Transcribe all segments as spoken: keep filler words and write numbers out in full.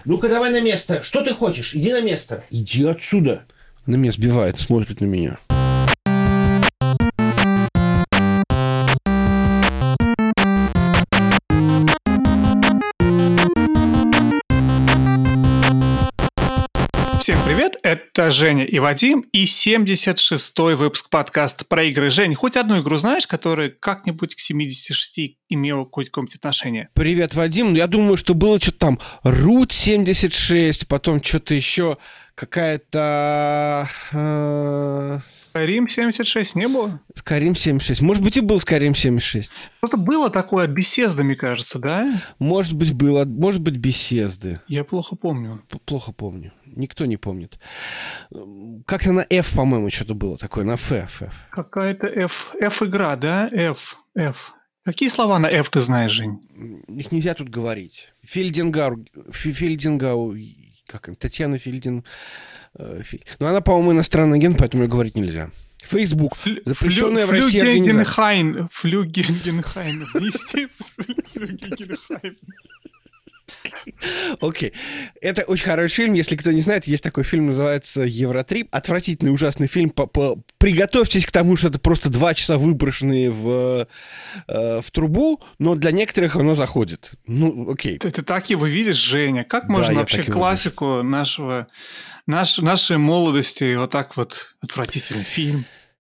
Ну-ка, давай на место. Что ты хочешь? Иди на место. Иди отсюда. На меня сбивает, смотрит на меня. Всем привет, это Женя и Вадим, и семьдесят шестой выпуск подкаста про игры. Жень, хоть одну игру знаешь, которая как-нибудь к семидесяти шести имела какое-нибудь отношение? Привет, Вадим. Я думаю, что было что-то там Root семьдесят шесть, потом что-то еще, какая-то... Э... Skyrim семьдесят шесть не было? Skyrim семьдесят шесть. Может быть, и был Skyrim семьдесят шесть. Что-то было такое от Bethesda, мне кажется, да? Может быть, было. Может быть, Bethesda. Я плохо помню. Плохо помню. Никто не помнит. Как-то на F, по-моему, что-то было такое. На F. F. Какая-то F. F-игра, да? F. F. Какие слова на F ты знаешь, Жень? Их нельзя тут говорить. Фельдингау... Фельдингау... Как им? Татьяна Фельдин... Ну, она, по-моему, иностранный агент, поэтому ее говорить нельзя. Facebook. Флю... Запрещенная флю... в России организация. Флюгенгенхайм. Внести Флюгенгенхайм. Окей. Okay. Это очень хороший фильм. Если кто не знает, есть такой фильм, называется «Евротрип». Отвратительный, ужасный фильм. Приготовьтесь к тому, что это просто два часа выброшенные в, э, в трубу, но для некоторых оно заходит. Ну, окей. Okay. Ты, ты так его видишь, Женя? Как да, можно вообще классику нашего, наш, нашей молодости вот так вот отвратительный фильм?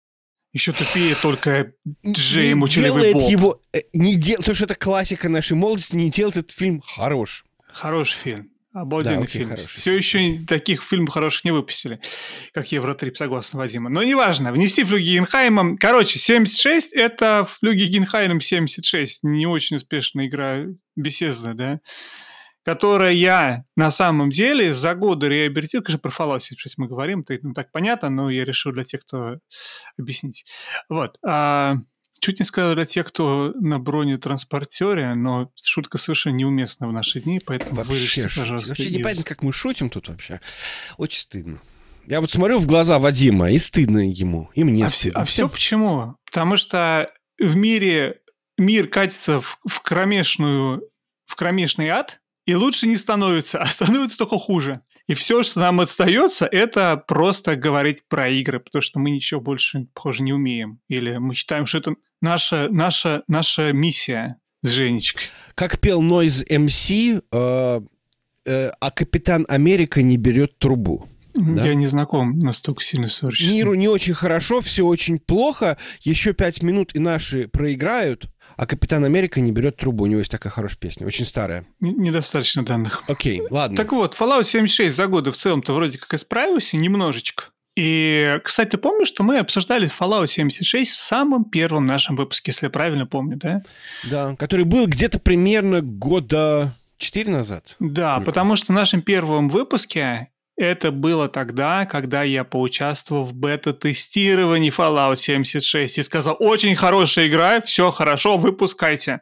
Еще тупее только Джей Мучелевый Боб. Его, не дел... То, что это классика нашей молодости, не делает этот фильм хорош. Хороший фильм. Обалденный да, окей, фильм. Хороший. Все еще таких фильмов хороших не выпустили, как Евротрип, согласно Вадиму. Но неважно, внести Флюгегенхаймом. Короче, семьдесят шесть — это Флюгегенхайм семьдесят шесть. Не очень успешная игра Bethesda, да? Которая я на самом деле за годы реабилитировал. Конечно, про Fallout семьдесят шесть мы говорим, это ну, так понятно, но я решил для тех, кто объяснить. Вот. А, чуть не сказал для тех, кто на бронетранспортере, но шутка совершенно неуместна в наши дни, поэтому вообще вырежьте, шутки. пожалуйста. Вообще из... непонятно, как мы шутим тут вообще. Очень стыдно. Я вот смотрю в глаза Вадима, и стыдно ему, и мне а стыдно. Все, а все почему? Потому что в мире мир катится в, в кромешную, в кромешный ад, и лучше не становится, а становится только хуже. И все, что нам остается, это просто говорить про игры, потому что мы ничего больше, похоже, не умеем. Или мы считаем, что это наша, наша, наша миссия с Женечкой. Как пел Noise эм си, э, э, а Капитан Америка не берет трубу. Да? Я не знаком настолько сильно с творчеством. Миру не очень хорошо, все очень плохо. Еще пять минут, и наши проиграют. А Капитан Америка не берет трубу. У него есть такая хорошая песня, очень старая. Недостаточно данных. Окей, ладно. Так вот, Fallout семьдесят шесть за годы в целом-то вроде как исправился немножечко. И, кстати, ты помнишь, что мы обсуждали Fallout семьдесят шесть в самом первом нашем выпуске, если я правильно помню, да? Да, который был где-то примерно года четыре назад. Да, Только. Потому что в нашем первом выпуске... Это было тогда, когда я поучаствовал в бета-тестировании Fallout семьдесят шесть и сказал: очень хорошая игра, все хорошо, выпускайте.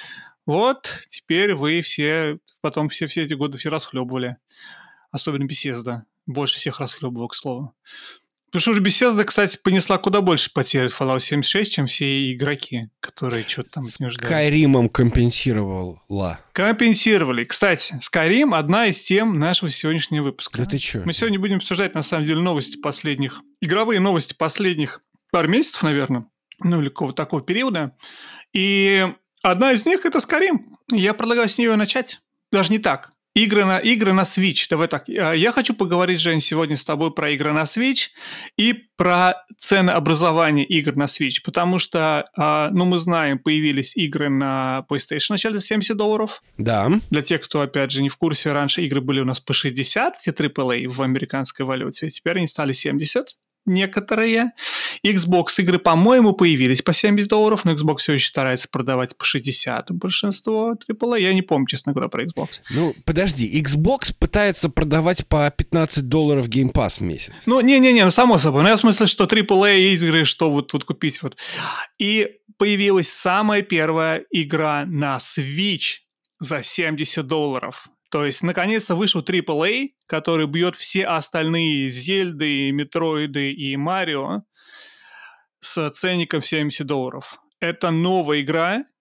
Вот, теперь вы все, потом все, все эти годы все расхлебывали. Особенно Bethesda. Больше всех расхлебывал, к слову. Потому что Bethesda, кстати, понесла куда больше потерь в Fallout семьдесят шесть, чем все игроки, которые что-то там не ждали. Skyrim компенсировала. Компенсировали. Кстати, Skyrim — одна из тем нашего сегодняшнего выпуска. Да ты чё? Мы сегодня будем обсуждать, на самом деле, новости последних... Игровые новости последних пару месяцев, наверное. Ну, или какого-то такого периода. И одна из них — это Skyrim. Я предлагаю с нее начать. Даже не так. Игры на, игры на Switch. Давай так. Я хочу поговорить, Жень, сегодня с тобой про игры на Switch и про ценообразование игр на Switch. Потому что, ну, мы знаем, появились игры на PlayStation вначале за семьдесят долларов. Да. Для тех, кто, опять же, не в курсе, раньше игры были у нас по шестьдесят, эти три эй в американской валюте. Теперь они стали семьдесят. Некоторые. Xbox игры, по-моему, появились по семьдесят долларов, но Xbox все еще старается продавать по шестьдесят. Большинство три эй. Я не помню, честно говоря, про Xbox. Ну, подожди. Xbox пытается продавать по пятнадцать долларов Game Pass в месяц. Ну, не-не-не, ну, само собой. Ну, я в смысле, что три эй игры, что вот, вот купить вот. И появилась самая первая игра на Switch за семьдесят долларов. То есть, наконец-то вышел три эй, который бьет все остальные Зельды, Метроиды и Марио с ценником в семьдесят долларов. Это новая игра,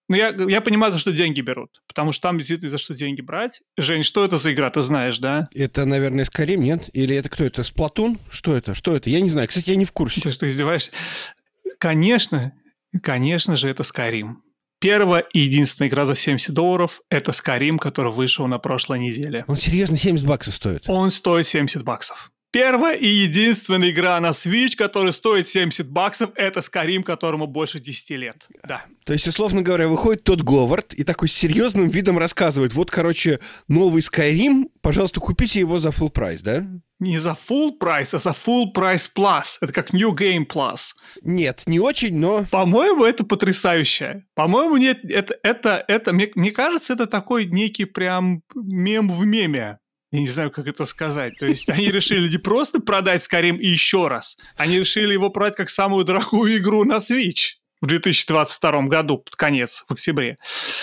Ну, я, я понимаю, за что деньги берут, потому что там действительно за что деньги брать. Жень, что это за игра, ты знаешь, да? Это, наверное, Skyrim, нет? Или это кто это? Splatoon? Что это? Что это? Я не знаю. Кстати, я не в курсе. Ты что, издеваешься? Конечно, конечно же, это Skyrim. Первая и единственная игра за семьдесят долларов – это Skyrim, который вышел на прошлой неделе. Он серьезно семьдесят баксов стоит? Он стоит семьдесят баксов. Первая и единственная игра на Switch, которая стоит семьдесят баксов, это Skyrim, которому больше десяти лет. Да. То есть, условно говоря, выходит тот Говард и такой с серьезным видом рассказывает, вот, короче, новый Skyrim, пожалуйста, купите его за full прайс, да? Не за full прайс, а за full прайс plus. Это как New Game Plus. Нет, не очень, но... По-моему, это потрясающе. По-моему, нет, это, это, это мне, мне кажется, это такой некий прям мем в меме. Я не знаю, как это сказать. То есть они решили не просто продать Skyrim и еще раз. Они решили его продать как самую дорогую игру на Switch в две тысячи двадцать втором году, под конец, в октябре.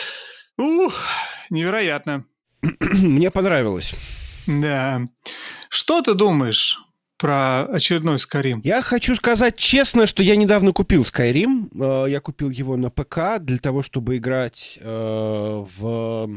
Ух, невероятно. Мне понравилось. Да. Что ты думаешь про очередной Skyrim? Я хочу сказать честно, что я недавно купил Skyrim. Я купил его на ПК для того, чтобы играть э, в...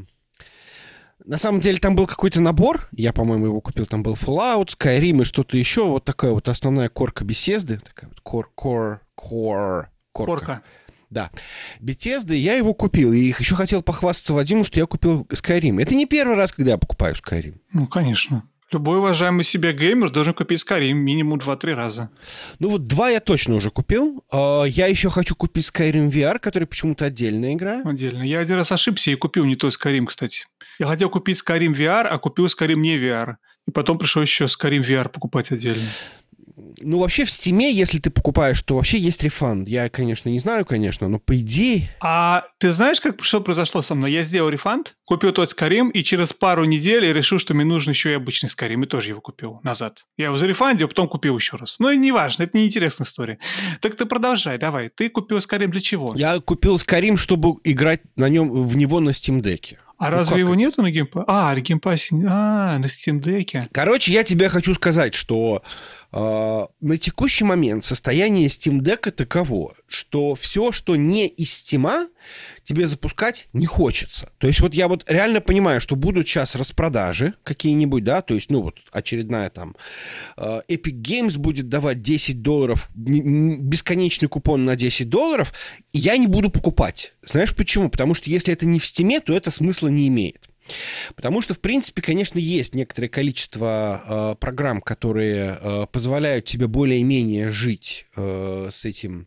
На самом деле там был какой-то набор, я, по-моему, его купил, там был Fallout, Skyrim и что-то еще, вот такая вот основная корка Bethesda, такая вот кор, кор, кор, корка. Корка. Да, Bethesda, я его купил, и еще хотел похвастаться Вадиму, что я купил Skyrim. Это не первый раз, когда я покупаю Skyrim. Ну, конечно. Любой уважаемый себя геймер должен купить Skyrim минимум два-три раза. Ну вот два я точно уже купил. Я еще хочу купить Skyrim ви ар, который почему-то отдельная игра. Отдельно. Я один раз ошибся и купил не той Skyrim, кстати. Я хотел купить Skyrim ви ар, а купил Skyrim не ви ар. И потом пришлось еще Skyrim ви ар покупать отдельно. Ну, вообще в Steam, если ты покупаешь, то вообще есть рефанд. Я, конечно, не знаю, конечно, но по идее... А ты знаешь, как что произошло со мной? Я сделал рефанд, купил тот Skyrim, и через пару недель я решил, что мне нужен еще и обычный Skyrim, и тоже его купил назад. Я его зарефандил, потом купил еще раз. Ну, и неважно, это неинтересная история. Так ты продолжай, давай. Ты купил Skyrim для чего? Я купил Skyrim, чтобы играть на нем, в него на Steam Deck'е. А ну, разве как? его нету на геймпассе? А, на геймпассе... А, на Steam Deck'е. Короче, я тебе хочу сказать, что э, на текущий момент состояние Steam Deck'а таково, что все, что не из Steam'а, тебе запускать не хочется. То есть вот я вот реально понимаю, что будут сейчас распродажи какие-нибудь, да, то есть, ну вот очередная там э, Epic Games будет давать десять долларов, бесконечный купон на десять долларов, и я не буду покупать. Знаешь почему? Потому что если это не в Steam'е, то это смысла не имеет. Потому что, в принципе, конечно, есть некоторое количество э, программ, которые э, позволяют тебе более-менее жить э, с этим,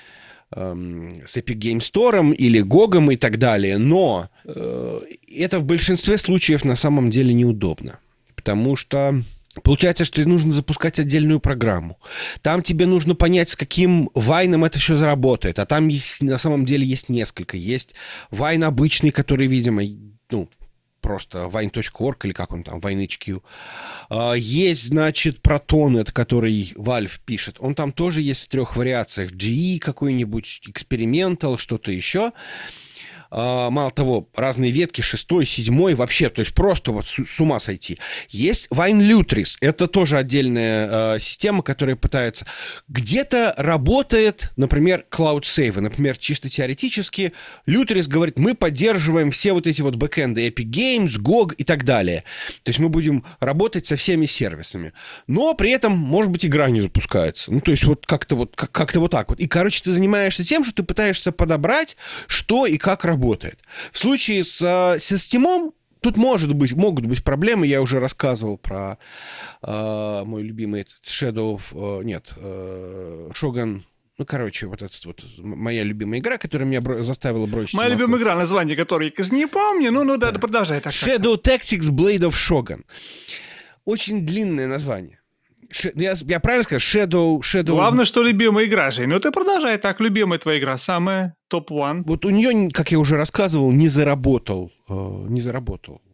э, с Epic Game Store или Гогом и так далее, но э, это в большинстве случаев на самом деле неудобно, потому что получается, что тебе нужно запускать отдельную программу. Там тебе нужно понять, с каким вайном это все заработает, а там их на самом деле есть несколько. Есть вайн обычный, который, видимо, ну, просто вайн точка орг или как он там, вайн эйч кью. Есть, значит, Protonnet, который Valve пишет. Он там тоже есть в трех вариациях. джи и какой-нибудь, Experimental, что-то еще. Мало того, разные ветки, шестой, седьмой, вообще, то есть просто вот с, с ума сойти. Есть Wine Lutris, это тоже отдельная э, система, которая пытается... Где-то работает, например, Cloud Save, например, чисто теоретически Lutris говорит, мы поддерживаем все вот эти вот бэкэнды Epic Games, джи о джи и так далее. То есть мы будем работать со всеми сервисами. Но при этом, может быть, игра не запускается. Ну, то есть вот как-то вот, как- как-то вот так вот. И, короче, ты занимаешься тем, что ты пытаешься подобрать, что и как работает. Работает. В случае с, со Steam тут может быть, могут быть проблемы. Я уже рассказывал про э, мой любимый этот Shadow of... Э, нет, э, Shogun... Ну, короче, вот этот вот моя любимая игра, которая меня бро- заставила бросить... Моя любимая игра, название которой я, конечно, не помню. Ну, ну да, да. Продолжай. Так, Shadow Tactics Blade of Shogun. Очень длинное название. Ш... Я, я правильно сказал? Shadow... Shadow... Главное, что любимая игра, Жень. Ну, ты продолжай так. Любимая твоя игра. Самая топ-один. Вот у нее, как я уже рассказывал, не заработал. Э, не заработал.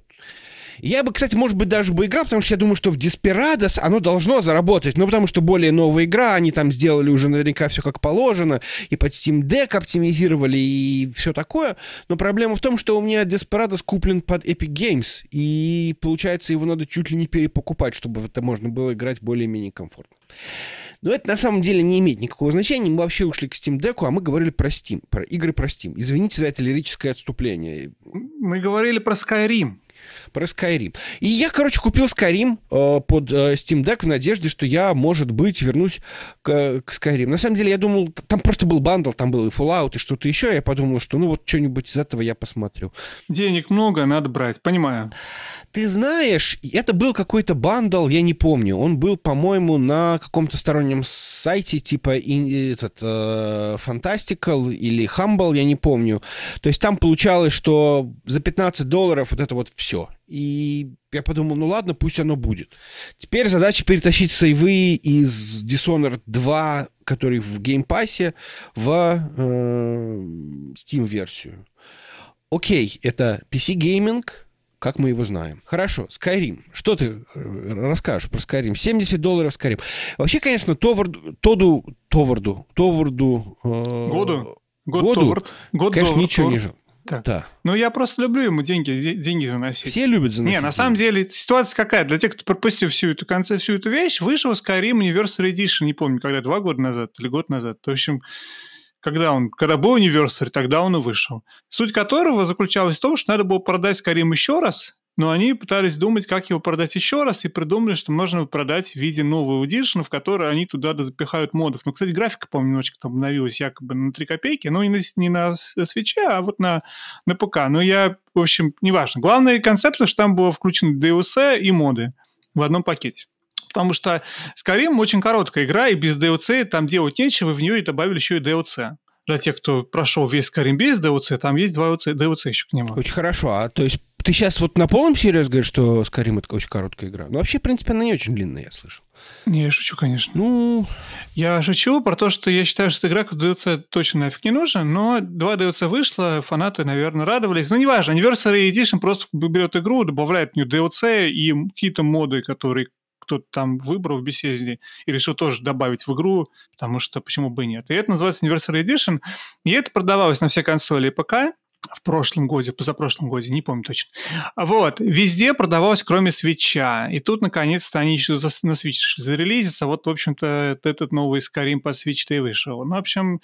Я бы, кстати, может быть, даже бы играл, потому что я думаю, что в Desperados оно должно заработать. Ну, потому что более новая игра, они там сделали уже наверняка все как положено, и под Steam Deck оптимизировали, и все такое. Но проблема в том, что у меня Desperados куплен под Epic Games, и, получается, его надо чуть ли не перепокупать, чтобы в это можно было играть более-менее комфортно. Но это на самом деле не имеет никакого значения. Мы вообще ушли к Steam Deck, а мы говорили про Steam, про игры про Steam. Извините за это лирическое отступление. Мы говорили про Skyrim. Про Skyrim. И я, короче, купил Skyrim э, под э, Steam Deck в надежде, что я, может быть, вернусь к, к Skyrim. На самом деле, я думал, там просто был бандл, там был и Fallout, и что-то еще. Я подумал, что ну вот что-нибудь из этого я посмотрю. Денег много, надо брать, понимаю. Ты знаешь, это был какой-то бандл, я не помню. Он был, по-моему, на каком-то стороннем сайте, типа и, этот, э, Fantastical или Humble, я не помню. То есть там получалось, что за пятнадцать долларов вот это вот все. И я подумал, ну ладно, пусть оно будет. Теперь задача перетащить сейвы из Dishonored два, который в геймпассе, в э, Steam-версию. Окей, это пи си-гейминг, как мы его знаем. Хорошо, Skyrim. Что ты расскажешь про Skyrim? семьдесят долларов Skyrim. Вообще, конечно, Товарду, Тоду, Товарду, Товарду... Э, Году? Год Году, Товард. Год конечно, Товард, ничего Товард. не жалко. Так. Да. Ну, я просто люблю ему деньги, де- деньги заносить. Все любят заносить. Не, на самом деле, ситуация какая? Для тех, кто пропустил всю эту, конце, всю эту вещь, вышел Skyrim Anniversary Edition, не помню, когда, два года назад или год назад. В общем, когда он, когда был Anniversary, тогда он и вышел. Суть которого заключалась в том, что надо было продать Skyrim еще раз, но они пытались думать, как его продать еще раз, и придумали, что можно его продать в виде нового эдишена, в который они туда запихают модов. Ну, кстати, графика, по-моему, немножечко там обновилась якобы на три копейки, но не на, не на свече, а вот на, на ПК. Но я, в общем, неважно. Главная концепция, что там было включено ди эл си и моды в одном пакете. Потому что Skyrim очень короткая игра, и без ди эл си там делать нечего, и в нее и добавили еще и ди эл си. Для тех, кто прошел весь Skyrim без ди эл си, там есть два ди эл си еще к нему. Очень хорошо. А то есть ты сейчас вот на полном серьезе говоришь, что Skyrim это очень короткая игра? Ну, вообще, в принципе, она не очень длинная, я слышал. Не, я шучу, конечно. Ну... Я шучу про то, что я считаю, что игра, как ди эл си точно нафиг не нужен, но два ди эл си вышло, фанаты, наверное, радовались. Ну, неважно, Anniversary Edition просто берет игру, добавляет в нее ди эл си и какие-то моды, которые кто-то там выбрал в Bethesda и решил тоже добавить в игру, потому что почему бы и нет. И это называется Anniversary Edition, и это продавалось на все консоли и ПК в прошлом годе, позапрошлом годе, не помню точно. Вот, везде продавалось, кроме Свитча. И тут, наконец-то, они еще за, на Switch зарелизятся. Вот, в общем-то, этот новый Skyrim под Switch-то и вышел. Ну, в общем,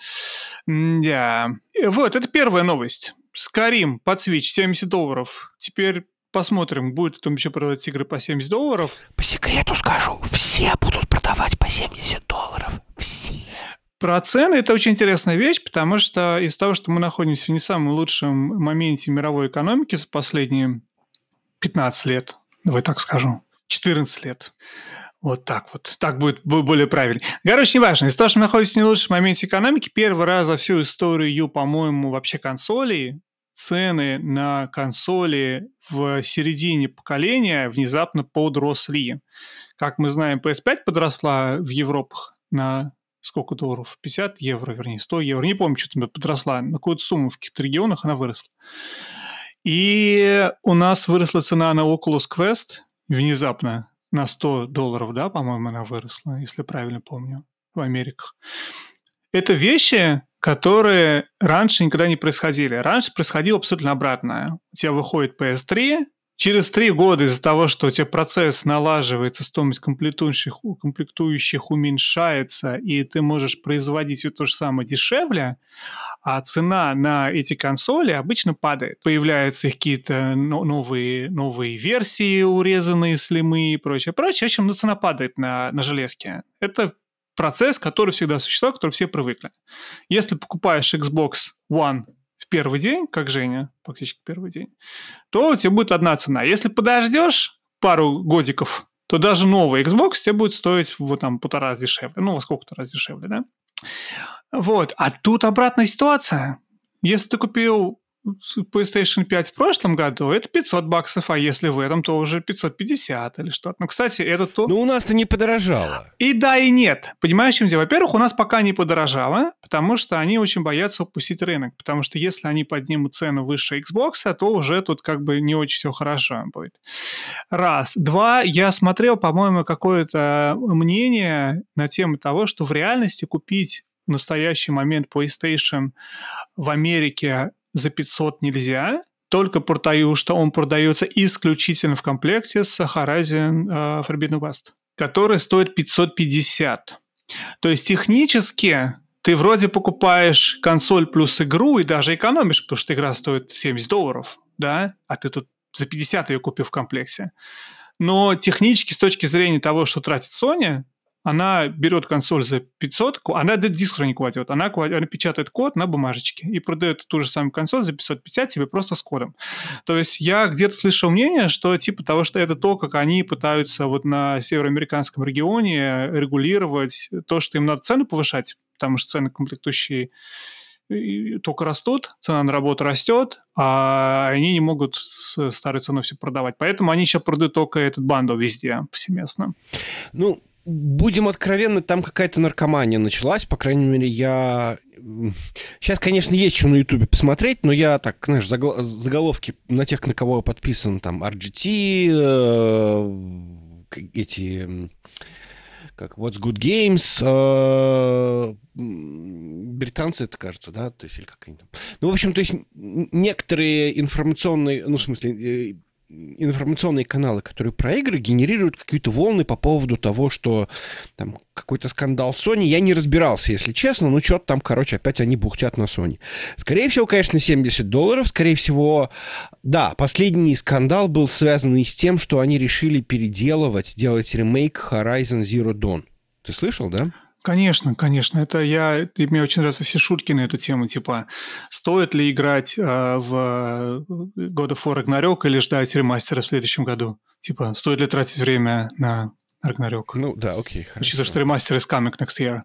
да. Вот, это первая новость. Skyrim под Switch, семьдесят долларов. Теперь посмотрим, будет там еще продавать игры по семьдесят долларов. По секрету скажу, все будут продавать по семьдесят долларов. Все. Про цены это очень интересная вещь, потому что из-за того, что мы находимся в не самом лучшем моменте мировой экономики за последние пятнадцать лет, давай так скажу, четырнадцать лет. Вот так вот. Так будет более правильно. Короче, неважно. Из-за того, что мы находимся в не лучшем моменте экономики, первый раз за всю историю, по-моему, вообще консолей, цены на консоли в середине поколения внезапно подросли. Как мы знаем, пи эс пять подросла в Европах на сколько долларов? пятьдесят евро, вернее, сто евро. Не помню, что там подросла. На какую-то сумму в каких-то регионах она выросла. И у нас выросла цена на Oculus Quest внезапно на сто долларов, да, по-моему, она выросла, если правильно помню, в Америках. Это вещи, которые раньше никогда не происходили. Раньше происходило абсолютно обратное. У тебя выходит пи эс три, через три года из-за того, что у тебя процесс налаживается, стоимость комплектующих, комплектующих уменьшается, и ты можешь производить все то же самое дешевле, а цена на эти консоли обычно падает. Появляются какие-то новые, новые версии, урезанные слимы и прочее, прочее. В общем, ну, цена падает на, на железке. Это процесс, который всегда существовал, который все привыкли. Если покупаешь Xbox One в первый день, как Женя, фактически первый день, то у тебя будет одна цена. Если подождешь пару годиков, то даже новый Xbox тебе будет стоить вот там полтора раз дешевле. Ну, во сколько-то раз дешевле, да? Вот. А тут обратная ситуация. Если ты купил PlayStation пять в прошлом году, это пятьсот баксов, а если в этом, то уже пятьсот пятьдесят или что-то. Ну, кстати, это то... Ну, у нас-то не подорожало. И да, и нет. Понимаешь, в чем дело? Во-первых, у нас пока не подорожало, потому что они очень боятся упустить рынок. Потому что если они поднимут цену выше Xbox, то уже тут как бы не очень все хорошо будет. Раз. Два. Я смотрел, по-моему, какое-то мнение на тему того, что в реальности купить в настоящий момент PlayStation в Америке за пятьсот нельзя, только потому, что он продается исключительно в комплекте с Horizon uh, Forbidden West, который стоит пятьсот пятьдесят. То есть технически ты вроде покупаешь консоль плюс игру и даже экономишь, потому что игра стоит семьдесят долларов, да, а ты тут за пятьдесят ее купил в комплекте. Но технически, с точки зрения того, что тратит Sony, она берет консоль за пятьсот, она диск не кладет, она, она печатает код на бумажечке и продает ту же самую консоль за пятьсот пятьдесят тебе просто с кодом. То есть я где-то слышал мнение, что типа того, что это то, как они пытаются вот на североамериканском регионе регулировать то, что им надо цену повышать, потому что цены комплектующие только растут, цена на работу растет, а они не могут с старой ценой все продавать. Поэтому они сейчас продают только этот бандл везде, повсеместно. Ну, будем откровенны, там какая-то наркомания началась, по крайней мере, я... Сейчас, конечно, есть что на Ютубе посмотреть, но я так, знаешь, загл... заголовки на тех, на кого я подписан, там, ар джи ти, э... эти... как What's Good Games, э... британцы, это кажется, да, то есть, или как они там. Ну, в общем, то есть, некоторые информационные, ну, в смысле, информационные каналы, которые про игры, генерируют какие-то волны по поводу того, что там какой-то скандал Sony. Я не разбирался, если честно, но что-то там, короче, опять они бухтят на Sony. Скорее всего, конечно, семьдесят долларов. Скорее всего, да, последний скандал был связан и с тем, что они решили переделывать, делать ремейк Horizon Zero Dawn. Ты слышал, да? Конечно, конечно. Это я... И мне очень нравятся все шутки на эту тему, типа, стоит ли играть э, в God of War Ragnarok или ждать ремастера в следующем году? Типа, стоит ли тратить время на Ragnarok? Ну, да, окей, хорошо. Учитывая, что ремастер is coming next year.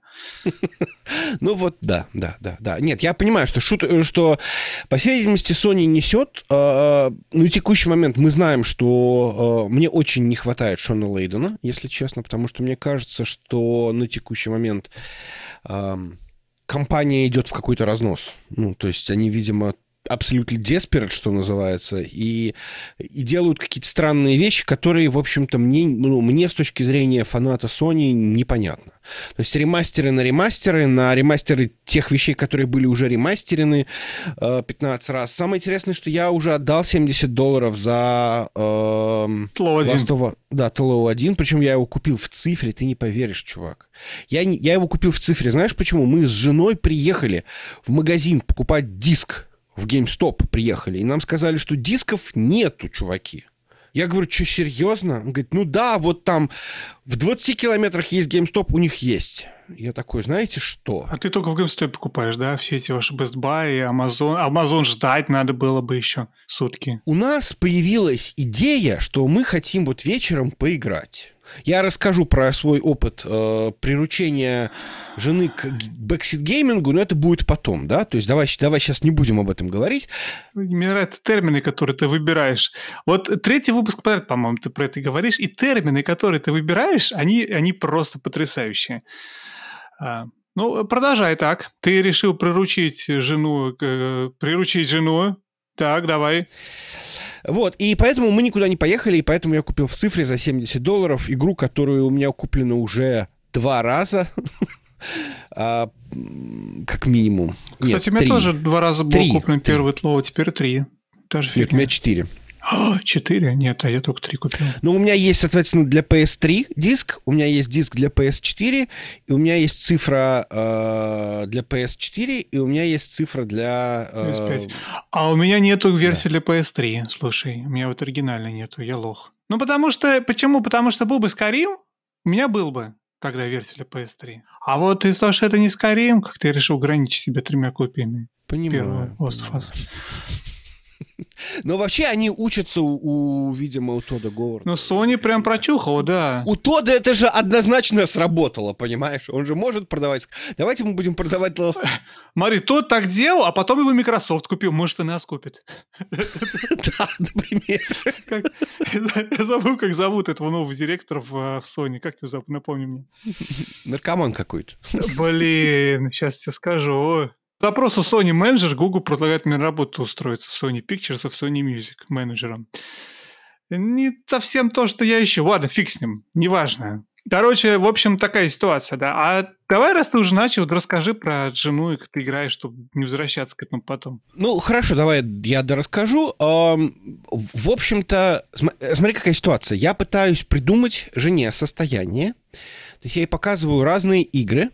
Ну вот, да, да, да, да. Нет, я понимаю, что, шут, что по всей видимости, Sony несет. Э, на текущий момент мы знаем, что э, мне очень не хватает Шона Лейдена, если честно, потому что мне кажется, что на текущий момент э, компания идет в какой-то разнос. Ну, то есть они, видимо, абсолютно desperate, что называется, и, и делают какие-то странные вещи, которые, в общем-то, мне, ну, мне с точки зрения фаната Sony непонятно. То есть ремастеры на ремастеры, на ремастеры тех вещей, которые были уже ремастерены э, пятнадцать раз. Самое интересное, что я уже отдал семьдесят долларов за э, Last of... Да, ти эл о один, причем я его купил в цифре, ты не поверишь, чувак. Я, я его купил в цифре, знаешь почему? Мы с женой приехали в магазин покупать диск. В GameStop приехали, и нам сказали, что дисков нету, чуваки. Я говорю, что, серьезно? Он говорит, ну да, вот там в двадцати километрах есть GameStop, у них есть. Я такой, знаете что? А ты только в GameStop покупаешь, да? Все эти ваши Best Buy и Amazon. Amazon ждать надо было бы еще сутки. У нас появилась идея, что мы хотим вот вечером поиграть. Я расскажу про свой опыт э, приручения жены к бэксит-геймингу, но это будет потом, да? То есть давай, давай сейчас не будем об этом говорить. Мне нравятся термины, которые ты выбираешь. Вот третий выпуск подряд, по-моему, ты про это говоришь, и термины, которые ты выбираешь, они, они просто потрясающие. А, ну, продолжай так. Ты решил приручить жену, э, приручить жену. Так, давай. Вот, и поэтому мы никуда не поехали, и поэтому я купил в цифре за семьдесят долларов игру, которую у меня куплена уже два раза, как минимум. Кстати, у меня тоже два раза был куплен первый тлоу, теперь три. Нет, у меня четыре. Четыре? Нет, а я только три купил. Ну, у меня есть, соответственно, для пи эс три диск, у меня есть диск для пи эс четыре, и у меня есть цифра э, для пи эс четыре, и у меня есть цифра для... Э, пи эс пять. А у меня нету версии да. для пи эс три, слушай. У меня вот оригинальной нету, я лох. Ну, потому что... Почему? Потому что был бы Skyrim, у меня был бы тогда версия для пи эс три. А вот из-за того, что это не Skyrim, как ты решил ограничить себя тремя копиями. Понимаю. Первого Last of Us. Но вообще они учатся у, у видимо, у Тодда Говарда. Ну, Sony прям прочухала, да. У Тодда это же однозначно сработало, понимаешь? Он же может продавать... Давайте мы будем продавать... Смотри, тот так делал, а потом его Microsoft купил. Может, и нас купит. Да, например. Я забыл, как зовут этого нового директора в Sony. Как его зовут? Напомни мне. Наркоман какой-то. Блин, сейчас тебе скажу. По вопросу Sony менеджер, Google предлагает мне на работу устроиться в Sony Pictures, в Sony Music менеджером. Не совсем то, что я ищу. Ладно, фиг с ним, неважно. Короче, в общем, такая ситуация, да. А давай, раз ты уже начал, расскажи про жену, и как ты играешь, чтобы не возвращаться к этому потом. Ну, хорошо, давай я дорасскажу. В общем-то, смотри, какая ситуация. Я пытаюсь придумать жене состояние. есть я ей показываю разные игры,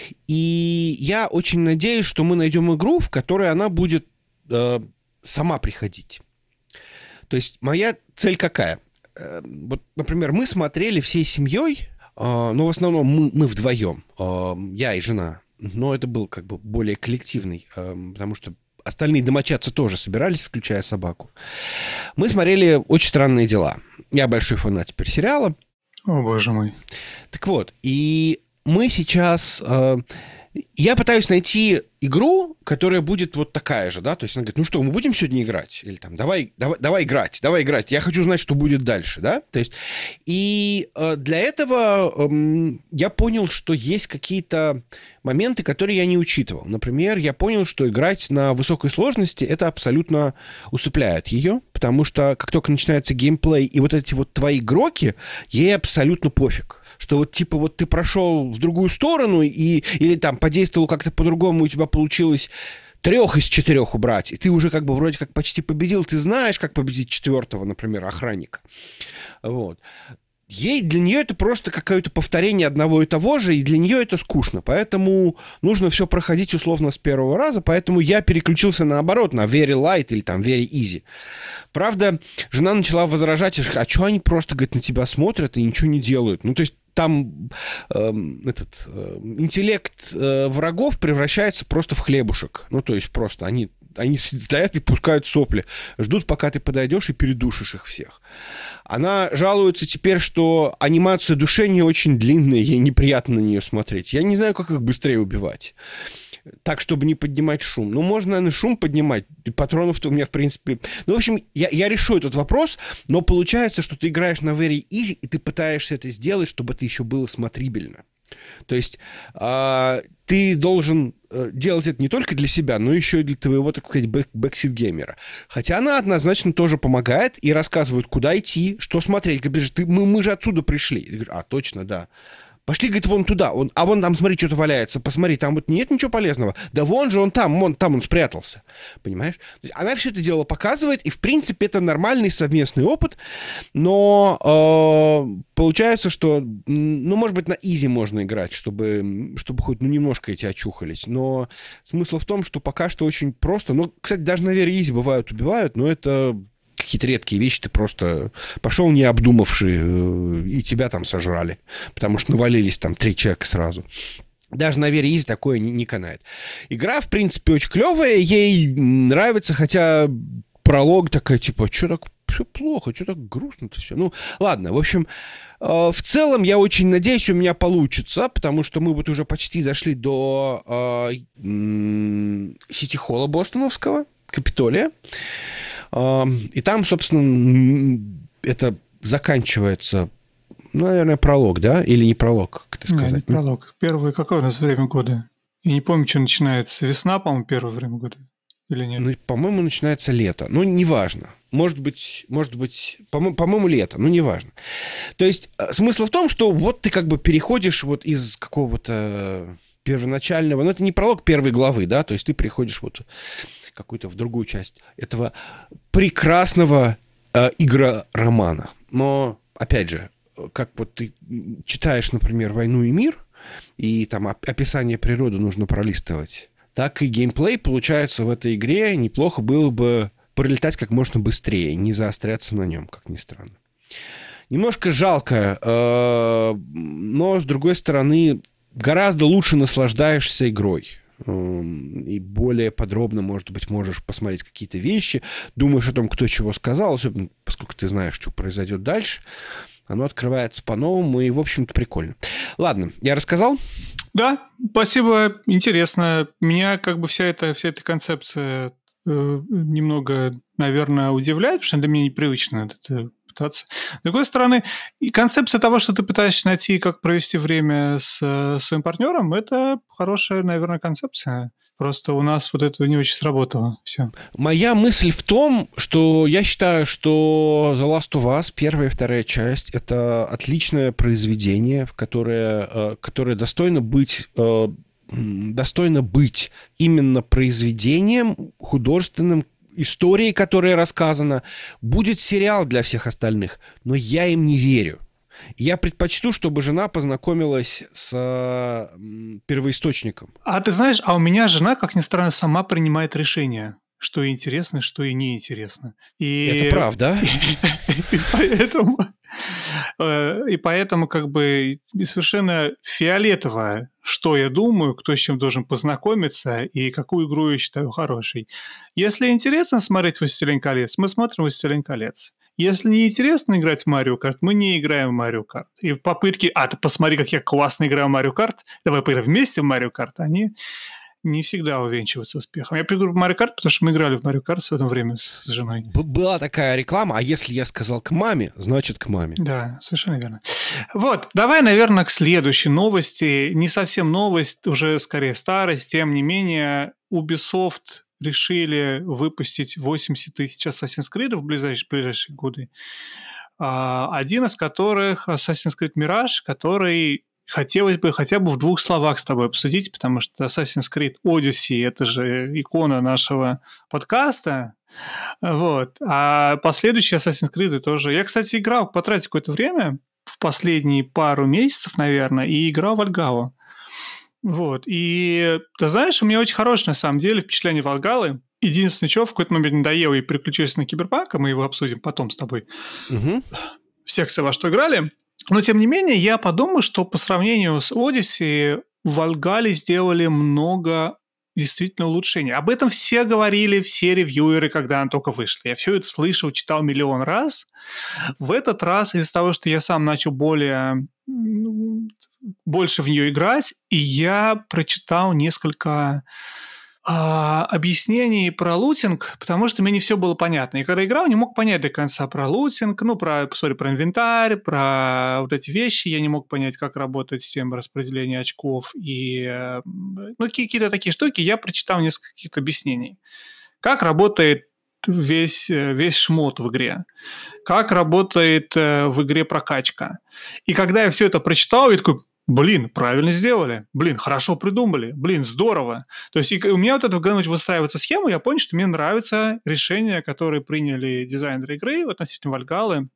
и я очень надеюсь, что мы найдем игру, в которой она будет э, сама приходить. То есть моя цель какая? Э, вот, например, мы смотрели всей семьей, э, но в основном мы, мы вдвоем, э, я и жена. Но это был как бы более коллективный, э, потому что остальные домочадцы тоже собирались, включая собаку. Мы смотрели «Очень странные дела». Я большой фанат теперь сериала. О, боже мой. Так вот, и мы сейчас... Э, я пытаюсь найти игру, которая будет вот такая же, да, то есть она говорит, ну что, мы будем сегодня играть? Или там, давай, давай, давай играть, давай играть, я хочу знать, что будет дальше, да, то есть, и э, для этого э, я понял, что есть какие-то моменты, которые я не учитывал. Например, я понял, что играть на высокой сложности, это абсолютно усыпляет ее, потому что как только начинается геймплей, и вот эти вот твои игроки, ей абсолютно пофиг. Что вот типа вот ты прошел в другую сторону и, или там подействовал как-то по-другому, у тебя получилось трех из четырех убрать, и ты уже как бы вроде как почти победил, ты знаешь, как победить четвертого, например, охранника. Вот. Ей, для нее это просто какое-то повторение одного и того же, и для нее это скучно. Поэтому нужно все проходить условно с первого раза, поэтому я переключился наоборот, на very light или там very easy. Правда, жена начала возражать, а что они просто, говорит, на тебя смотрят и ничего не делают? Ну, то есть там э, этот э, интеллект э, врагов превращается просто в хлебушек. Ну, то есть просто они, они стоят и пускают сопли, ждут, пока ты подойдешь и передушишь их всех. Она жалуется теперь, что анимация душения очень длинная, ей неприятно на нее смотреть. Я не знаю, как их быстрее убивать. Так, чтобы не поднимать шум. Ну, можно, наверное, шум поднимать. Патронов-то у меня, в принципе... Ну, в общем, я, я решу этот вопрос, но получается, что ты играешь на very easy, и ты пытаешься это сделать, чтобы это еще было смотрибельно. То есть э, ты должен э, делать это не только для себя, но еще и для твоего, так сказать, бэк- бэксит-геймера. Хотя она однозначно тоже помогает и рассказывает, куда идти, что смотреть. Говорит, ты, мы, мы же отсюда пришли. Я говорю, а, точно, да. Пошли, говорит, вон туда. Он, а вон там, смотри, что-то валяется. Посмотри, там вот нет ничего полезного. Да вон же он там, вон там он спрятался. Понимаешь? То есть она все это дело показывает, и, в принципе, это нормальный совместный опыт, но э, получается, что, ну, может быть, на изи можно играть, чтобы, чтобы хоть ну, немножко эти очухались. Но смысл в том, что пока что очень просто. Ну, кстати, даже на very easy бывают убивают, но это... какие-то редкие вещи, ты просто пошел не обдумавший, и тебя там сожрали, потому что навалились там три человека сразу. Даже на very easy такое не, не канает. Игра, в принципе, очень клевая, ей нравится, хотя пролог такая, типа, что так все плохо, что так грустно-то все. Ну, ладно, в общем, э, в целом я очень надеюсь, у меня получится, потому что мы вот уже почти дошли до э, Сити-холла бостоновского, Капитолия. И там, собственно, это заканчивается, ну, наверное, пролог, да? Или не пролог, как это сказать? Нет, не пролог. Первое, какое у нас время года? Я не помню, что начинается. Весна, по-моему, первое время года? Или нет? Ну, по-моему, начинается лето. Ну, неважно. Может быть, может быть, по-моему, по-моему, лето, но неважно. То есть смысл в том, что вот ты как бы переходишь вот из какого-то первоначального... Ну, это не пролог первой главы, да? То есть ты приходишь вот... какую-то в другую часть этого прекрасного э, игра-романа. Но, опять же, как вот ты читаешь, например, «Войну и мир», и там описание природы нужно пролистывать, так и геймплей, получается, в этой игре неплохо было бы пролетать как можно быстрее, не заостряться на нем, как ни странно. Немножко жалко, э, но, с другой стороны, гораздо лучше наслаждаешься игрой. И более подробно, может быть, можешь посмотреть какие-то вещи, думаешь о том, кто чего сказал, особенно поскольку ты знаешь, что произойдет дальше. Оно открывается по-новому, и, в общем-то, прикольно. Ладно, я рассказал? Да, спасибо, интересно. Меня как бы вся эта, вся эта концепция э, немного, наверное, удивляет, потому что для меня непривычно это пытаться. С другой стороны, и концепция того, что ты пытаешься найти, как провести время с э, своим партнером, это хорошая, наверное, концепция. Просто у нас вот это не очень сработало. Все. Моя мысль в том, что я считаю, что The Last of Us, первая и вторая часть, это отличное произведение, которое, которое достойно быть... достойно быть именно произведением художественным, историей, которая рассказана. Будет сериал для всех остальных, но я им не верю. Я предпочту, чтобы жена познакомилась с м, первоисточником. А ты знаешь, а у меня жена, как ни странно, сама принимает решение, что ей интересно, что ей неинтересно. Это И, правда. и поэтому, э, и поэтому как бы совершенно фиолетово, что я думаю, кто с чем должен познакомиться и какую игру я считаю хорошей. Если интересно смотреть «Властелин колец», мы смотрим «Властелин колец». Если не интересно играть в Марио Карт, мы не играем в Марио Карт. И в попытке, а, ты посмотри, как я классно играю в Марио Карт, давай поиграем вместе в Марио Карт, они не всегда увенчиваются успехом. Я пригру в Марио Карт, потому что мы играли в Марио Карт в это время с, с женой. Б- была такая реклама, а если я сказал к маме, значит к маме. Да, совершенно верно. Вот, давай, наверное, к следующей новости. Не совсем новость, уже скорее старость. Тем не менее, Ubisoft решили выпустить восемьдесят тысяч Assassin's Creed в ближайшие, ближайшие годы. А, один из которых Assassin's Creed Mirage, который хотелось бы хотя бы в двух словах с тобой обсудить, потому что Assassin's Creed Odyssey – это же икона нашего подкаста. Вот. А последующие Assassin's Creed тоже. Я, кстати, играл, потратил какое-то время, в последние пару месяцев, наверное, и играл в Вальгаллу. Вот. И ты знаешь, у меня очень хорошее, на самом деле, впечатление Вальгаллы. Единственное, что в какой-то момент надоело и переключился на Киберпанк, мы его обсудим потом с тобой. Угу. Всех, во что играли. Но, тем не менее, я подумал, что по сравнению с Odyssey в Вальгалле сделали много действительно улучшений. Об этом все говорили, все ревьюеры, когда она только вышла. Я все это слышал, читал миллион раз. В этот раз из-за того, что я сам начал более... больше в нее играть, и я прочитал несколько а, объяснений про лутинг, потому что мне не все было понятно. И когда играл, не мог понять до конца про лутинг, ну, про, sorry, про инвентарь, про вот эти вещи. Я не мог понять, как работает система распределения очков и ну, какие-то такие штуки. Я прочитал несколько каких-то объяснений. Как работает весь, весь шмот в игре. Как работает в игре прокачка. И когда я все это прочитал, я такой... Блин, правильно сделали. Блин, хорошо придумали. Блин, здорово. То есть и у меня вот это когда-нибудь выстраивается схема, я понял, что мне нравятся решения, которые приняли дизайнеры игры относительно Вальгаллы,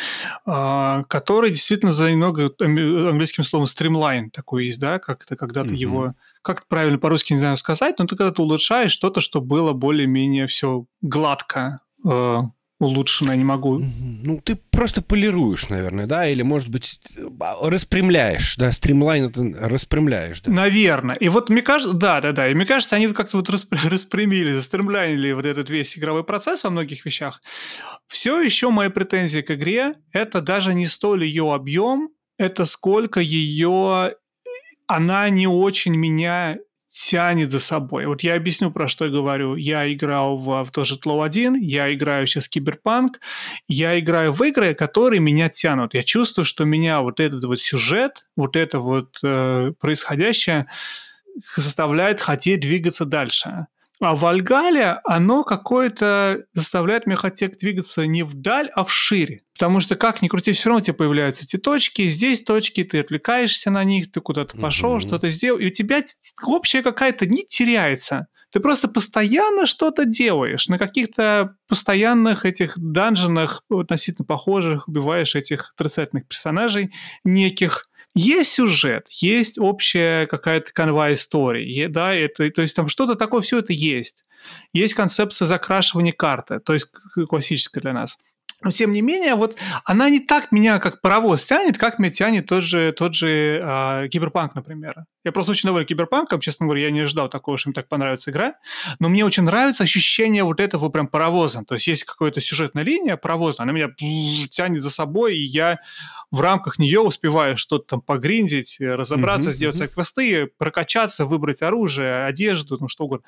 которые действительно за немного английским словом стримлайн такой есть, да, как-то когда ты mm-hmm. его... Как правильно по-русски не знаю сказать, но ты когда ты улучшаешь что-то, чтобы было более-менее все гладко, улучшенно, не могу. Ну, ты просто полируешь, наверное, да? Или, может быть, распрямляешь, да? Стримлайн это распрямляешь, да? Наверное. И вот мне кажется, да-да-да, и мне кажется, они как-то вот распрямили, застремлянили вот этот весь игровой процесс во многих вещах. Все еще мои претензии к игре – это даже не столь ее объем, это сколько ее... Она не очень меня... тянет за собой. Вот я объясню, про что я говорю. Я играл в, в тоже Тлоу один, я играю сейчас в Киберпанк, я играю в игры, которые меня тянут. Я чувствую, что меня вот этот вот сюжет, вот это вот э, происходящее заставляет хотеть двигаться дальше. А в Вальгалле оно какое-то заставляет меня хотеть двигаться не вдаль, а вширь. Потому что, как ни крути, все равно у тебя появляются эти точки, здесь точки, ты отвлекаешься на них, ты куда-то пошел, mm-hmm. что-то сделал, и у тебя общая какая-то нить теряется. Ты просто постоянно что-то делаешь, на каких-то постоянных этих данженах, относительно похожих, убиваешь этих отрицательных персонажей неких. Есть сюжет, есть общая какая-то канва истории, да, это, то есть там что-то такое, все это есть. Есть концепция закрашивания карты, то есть классическая для нас. Но, тем не менее, вот она не так меня, как паровоз, тянет, как меня тянет тот же, тот же э, Киберпанк, например. Я просто очень доволен Киберпанком, честно говоря, я не ожидал такого, что мне так понравится игра, но мне очень нравится ощущение вот этого прям паровоза. То есть есть какая-то сюжетная линия паровоза, она меня тянет за собой, и я в рамках нее успеваю что-то там погриндить, разобраться, mm-hmm, сделать mm-hmm. свои квесты, прокачаться, выбрать оружие, одежду, там что угодно.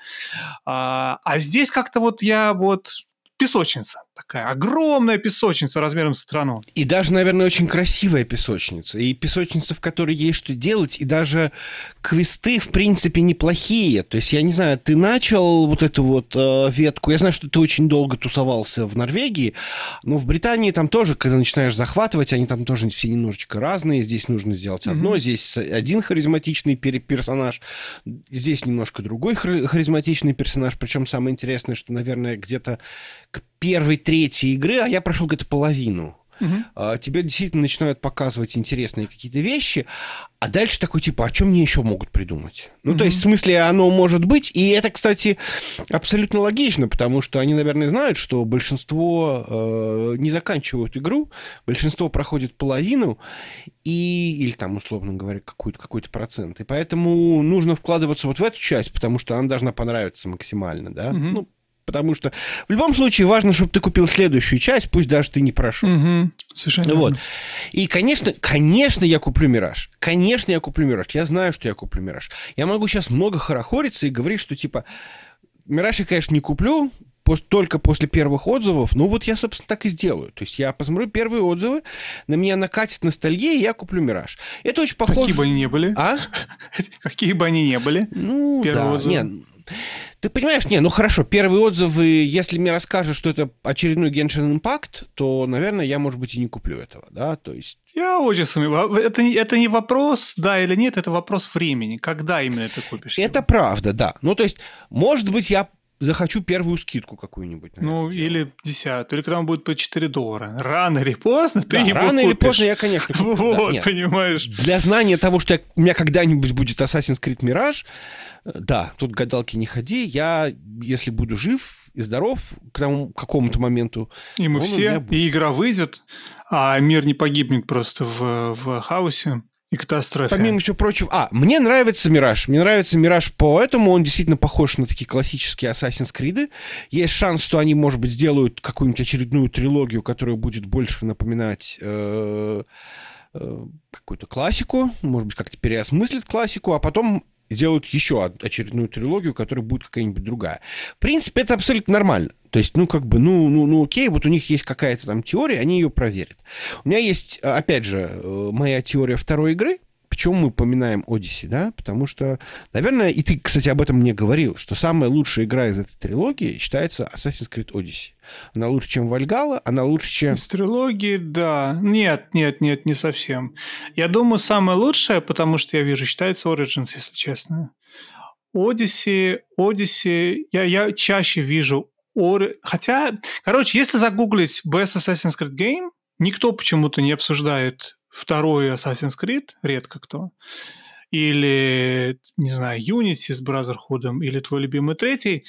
А, а здесь как-то вот я вот... Песочница такая, огромная песочница размером с страну. И даже, наверное, очень красивая песочница. И песочница, в которой есть что делать, и даже квесты, в принципе, неплохие. То есть, я не знаю, ты начал вот эту вот э, ветку, я знаю, что ты очень долго тусовался в Норвегии, но в Британии там тоже, когда начинаешь захватывать, они там тоже все немножечко разные. Здесь нужно сделать одно, mm-hmm. здесь один харизматичный персонаж, здесь немножко другой харизматичный персонаж. Причем самое интересное, что, наверное, где-то к первой трети игры, а я прошел где-то половину. Мгм. а, тебе действительно начинают показывать интересные какие-то вещи, а дальше такой типа, а что мне еще могут придумать? Ну, то есть, в Мгм. смысле, оно может быть, и это, кстати, абсолютно логично, потому что они, наверное, знают, что большинство э, не заканчивают игру, большинство проходит половину, и, или там, условно говоря, какой-то, какой-то процент. И поэтому нужно вкладываться вот в эту часть, потому что она должна понравиться максимально, да? Мгм. Ну, потому что в любом случае важно, чтобы ты купил следующую часть, пусть даже ты не прошел. Мгм. Совершенно Вот. верно. И, конечно, конечно, я куплю «Мираж». Конечно, я куплю «Мираж». Я знаю, что я куплю «Мираж». Я могу сейчас много хорохориться и говорить, что, типа, «Мираж» я, конечно, не куплю, пос- только после первых отзывов. Ну, вот я, собственно, так и сделаю. То есть я посмотрю первые отзывы, на меня накатит ностальгия, и я куплю «Мираж». Это очень похоже... Какие бы они ни были. А? Какие бы они ни были. Ну, Первые да. отзывы. Не, ты понимаешь, не, ну хорошо, первые отзывы, если мне расскажут, что это очередной Genshin Impact, то, наверное, я, может быть, и не куплю этого, да, то есть... Я очень сомневаюсь. Это, не- это не вопрос, да или нет, это вопрос времени. Когда именно ты купишь Это его? правда, да. Ну, то есть, может быть, я захочу первую скидку какую-нибудь на Ну, это дело. или десятую, или когда он будет по четыре доллара. Рано или поздно ты Да, его рано или купишь. поздно я, конечно, куплю. Да, Вот, нет. понимаешь. Для знания того, что я- у меня когда-нибудь будет Assassin's Creed Mirage, э, да, тут гадалки не ходи, я, если буду жив и здоров к тому к какому-то моменту, И мы он у все, меня будет. и игра выйдет, а мир не погибнет просто в, в хаосе и катастрофе. Помимо всего прочего... А, мне нравится «Мираж». Мне нравится «Мираж», поэтому он действительно похож на такие классические Assassin's Creed. Есть шанс, что они, может быть, сделают какую-нибудь очередную трилогию, которая будет больше напоминать э, э, какую-то классику, может быть, как-то переосмыслят классику, а потом сделают еще од- очередную трилогию, которая будет какая-нибудь другая. В принципе, это абсолютно нормально. То есть, ну, как бы, ну, ну, ну, окей, вот у них есть какая-то там теория, они ее проверят. У меня есть, а, опять же, э, моя теория второй игры. Почему мы упоминаем Odyssey, да? Потому что, наверное, и ты, кстати, об этом мне говорил, что самая лучшая игра из этой трилогии считается Assassin's Creed Odyssey. Она лучше, чем Valhalla, она лучше, чем... Из трилогии, да. Нет, нет, нет, не совсем. Я думаю, самое лучшее, потому что я вижу, считается Origins, если честно. Odyssey, Odyssey, я, я чаще вижу... Ори- Хотя, короче, если загуглить Best Assassin's Creed Game, никто почему-то не обсуждает второй Assassin's Creed, редко кто. Или, не знаю, Unity с Brotherhood, или твой любимый третий.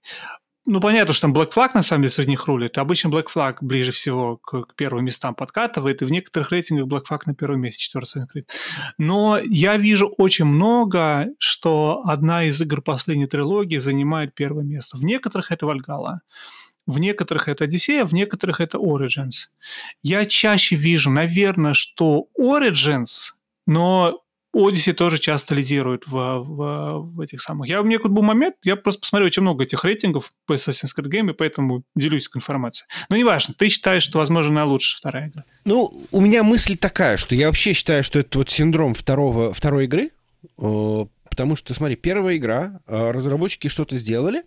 Ну, понятно, что там Black Flag, на самом деле, среди них рулит. Обычно Black Flag ближе всего к, к первым местам подкатывает, и в некоторых рейтингах Black Flag на первом месте, четвертый Assassin's Creed. Но я вижу очень много, что одна из игр последней трилогии занимает первое место. В некоторых это Valhalla, в некоторых это Одиссея, в некоторых это Origins. Я чаще вижу, наверное, что Origins, но Odyssey тоже часто лидирует в, в, в этих самых. Я, у меня тут был момент, я просто посмотрел очень много этих рейтингов по Assassin's Creed Game, и поэтому делюсь информацией. Но неважно, ты считаешь, что, возможно, она лучше вторая игра. Ну, у меня мысль такая, что я вообще считаю, что это вот синдром второго, второй игры, э, потому что, смотри, первая игра, э, разработчики что-то сделали,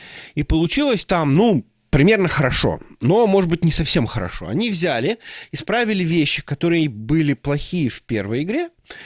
и получилось там, ну, примерно хорошо, но, может быть, не совсем хорошо. Они взяли, исправили вещи, которые были плохие в первой игре,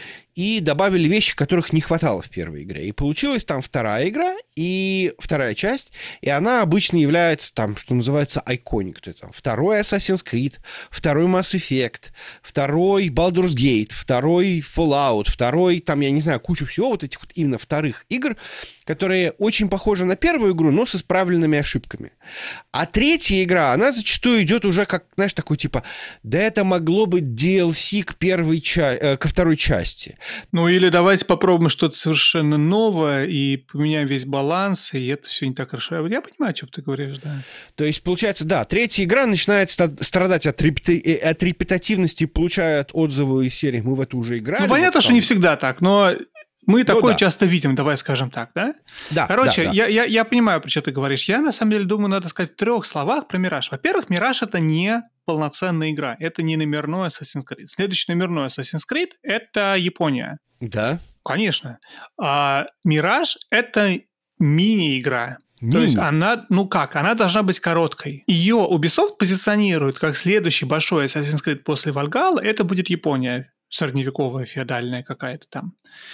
и добавили вещи, которых не хватало в первой игре. И получилась там вторая игра, и вторая часть, и она обычно является там, что называется, iconic. То есть, там, второй Assassin's Creed, второй Mass Effect, второй Baldur's Gate, второй Fallout, второй, там, я не знаю, кучу всего вот этих вот именно вторых игр, которые очень похожи на первую игру, но с исправленными ошибками. А третья игра, она зачастую идет уже как, знаешь, такой типа, да это могло быть ди эл си к первой ча- э, ко второй части. Ну или давайте попробуем что-то совершенно новое и поменяем весь баланс, и это все не так хорошо. Я понимаю, о чем ты говоришь, да. То есть, получается, да, третья игра начинает ста- страдать от, репети- э, от репетативности, получает отзывы из серии «Мы в это уже играли». Ну понятно, вот что там. не всегда так, но мы Ну такое да. часто видим, давай скажем так, да? Да, Короче, да, да. Я, я, я понимаю, про что ты говоришь. Я, на самом деле, думаю, надо сказать в трех словах про «Мираж». Во-первых, «Мираж» — это не полноценная игра. Это не номерной Assassin's Creed. Следующий номерной Assassin's Creed — это Япония. Да. Конечно. А «Мираж» — это мини-игра. Мини. То есть она, ну как, она должна быть короткой. Ее Ubisoft позиционирует как следующий большой Assassin's Creed после Valhalla. Это будет Япония. Средневековая, феодальная какая-то там.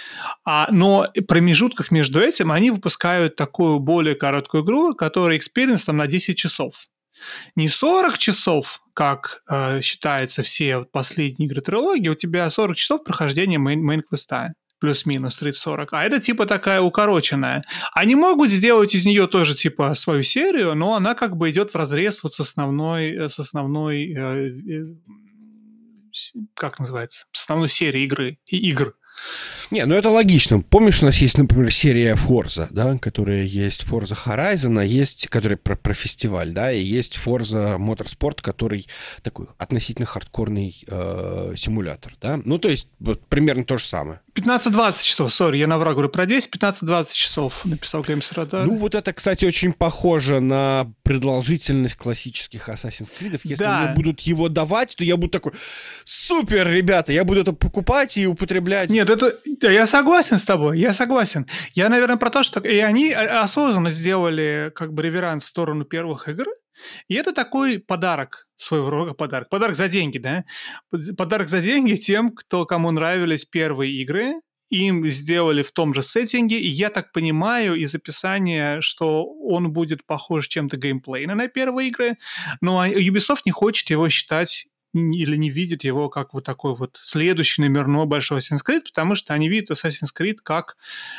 А, но в промежутках между этим они выпускают такую более короткую игру, которая экспириенс там на десять часов. не сорок часов, как э, считается все последние игры трилогии, у тебя сорок часов прохождения мейн- мейн-квеста. Плюс-минус тридцать сорок. А это типа такая укороченная. Они могут сделать из нее тоже типа свою серию, но она как бы идет вразрез вот с основной, с основной э, э, как называется, с основной серией игры и игр. Не, ну это логично. Помнишь, у нас есть, например, серия Forza, да, которая есть Forza Horizon, а есть, которая про, про фестиваль, да, и есть Forza Motorsport, который такой относительно хардкорный э, симулятор, да. Ну, то есть, вот примерно то же самое. пятнадцать-двадцать часов, сори, я наврал, говорю про десять, пятнадцать-двадцать часов написал Games Radar. Ну, вот это, кстати, очень похоже на продолжительность классических Assassin's Creed. Если Да. мне будут его давать, то я буду такой, супер, ребята, я буду это покупать и употреблять. Нет, это я согласен с тобой, я согласен. Я, наверное, про то, что и они осознанно сделали как бы реверанс в сторону первых игр, и это такой подарок, своего рода подарок. Подарок за деньги, да? Подарок за деньги тем, кто, кому нравились первые игры, им сделали в том же сеттинге, и я так понимаю из описания, что он будет похож чем-то геймплейно на первые игры, но Ubisoft не хочет его считать или не видит его как вот такой вот следующий номерной большой Assassin's Creed, потому что они видят Assassin's Creed как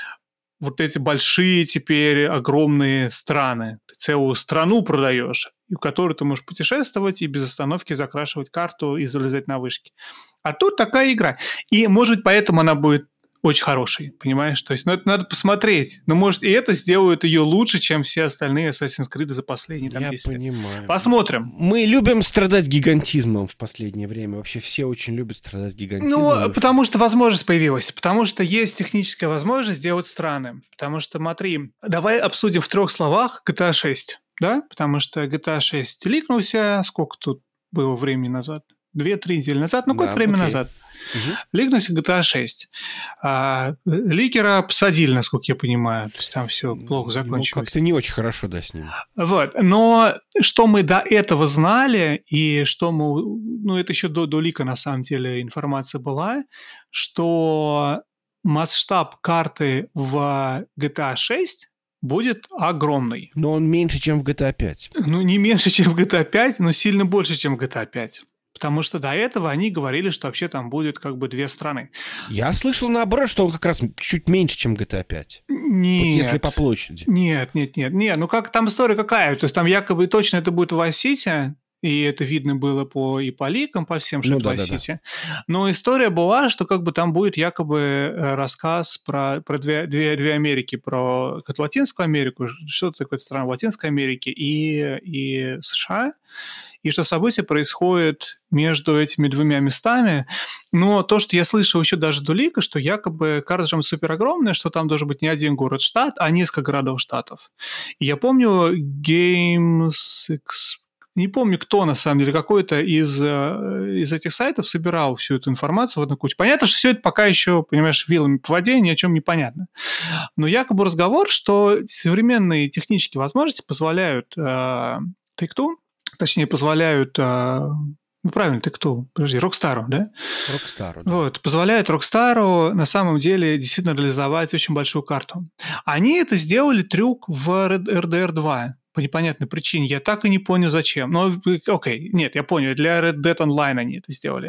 вот эти большие теперь огромные страны. Ты целую страну продаешь, в которой ты можешь путешествовать и без остановки закрашивать карту и залезать на вышки. А тут такая игра. И, может быть, поэтому она будет очень хороший, понимаешь? То есть, ну, это надо посмотреть. Но, может, и это сделает ее лучше, чем все остальные Assassin's Creed за последние там, Я десять лет. понимаю. Посмотрим. Мы любим страдать гигантизмом в последнее время. Вообще все очень любят страдать гигантизмом. Ну, потому что возможность появилась. Потому что есть техническая возможность сделать страны. Потому что, смотри, давай обсудим в трех словах джи ти эй шесть, да? Потому что джи ти эй шесть ликнулся, сколько тут было времени назад? Две-три недели назад, ну, какое-то Да, время окей. назад. Угу. Ликнулся джи ти эй шесть. А, ликера посадили, насколько я понимаю. То есть там все плохо закончилось. Ну, как-то не очень хорошо, да, с ним. Вот. Но что мы до этого знали, и что мы... Ну, это еще до, до лика, на самом деле, информация была, что масштаб карты в джи ти эй шесть будет огромный. Но он меньше, чем в джи ти эй пять. Ну, не меньше, чем в джи ти эй пять, но сильно больше, чем в джи ти эй пять. Потому что до этого они говорили, что вообще там будет как бы две страны. Я слышал, наоборот, что он как раз чуть меньше, чем джи ти эй пять. Нет. Вот если по площади. Нет, нет, нет. Нет, ну как там история какая? То есть там якобы точно это будет Vice City, и это видно было по и по ликам, по всем, что Ну это да, Vice да, City. Но история была, что как бы там будет якобы э, рассказ про, про две, две, две Америки, про как Латинскую Америку, что-то такое страна Латинской Америки и, и США, и что события происходят между этими двумя местами. Но то, что я слышал еще даже до лика, что якобы карта же супер огромная, что там должен быть не один город-штат, а несколько городов-штатов. И я помню Games X... Не помню, кто на самом деле, какой-то из, из этих сайтов собирал всю эту информацию в одну кучу. Понятно, что все это пока еще, понимаешь, вилами по воде, ни о чем не понятно. Но якобы разговор, что современные технические возможности позволяют э, Take-Two, точнее, позволяют... Э, ну, правильно, Take-Two, подожди, Rockstar, да? Rockstar, да. Вот, позволяет Rockstar на самом деле действительно реализовать очень большую карту. Они это сделали трюк в эр ди ар два. По непонятной причине. Я так и не понял, зачем. Но, окей, нет, я понял. Для Red Dead Online они это сделали.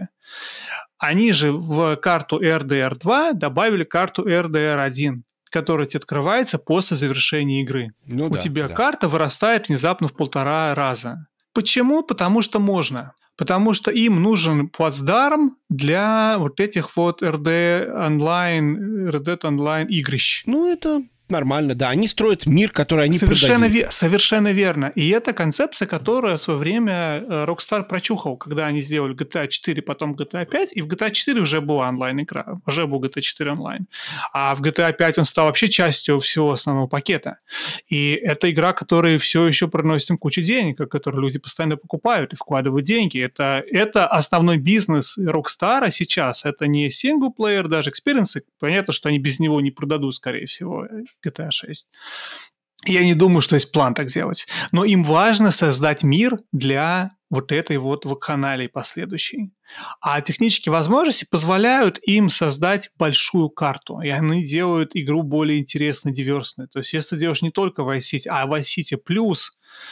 Они же в карту эр ди ар два добавили карту эр ди ар один, которая тебе открывается после завершения игры. Ну, У да, тебя да. карта вырастает внезапно в полтора раза. Почему? Потому что можно. Потому что им нужен плацдарм для вот этих вот эр ди Online, Red Dead Online игрищ. Ну, это... Нормально, да. Они строят мир, который они совершенно продают. Ве- совершенно верно. И это концепция, которую в свое время Rockstar прочухал, когда они сделали джи ти эй четыре, потом джи ти эй пять, и в джи ти эй четыре уже была онлайн-игра, уже был джи ти эй четыре онлайн. А в джи ти эй пять он стал вообще частью всего основного пакета. И это игра, которая все еще приносит им кучу денег, которую люди постоянно покупают и вкладывают деньги. Это, это основной бизнес Rockstar сейчас. Это не синглплеер, даже экспириенсы. Понятно, что они без него не продадут, скорее всего, джи ти эй шесть. Я не думаю, что есть план так сделать. Но им важно создать мир для вот этой вот вакханалии последующей. А технические возможности позволяют им создать большую карту. И они делают игру более интересной, диверсной. То есть если ты делаешь не только Vice City, а Vice City плюс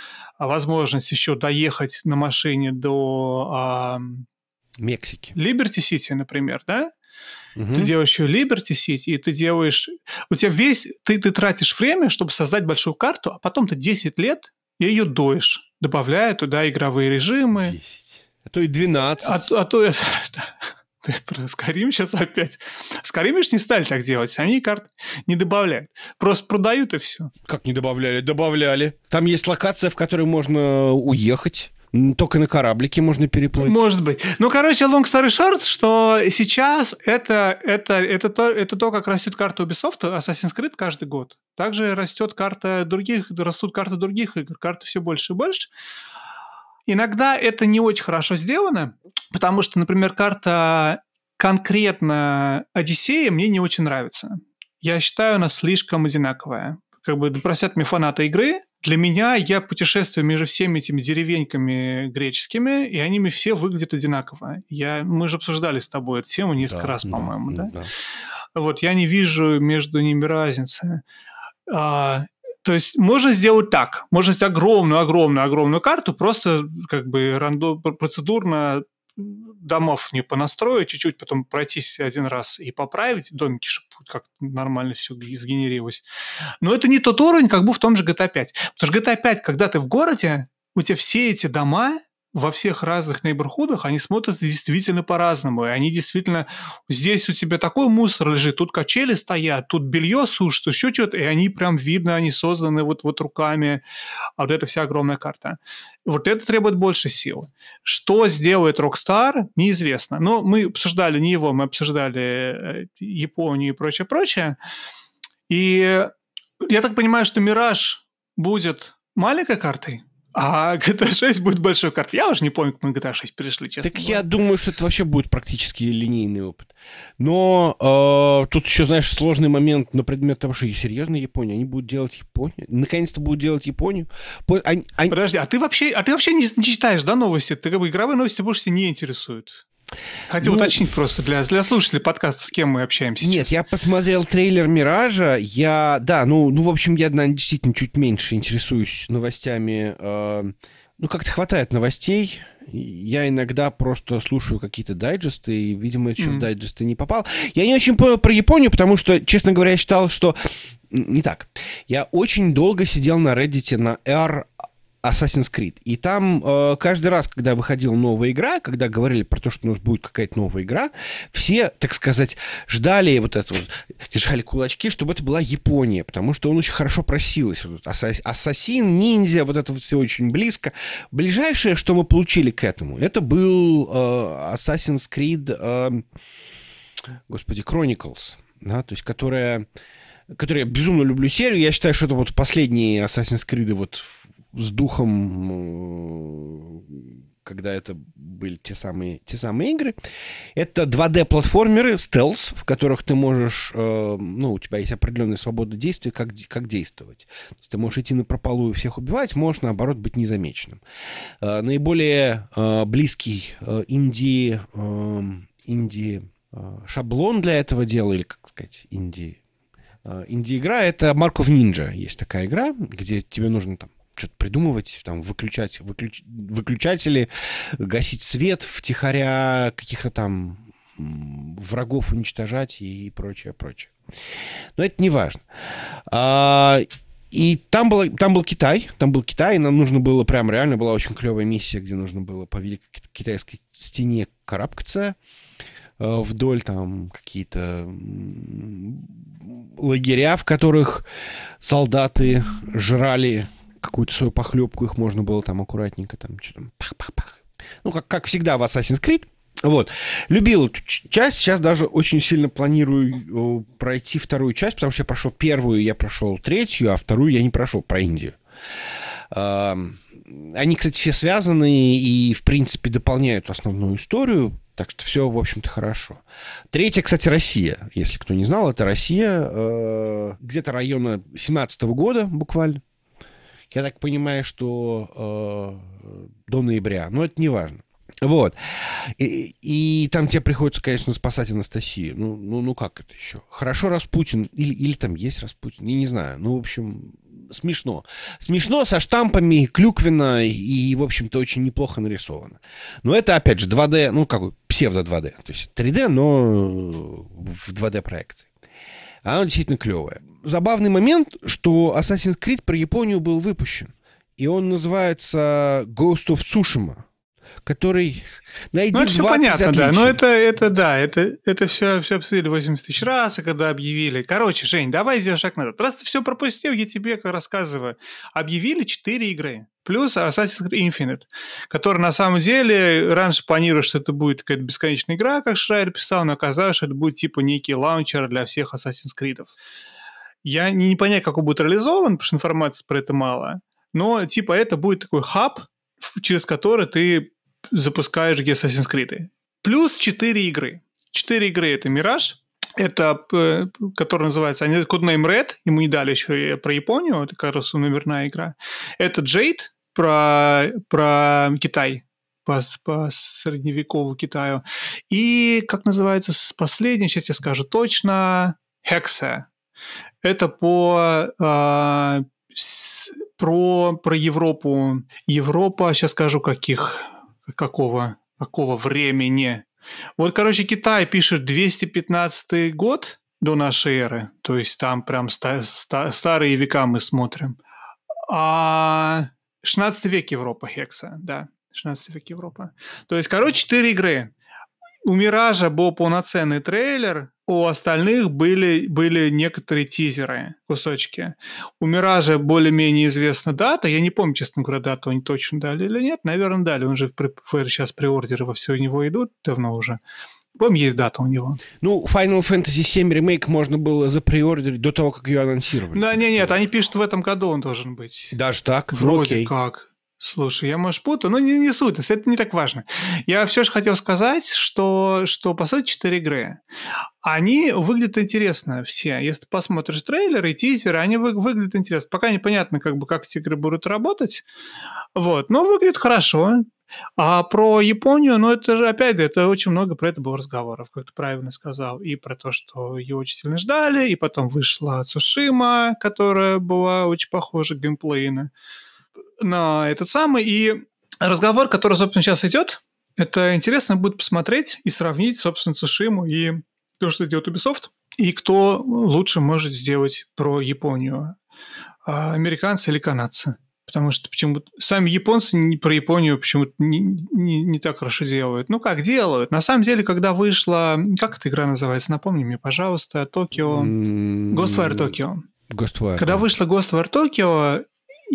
возможность еще доехать на машине до а, Мексики. Либерти-Сити, например, да? Угу. Ты делаешь еще Либерти-Сити, и ты делаешь... У тебя весь... Ты, ты тратишь время, чтобы создать большую карту, а потом ты десять лет ее доишь, добавляя туда игровые режимы. десять. А то и двенадцать. А, а то... Ты про Skyrim сейчас опять. Skyrim ж не стали так делать. Они карты не добавляют. Просто продают и все. Как не добавляли? Добавляли. Там есть локация, в которой можно уехать. Только на кораблике можно переплыть. Может быть. Ну, короче, long story short, что сейчас это, это, это, то, это то, как растет карта Ubisoft, Assassin's Creed каждый год. Также растет карта других, растут карты других игр. Карты все больше и больше. Иногда это не очень хорошо сделано, потому что, например, карта конкретно Одиссея мне не очень нравится. Я считаю, она слишком одинаковая. Как бы просят мне фанаты игры. Для меня я путешествую между всеми этими деревеньками греческими, и они мне все выглядят одинаково. Я, мы же обсуждали с тобой эту тему несколько Да, раз, по-моему, да, да? да? Вот, я не вижу между ними разницы. А, то есть можно сделать так. Можно сделать огромную-огромную-огромную карту, просто как бы рандом, процедурно домов не понастроить, чуть-чуть потом пройтись один раз и поправить домики, чтобы как-то нормально все сгенерилось. Но это не тот уровень, как был в том же джи ти эй пять. Потому что джи ти эй пять, когда ты в городе, у тебя все эти дома во всех разных нейборхудах, они смотрятся действительно по-разному. И они действительно... Здесь у тебя такой мусор лежит, тут качели стоят, тут белье сушат, еще что-то, и они прям видно, они созданы вот, вот руками. А вот эта вся огромная карта. Вот это требует больше сил. Что сделает Rockstar, неизвестно. Но мы обсуждали не его, мы обсуждали Японию и прочее-прочее. И я так понимаю, что Мираж будет маленькой картой, а джи ти эй шесть будет большой картой. Я уже не помню, как мы джи ти эй шесть перешли, честно Так говоря. я думаю, что это вообще будет практически линейный опыт. Но э, тут еще, знаешь, сложный момент на предмет того, что серьезно Япония, они будут делать Японию. Наконец-то будут делать Японию. Они, они... Подожди, а ты вообще, а ты вообще не, не читаешь, да, новости? Ты как бы игровые новости больше тебя не интересуют. Хотел ну, уточнить просто для, для слушателей подкаста, с кем мы общаемся сейчас. Нет, я посмотрел трейлер «Миража». Я, да, ну, ну в общем, я, наверное, действительно чуть меньше интересуюсь новостями. Э, ну, как-то хватает новостей. Я иногда просто слушаю какие-то дайджесты, и, видимо, еще mm. в дайджесты не попал. Я не очень понял про Японию, потому что, честно говоря, я считал, что... Не так. Я очень долго сидел на Reddit на R Assassin's Creed. И там э, каждый раз, когда выходила новая игра, когда говорили про то, что у нас будет какая-то новая игра, все, так сказать, ждали вот это вот, держали кулачки, чтобы это была Япония, потому что он очень хорошо просилась. Вот, ассасин, ниндзя, вот это все очень близко. Ближайшее, что мы получили к этому, это был э, Assassin's Creed, э, господи, Chronicles, да, то есть которая, которую я безумно люблю серию. Я считаю, что это вот последние Assassin's Creed вот с духом, когда это были те самые, те самые игры. Это два дэ-платформеры, стелс, в которых ты можешь, ну, у тебя есть определенная свобода действия, как, как действовать. Ты можешь идти напропалую и всех убивать, можешь, наоборот, быть незамеченным. Наиболее близкий инди, инди шаблон для этого дела, или, как сказать, инди, инди-игра, это Mark of Ninja. Есть такая игра, где тебе нужно там что-то придумывать, там, выключать выключ... выключатели, гасить свет втихаря, каких-то там врагов уничтожать и прочее, прочее. Но это не важно. А, и там, было, там был Китай, там был Китай, и нам нужно было, прям реально была очень клевая миссия, где нужно было по Великой Китайской стене карабкаться вдоль, там какие-то лагеря, в которых солдаты жрали какую-то свою похлебку, их можно было там аккуратненько, там, что там, пах-пах-пах. Ну, как, как всегда в Assassin's Creed. Вот. Любил эту часть, сейчас даже очень сильно планирую пройти вторую часть, потому что я прошел первую, я прошел третью, а вторую я не прошел, про Индию. Они, кстати, все связаны и, в принципе, дополняют основную историю, так что все, в общем-то, хорошо. Третья, кстати, Россия. Если кто не знал, это Россия, где-то района семнадцатого года буквально. Я так понимаю, что э, до ноября. Но это не важно. Вот. И, и там тебе приходится, конечно, спасать Анастасию. Ну, ну, ну как это еще? Хорошо Распутин. Или, или там есть Распутин. Я не знаю. Ну, в общем, смешно. Смешно, со штампами, клюквенно и, в общем-то, очень неплохо нарисовано. Но это, опять же, два дэ, ну, какой, псевдо-два дэ. То есть три дэ, но в два дэ проекции. Оно действительно клевое. Забавный момент, что Assassin's Creed про Японию был выпущен. И он называется Ghost of Tsushima, который... Найди ну, это все двадцать понятно, отличий. да. Но это, это да, это, это все, все обсудили восемьдесят тысяч раз, и когда объявили. Короче, Жень, давай сделаем шаг назад. Раз ты все пропустил, я тебе как рассказываю. Объявили четыре игры. Плюс Assassin's Creed Infinite, который на самом деле раньше планировал, что это будет какая-то бесконечная игра, как Шрайер писал, но оказалось, что это будет типа некий лаунчер для всех Assassin's Creed. Я не, не понимаю, как он будет реализован, потому что информации про это мало. Но типа это будет такой хаб, через который ты запускаешь Assassin's Creed. Плюс четыре игры. Четыре игры — это Mirage, это, который называется Codename Red, ему не дали еще про Японию, это как раз номерная игра. Это Jade про, про Китай, по, по средневековому Китаю. И, как называется, последняя, сейчас я скажу точно, Hexa. Это по... Э, с, про, про Европу. Европа, сейчас скажу, каких... Какого, какого времени. Вот, короче, Китай пишет двести пятнадцатый год до нашей эры. То есть там прям ста- ста- старые века мы смотрим. А шестнадцатый век Европа, Хекса, да. шестнадцатый век Европа. То есть, короче, четыре игры. У Миража был полноценный трейлер, у остальных были, были некоторые тизеры, кусочки. У Миража более-менее известна дата. Я не помню, честно говоря, дату они точно дали или нет. Наверное, дали. Он же в, в, сейчас приордеры во все у него идут давно уже. Помню, есть дата у него. Ну, Final Fantasy семь ремейк можно было заприордерить до того, как ее анонсировали. Да, нет, нет, они пишут, в этом году он должен быть. Даже так? Вроде ну, как. Слушай, я, может, путаю, но не, не суть, это не так важно. Я все же хотел сказать, что, что по сути, четыре игры. Они выглядят интересно все. Если ты посмотришь трейлеры и тизеры, они вы, выглядят интересно. Пока непонятно, как бы, как эти игры будут работать. Вот. Но выглядит хорошо. А про Японию, ну, это же, опять же, это очень много про это было разговоров, как ты правильно сказал. И про то, что ее очень сильно ждали, и потом вышла Цушима, которая была очень похожа геймплейно на этот самый. И разговор, который, собственно, сейчас идет, это интересно будет посмотреть и сравнить, собственно, Цушиму и то, что делает Ubisoft, и кто лучше может сделать про Японию. Американцы или канадцы. Потому что почему-то сами японцы не, про Японию почему-то не, не, не так хорошо делают. Ну, как делают? На самом деле, когда вышла... Как эта игра называется? Напомни мне, пожалуйста. Токио... Ghostwire Tokyo. Ghostwire. Когда вышла Ghostwire Tokyo,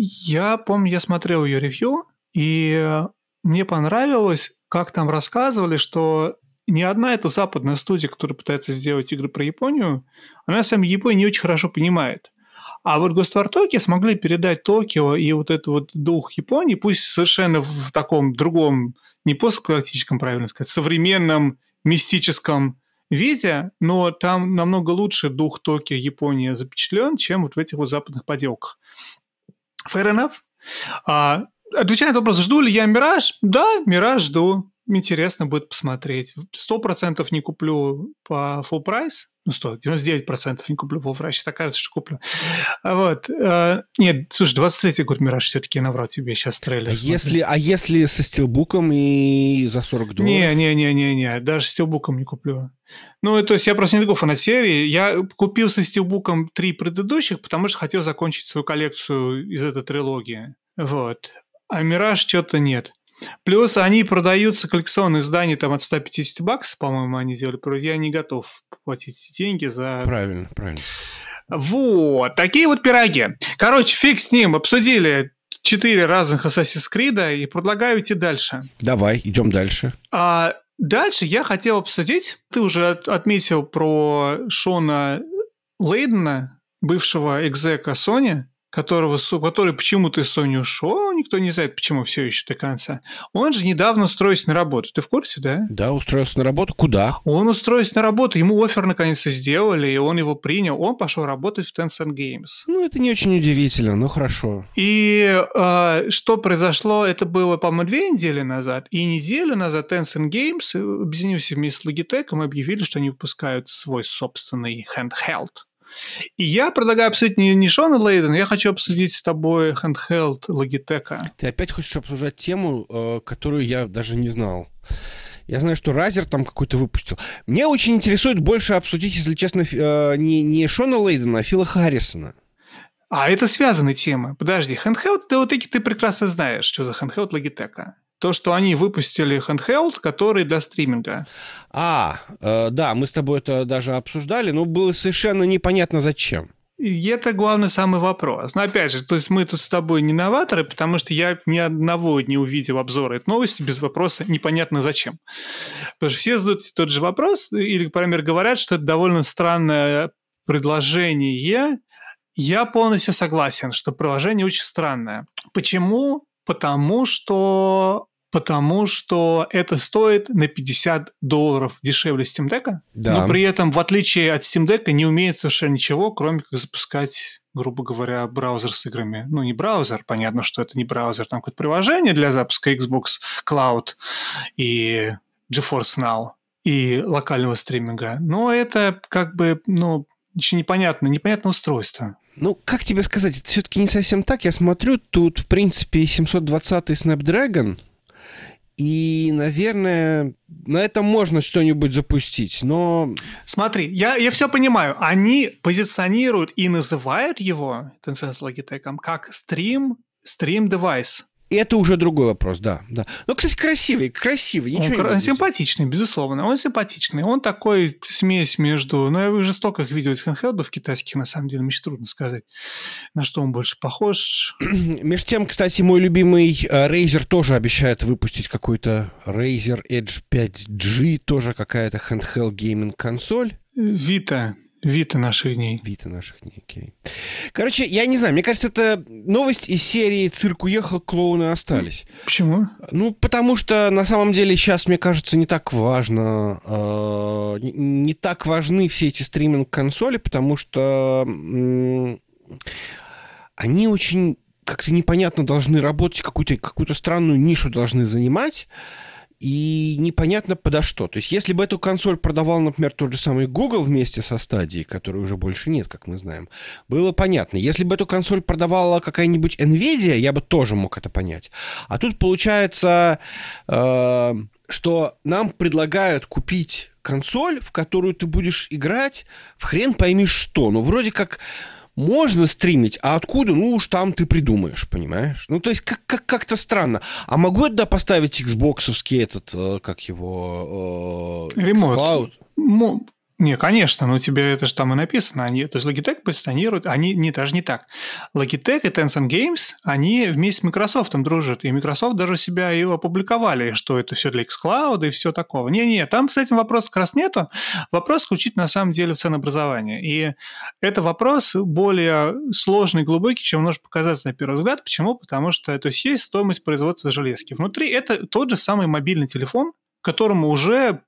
я помню, я смотрел ее ревью, и мне понравилось, как там рассказывали, что ни одна эта западная студия, которая пытается сделать игры про Японию, она сами Японию не очень хорошо понимает. А вот Ghostwire Tokyo смогли передать Токио и вот этот вот дух Японии, пусть совершенно в таком другом, не постгалактическом, правильно сказать, современном, мистическом виде, но там намного лучше дух Токио, Япония запечатлен, чем вот в этих вот западных поделках. Fair enough. А, отвечая на этот вопрос, жду ли я Мираж? Да, Мираж жду. Интересно будет посмотреть. Сто процентов не куплю по full price. Ну, сто, девяносто девять процентов не куплю по full price. Сейчас окажется, что куплю. Вот. А, нет, слушай, двадцать третий год Мираж все-таки наврал тебе сейчас трейлер. А если, а если со стилбуком и за сорок долларов? Не-не-не-не-не, даже с стилбуком не куплю. Ну, то есть я просто не такой фанат серии. Я купил со стилбуком три предыдущих, потому что хотел закончить свою коллекцию из этой трилогии. Вот. А Мираж что-то нет. Плюс они продаются, коллекционные издания, там от сто пятьдесят баксов, по-моему, они делали. Я не готов платить эти деньги за... Правильно, правильно. Вот, такие вот пироги. Короче, фиг с ним, обсудили четыре разных Assassin's Creed и предлагаю идти дальше. Давай, идем дальше. А дальше я хотел обсудить, ты уже отметил про Шона Лейдена, бывшего экзека Sony, которого, который почему-то из Sony ушел, никто не знает, почему все еще до конца. Он же недавно устроился на работу. Ты в курсе, да? Да, устроился на работу. Куда? Он устроился на работу. Ему оффер наконец-то сделали, и он его принял. Он пошел работать в Tencent Games. Ну, это не очень удивительно, но хорошо. И э, что произошло? Это было, по-моему, две недели назад. И неделю назад Tencent Games, объединившись вместе с Logitech, объявили, что они выпускают свой собственный handheld. И я предлагаю обсудить не, не Шона Лейдена, я хочу обсудить с тобой handheld Logitech. Ты опять хочешь обсуждать тему, э, которую я даже не знал. Я знаю, что Razer там какой-то выпустил. Мне очень интересует больше обсудить, если честно, э, не, не Шона Лейдена, а Фила Харрисона. А это связанные темы. Подожди, handheld, ты вот эти ты прекрасно знаешь, что за handheld Logitech. То, что они выпустили handheld, который для стриминга. А, э, да, мы с тобой это даже обсуждали, но было совершенно непонятно зачем. И это главный самый вопрос. Но опять же, то есть мы тут с тобой не новаторы, потому что я ни одного не увидел обзора этой новости без вопроса непонятно зачем. Потому что все задают тот же вопрос, или, например, говорят, что это довольно странное предложение. Я полностью согласен, что приложение очень странное. Почему? Потому что, потому что это стоит на пятьдесят долларов дешевле Steam Deck, Да. но при этом, в отличие от Steam Deck, не умеет совершенно ничего, кроме как запускать, грубо говоря, браузер с играми. Ну, не браузер, понятно, что это не браузер, там какое-то приложение для запуска Xbox Cloud и GeForce Now и локального стриминга. Но это как бы, ну, еще непонятно, непонятное устройство. Ну, как тебе сказать, это все-таки не совсем так. Я смотрю, тут, в принципе, семьсот двадцатый Snapdragon, и, наверное, на этом можно что-нибудь запустить, но... Смотри, я, я все понимаю. Они позиционируют и называют его, Tencent Logitech, как стрим, стрим-девайс. И это уже другой вопрос, да, да. Но, кстати, красивый, красивый, ничего Он не кра- могу симпатичный, безусловно. Он симпатичный. Он такой смесь между... Ну, я уже столько их видел, этих handheld'ов китайских, на самом деле, мне очень трудно сказать, на что он больше похож. Между тем, кстати, мой любимый э, Razer тоже обещает выпустить какой-то Razer Edge пять джи, тоже какая-то handheld gaming консоль. Vita. Vita наших дней. Vita наших дней, окей. Короче, я не знаю, мне кажется, это новость из серии «Цирк уехал, клоуны остались». Почему? Ну, потому что на самом деле сейчас, мне кажется, не так важно, э, не, не так важны все эти стриминг-консоли, потому что м- они очень как-то непонятно должны работать, какую-то, какую-то странную нишу должны занимать, и непонятно подо что. То есть, если бы эту консоль продавал, например, тот же самый Google вместе со Stadia, которой уже больше нет, как мы знаем, было понятно. Если бы эту консоль продавала какая-нибудь Nvidia, я бы тоже мог это понять. А тут получается, э, что нам предлагают купить консоль, в которую ты будешь играть в хрен пойми что. Ну, вроде как... Можно стримить, а откуда? Ну уж там ты придумаешь, понимаешь? Ну, то есть как- как- как-то странно. А могу я туда поставить Xbox-овский этот, э, как его... Э, Ремонт. xCloud? Мо- Не, конечно, но тебе это же там и написано. Они, то есть Logitech позиционирует, они не, даже не так. Logitech и Tencent Games, они вместе с Microsoft дружат, и Microsoft даже себя и опубликовали, что это все для xCloud и все такого. Не-не, там с этим вопросом как раз нету. Вопрос исключительно на самом деле в ценообразовании. И это вопрос более сложный, глубокий, чем может показаться на первый взгляд. Почему? Потому что то есть, есть стоимость производства железки. Внутри это тот же самый мобильный телефон, к которому уже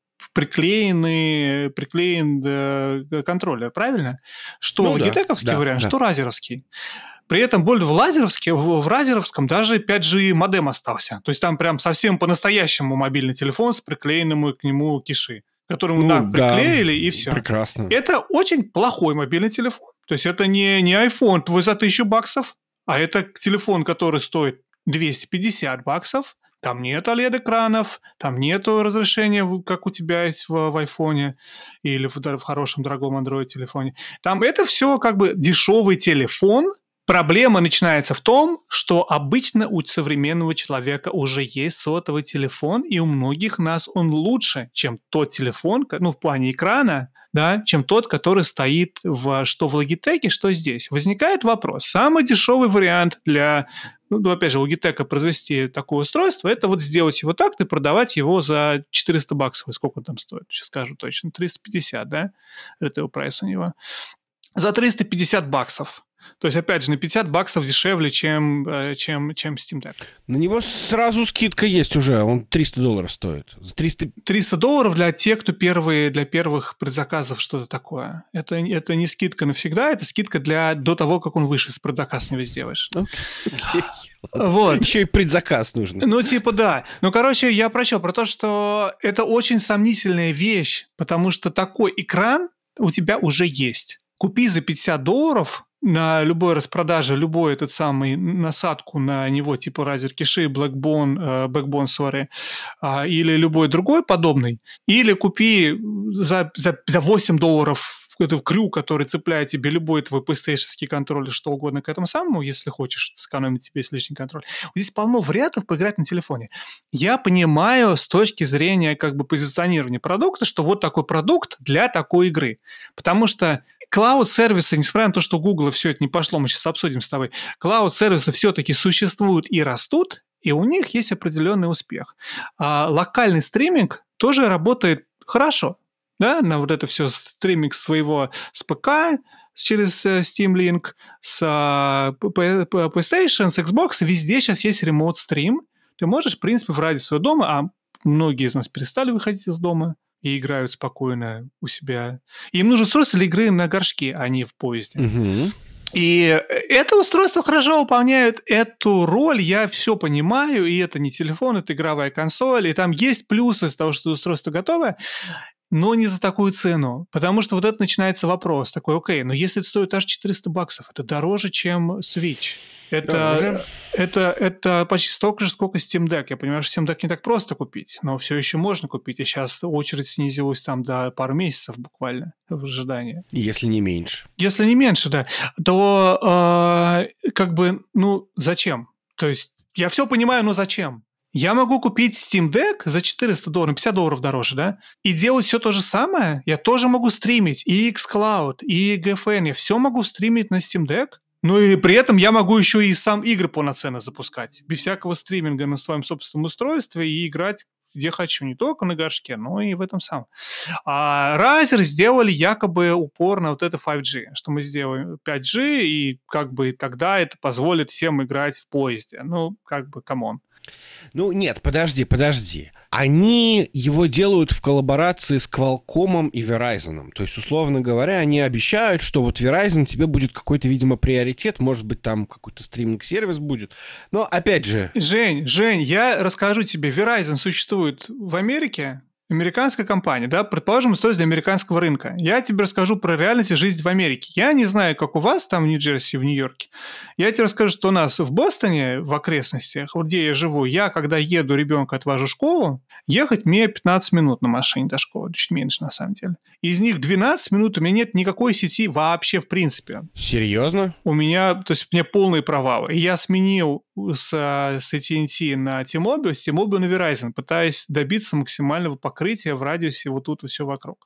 приклеенный, приклеен э, контроллер, правильно? Что Ну да, логитековский да, вариант, да. что разеровский. При этом более в лазеровске, в, в разеровском даже пять джи модем остался. То есть там прям совсем по-настоящему мобильный телефон с приклеенным к нему киши, который Ну, да, да, приклеили и все. прекрасно. Это очень плохой мобильный телефон. То есть это не, не iPhone твой за тысячу баксов, а это телефон, который стоит двести пятьдесят баксов. Там нет о лед-экранов, там нету разрешения, в- как у тебя есть в, в айфоне или в, дор- в хорошем дорогом Android-телефоне. Там это все как бы дешевый телефон. Проблема начинается в том, что обычно у современного человека уже есть сотовый телефон, и у многих нас он лучше, чем тот телефон, ко- ну, в плане экрана, да, чем тот, который стоит в, что в Logitech, что здесь. Возникает вопрос. Самый дешевый вариант для, ну, ну, опять же, Logitech произвести такое устройство, это вот сделать его так и продавать его за четыреста баксов. И сколько он там стоит? Сейчас скажу точно. триста пятьдесят, да? Retail прайс у него. За триста пятьдесят баксов. То есть, опять же, на пятьдесят баксов дешевле, чем, э, чем, чем Steam Deck. На него сразу скидка есть уже, он триста долларов стоит. За триста... триста долларов для тех, кто первые, для первых предзаказов, что-то такое. Это, это не скидка навсегда, это скидка для, до того, как он вышел, с предзаказ не весь сделаешь. Окей. Вот. Еще и предзаказ нужно. Ну, типа, да. Ну, короче, я про что? Про то, что это очень сомнительная вещь, потому что такой экран у тебя уже есть. купи за пятьдесят долларов на любой распродаже, любой этот самый насадку на него, типа Razer Kishi, Blackbone, Backbone, sorry, или любой другой подобный, или купи за, за, за восемь долларов это крю, который цепляет тебе любой твой PlayStation контроллер, что угодно к этому самому, если хочешь сэкономить тебе лишний контроль. Здесь полно вариантов поиграть на телефоне. Я понимаю с точки зрения как бы позиционирования продукта, что вот такой продукт для такой игры. Потому что клауд-сервисы, несмотря на то, что у Google все это не пошло, мы сейчас обсудим с тобой, клауд-сервисы все-таки существуют и растут, и у них есть определенный успех. А локальный стриминг тоже работает хорошо. Да, на вот это все стриминг своего с ПК через Steam Link, с PlayStation, с Xbox, везде сейчас есть Remote Stream. Ты можешь, в принципе, в радиусе своего дома, а многие из нас перестали выходить из дома и играют спокойно у себя. Им нужно устройство для игры на горшке, а не в поезде. Угу. И это устройство хорошо выполняет эту роль, я все понимаю, и это не телефон, это игровая консоль, и там есть плюсы из того, что устройство готовое, но не за такую цену. Потому что вот это начинается вопрос. Такой, окей, но если это стоит аж четыреста баксов, это дороже, чем Switch. Это, это, это почти столько же, сколько Steam Deck. Я понимаю, что Steam Deck не так просто купить, но все еще можно купить. И сейчас очередь снизилась там до пару месяцев буквально в ожидании. Если не меньше. Если не меньше, да. То э, как бы, ну, зачем? То есть я все понимаю, но зачем? Я могу купить Steam Deck за четыреста долларов, пятьдесят долларов дороже, да, и делать все то же самое. Я тоже могу стримить и xCloud, и джи эф эн. Я все могу стримить на Steam Deck. Ну и при этом я могу еще и сам игры полноценно запускать. Без всякого стриминга на своем собственном устройстве и играть где хочу. Не только на горшке, но и в этом самом. А Razer сделали якобы упор на вот это пять джи. Что мы сделаем пять джи, и как бы тогда это позволит всем играть в поезде. Ну, как бы, камон. Ну, нет, подожди, подожди. Они его делают в коллаборации с Qualcomm и Verizon. То есть, условно говоря, они обещают, что вот Verizon тебе будет какой-то, видимо, приоритет. Может быть, там какой-то стриминг-сервис будет. Но, опять же... Жень, Жень, я расскажу тебе. Verizon существует в Америке. Американская компания, да, предположим, устройство для американского рынка. Я тебе расскажу про реальность и жизнь в Америке. Я не знаю, как у вас там в Нью-Джерси, в Нью-Йорке. Я тебе расскажу, что у нас в Бостоне, в окрестностях, вот где я живу, я, когда еду, ребенка отвожу в школу, ехать мне пятнадцать минут на машине до школы, чуть меньше на самом деле. Из них двенадцать минут у меня нет никакой сети вообще в принципе. Серьезно? У меня, то есть у меня полные провалы. И я сменил с, с эй ти энд ти на T-Mobile, с T-Mobile на Verizon, пытаясь добиться максимального покрытия в радиусе вот тут и все вокруг.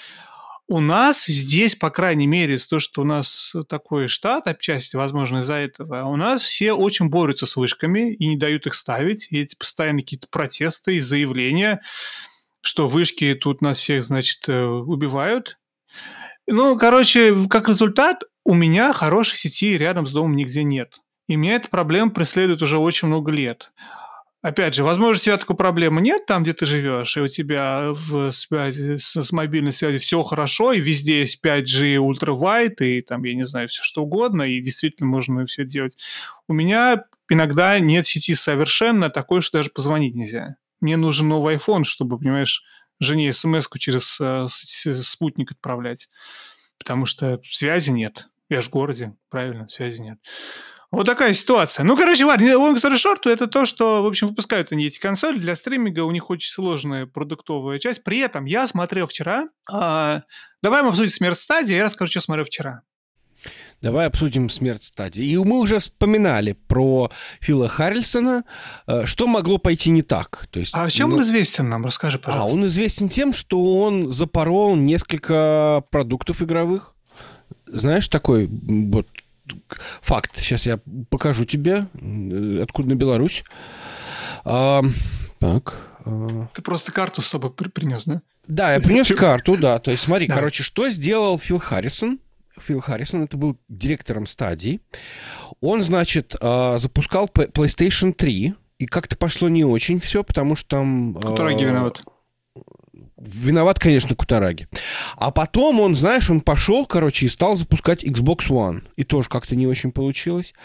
У нас здесь, по крайней мере, из-за того, что у нас такой штат, отчасти, возможно, из-за этого, у нас все очень борются с вышками и не дают их ставить. И эти постоянные какие-то протесты и заявления, что вышки тут нас всех, значит, убивают. Ну, короче, как результат, у меня хорошей сети рядом с домом нигде нет. И меня эта проблема преследует уже очень много лет. Опять же, возможно, у тебя такой проблемы нет там, где ты живешь, и у тебя в связи с, с мобильной связью все хорошо, и везде есть пять джи ультравайд, и там, я не знаю, все что угодно, и действительно можно все делать. У меня иногда нет сети совершенно такой, что даже позвонить нельзя. Мне нужен новый iPhone, чтобы, понимаешь, жене смс-ку через э, спутник отправлять, потому что связи нет. Я ж в городе, правильно, связи нет. Вот такая ситуация. Ну, короче, ладно, long story short, это то, что, в общем, выпускают они эти консоли для стриминга, у них очень сложная продуктовая часть. При этом я смотрел вчера, а, давай мы обсудим смерть стадии, я расскажу, что смотрел вчера. Давай обсудим смерть стадии. И мы уже вспоминали про Фила Харрельсона, что могло пойти не так. То есть, а чем ну... он известен нам? Расскажи, пожалуйста. А он известен тем, что он запорол несколько продуктов игровых. Знаешь, такой вот факт. Сейчас я покажу тебе, откуда на Беларусь. А, так. А... Ты просто карту с собой при- принес, да? Да, я принес карту, да. То есть смотри, короче, что сделал Фил Харрисон? Фил Харрисон, это был директором стадии. Он, значит, запускал PlayStation три, и как-то пошло не очень все, потому что там... Кутараги виноват. Виноват, конечно, Кутараги. А потом он, знаешь, он пошел, короче, и стал запускать Xbox One. И тоже как-то не очень получилось.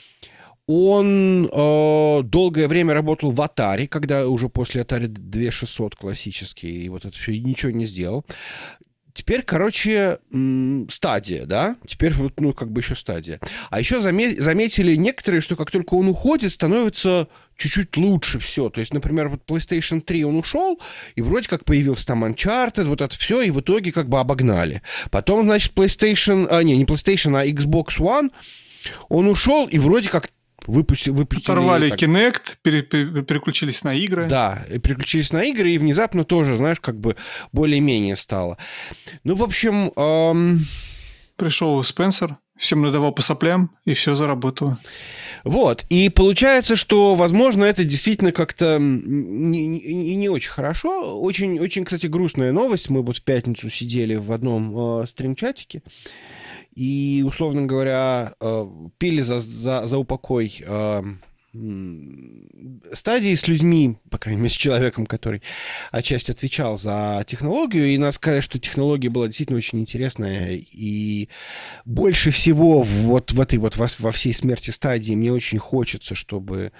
Он э, долгое время работал в Atari, когда уже после Atari две тысячи шестьсот классический, и вот это все, и ничего не сделал. Теперь, короче, стадия, да? Теперь вот, ну, как бы еще стадия. А еще заметили некоторые, что как только он уходит, становится чуть-чуть лучше все. То есть, например, вот PlayStation три он ушел, и вроде как появился там Uncharted, вот это все, и в итоге как бы обогнали. Потом, значит, PlayStation... А, не, не PlayStation, а Xbox One, он ушел, и вроде как выпустили... выпустили Оторвали так... Kinect, пере- пере- переключились на игры. Да, и переключились на игры, и внезапно тоже, знаешь, как бы более-менее стало. Ну, в общем... Эм... Пришел Спенсер, всем надавал по соплям, и все заработало. Вот, и получается, что, возможно, это действительно как-то не, не, не очень хорошо. Очень, очень, кстати, грустная новость. Мы вот в пятницу сидели в одном э, стрим-чатике, и, условно говоря, э, пили за, за, за упокой э, стадии с людьми, по крайней мере, с человеком, который отчасти отвечал за технологию, и надо сказать, что технология была действительно очень интересная, и больше всего вот в этой вот во, во всей смерти стадии мне очень хочется, чтобы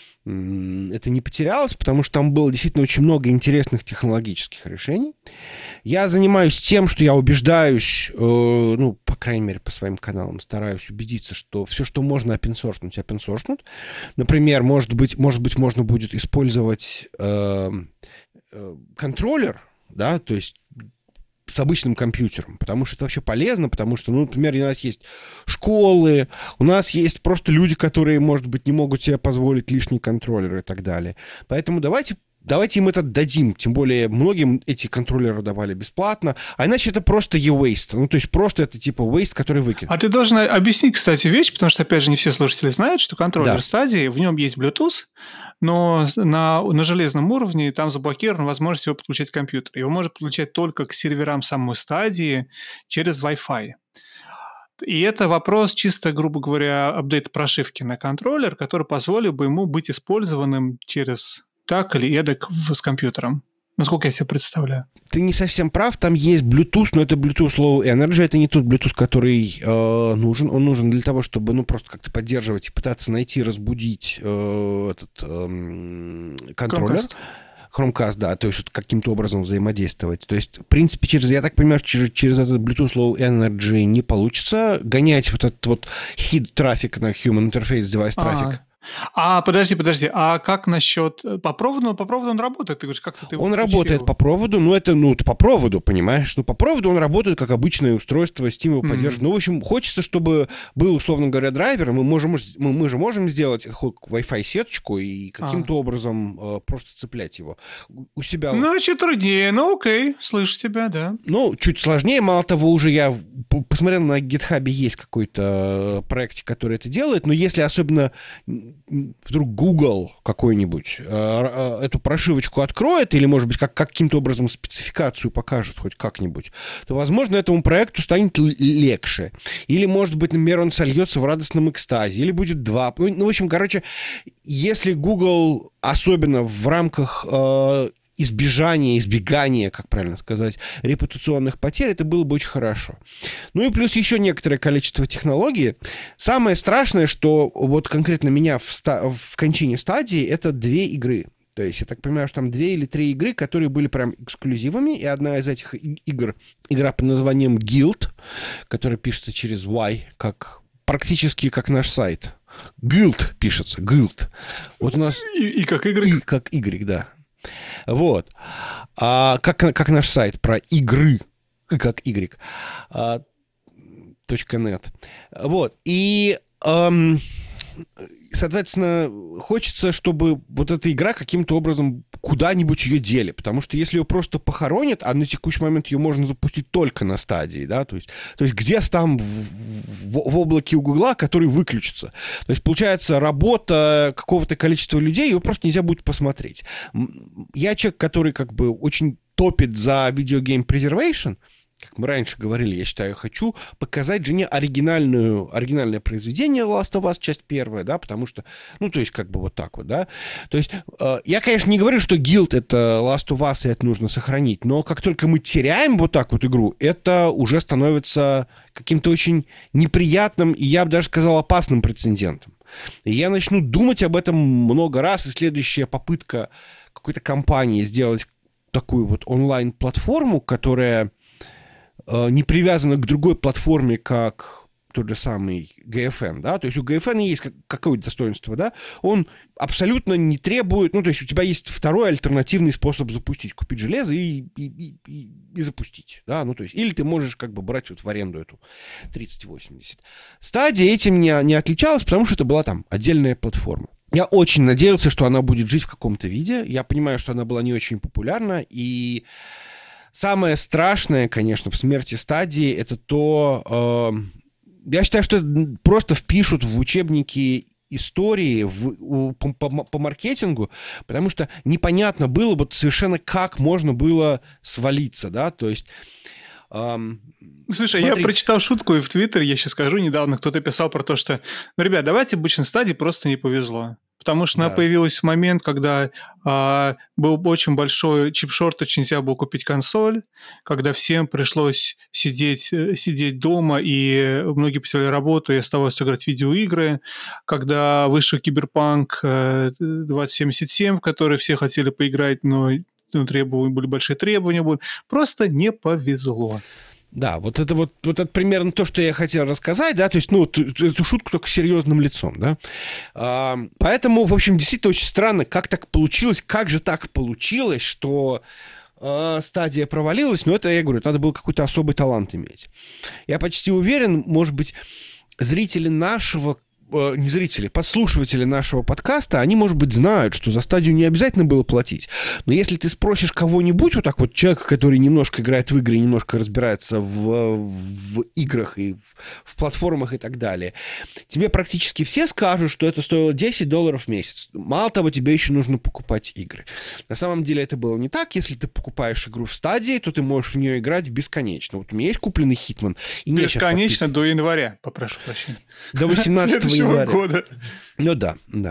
это не потерялось, потому что там было действительно очень много интересных технологических решений. Я занимаюсь тем, что я убеждаюсь, э, ну, по крайней мере, по своим каналам стараюсь убедиться, что все, что можно опенсорснуть, опенсорснут. Например, может быть, может быть, можно будет использовать э, э, контроллер, да, то есть с обычным компьютером, потому что это вообще полезно, потому что, ну, например, у нас есть школы, у нас есть просто люди, которые, может быть, не могут себе позволить лишний контроллер и так далее. Поэтому давайте, давайте им это дадим, тем более многим эти контроллеры давали бесплатно, а иначе это просто e-waste, ну, то есть просто это типа waste, который выкинут. А ты должен объяснить, кстати, вещь, потому что, опять же, не все слушатели знают, что контроллер Да. стадии, в нем есть Bluetooth, но на, на железном уровне там заблокирована возможность его подключать к компьютеру. Его можно подключать только к серверам самой стадии через Wi-Fi. И это вопрос чисто, грубо говоря, апдейт прошивки на контроллер, который позволил бы ему быть использованным через так или эдак в, с компьютером. Насколько я себе представляю. Ты не совсем прав, там есть Bluetooth, но это Bluetooth Low Energy, это не тот Bluetooth, который э, нужен. Он нужен для того, чтобы, ну, просто как-то поддерживать и пытаться найти, разбудить э, этот э, контроллер. Chromecast. Chromecast, да, то есть вот каким-то образом взаимодействовать. То есть, в принципе, через, я так понимаю, через, через этот Bluetooth Low Energy не получится гонять вот этот вот хид трафик на Human Interface Device Traffic. А, подожди, подожди, а как насчет... По проводу, по проводу он работает? Ты говоришь, как-то ты его Он включил? работает по проводу, ну это, ну, это по проводу, понимаешь? Ну, по проводу он работает как обычное устройство, Steam его поддерживает. Mm-hmm. Ну, в общем, хочется, чтобы был, условно говоря, драйвер, мы, можем, мы, мы же можем сделать Wi-Fi сеточку и каким-то а. образом э, просто цеплять его у себя. Значит, труднее, ну окей, слышу тебя, да. Ну, чуть сложнее, мало того, уже я посмотрел, на GitHub есть какой-то проект, который это делает, но если особенно вдруг Google какой-нибудь э, эту прошивочку откроет или, может быть, как, каким-то образом спецификацию покажет хоть как-нибудь, то, возможно, этому проекту станет л- легче. Или, может быть, например, он сольется в радостном экстазе, или будет два. Ну, ну в общем, короче, если Google, особенно в рамках э, избежания, избегания, как правильно сказать, репутационных потерь, это было бы очень хорошо. Ну и плюс еще некоторое количество технологий. Самое страшное, что вот конкретно меня в, ста- в кончине стадии, это две игры. То есть я так понимаю, что там две или три игры, которые были прям эксклюзивами, и одна из этих игр, игра под названием Guild, которая пишется через Y, как практически как наш сайт. Guild пишется, Guild. Вот у нас... И, и как Y. И как Y, да. Вот. А, как, как наш сайт про игры, как Y. А, .нет. Вот. И, эм, соответственно, хочется, чтобы вот эта игра каким-то образом куда-нибудь ее дели. Потому что если ее просто похоронят, а на текущий момент ее можно запустить только на стадии, да, то есть, то есть где-то там в, в, в облаке у Гугла, который выключится. То есть, получается, работа какого-то количества людей, ее просто нельзя будет посмотреть. Я человек, который как бы очень топит за видеогейм preservation. Как мы раньше говорили, я считаю, хочу показать жене оригинальную, оригинальное произведение Last of Us, часть первая, да, потому что, ну, то есть, как бы вот так вот, да. То есть, э, я, конечно, не говорю, что Guild — это Last of Us, и это нужно сохранить, но как только мы теряем вот так вот игру, это уже становится каким-то очень неприятным, и я бы даже сказал, опасным прецедентом. И я начну думать об этом много раз, и следующая попытка какой-то компании сделать такую вот онлайн-платформу, которая э, не привязано к другой платформе, как тот же самый джи эф эн, да, то есть у джи эф эн есть как, какое-то достоинство, да, он абсолютно не требует, ну, то есть у тебя есть второй альтернативный способ запустить, купить железо и, и, и, и запустить, да, ну, то есть, или ты можешь как бы брать вот в аренду эту тридцать восемьдесят. Стадия этим не, не отличалась, потому что это была там отдельная платформа. Я очень надеялся, что она будет жить в каком-то виде, я понимаю, что она была не очень популярна, и самое страшное, конечно, в смерти Стадии, это то... Э, Я считаю, что просто впишут в учебники истории в, у, по, по, по маркетингу, потому что непонятно было вот совершенно, как можно было свалиться, да, то есть... Эм, Слушай, смотри. Я прочитал шутку и в Твиттере, я сейчас скажу, недавно кто-то писал про то, что, ну, ребят, давайте обычно Стадии просто не повезло. Потому что Да. она появилась в момент, когда а, был очень большой чип-шортедж, нельзя было купить консоль, когда всем пришлось сидеть, сидеть дома, и многие потеряли работу, и оставалось играть в видеоигры, когда вышел Киберпанк двадцать семьдесят семь, в который все хотели поиграть, но ну, требования, были большие требования. Были. Просто не повезло. Да, вот это вот, вот это примерно то, что я хотел рассказать, да, то есть, ну, эту шутку только серьезным лицом, да. А, поэтому, в общем, действительно очень странно, как так получилось, как же так получилось, что а, Стадия провалилась, но это, я говорю, надо было какой-то особый талант иметь. Я почти уверен, может быть, зрители нашего не зрители, подслушиватели нашего подкаста, они, может быть, знают, что за Стадию не обязательно было платить. Но если ты спросишь кого-нибудь, вот так вот, человека, который немножко играет в игры, немножко разбирается в, в играх и в, в платформах и так далее, тебе практически все скажут, что это стоило десять долларов в месяц. Мало того, тебе еще нужно покупать игры. На самом деле это было не так. Если ты покупаешь игру в Стадии, то ты можешь в нее играть бесконечно. Вот у меня есть купленный Хитман. Бесконечно до января, попрошу прощения. До восемнадцатого января. Года. Ну да, да.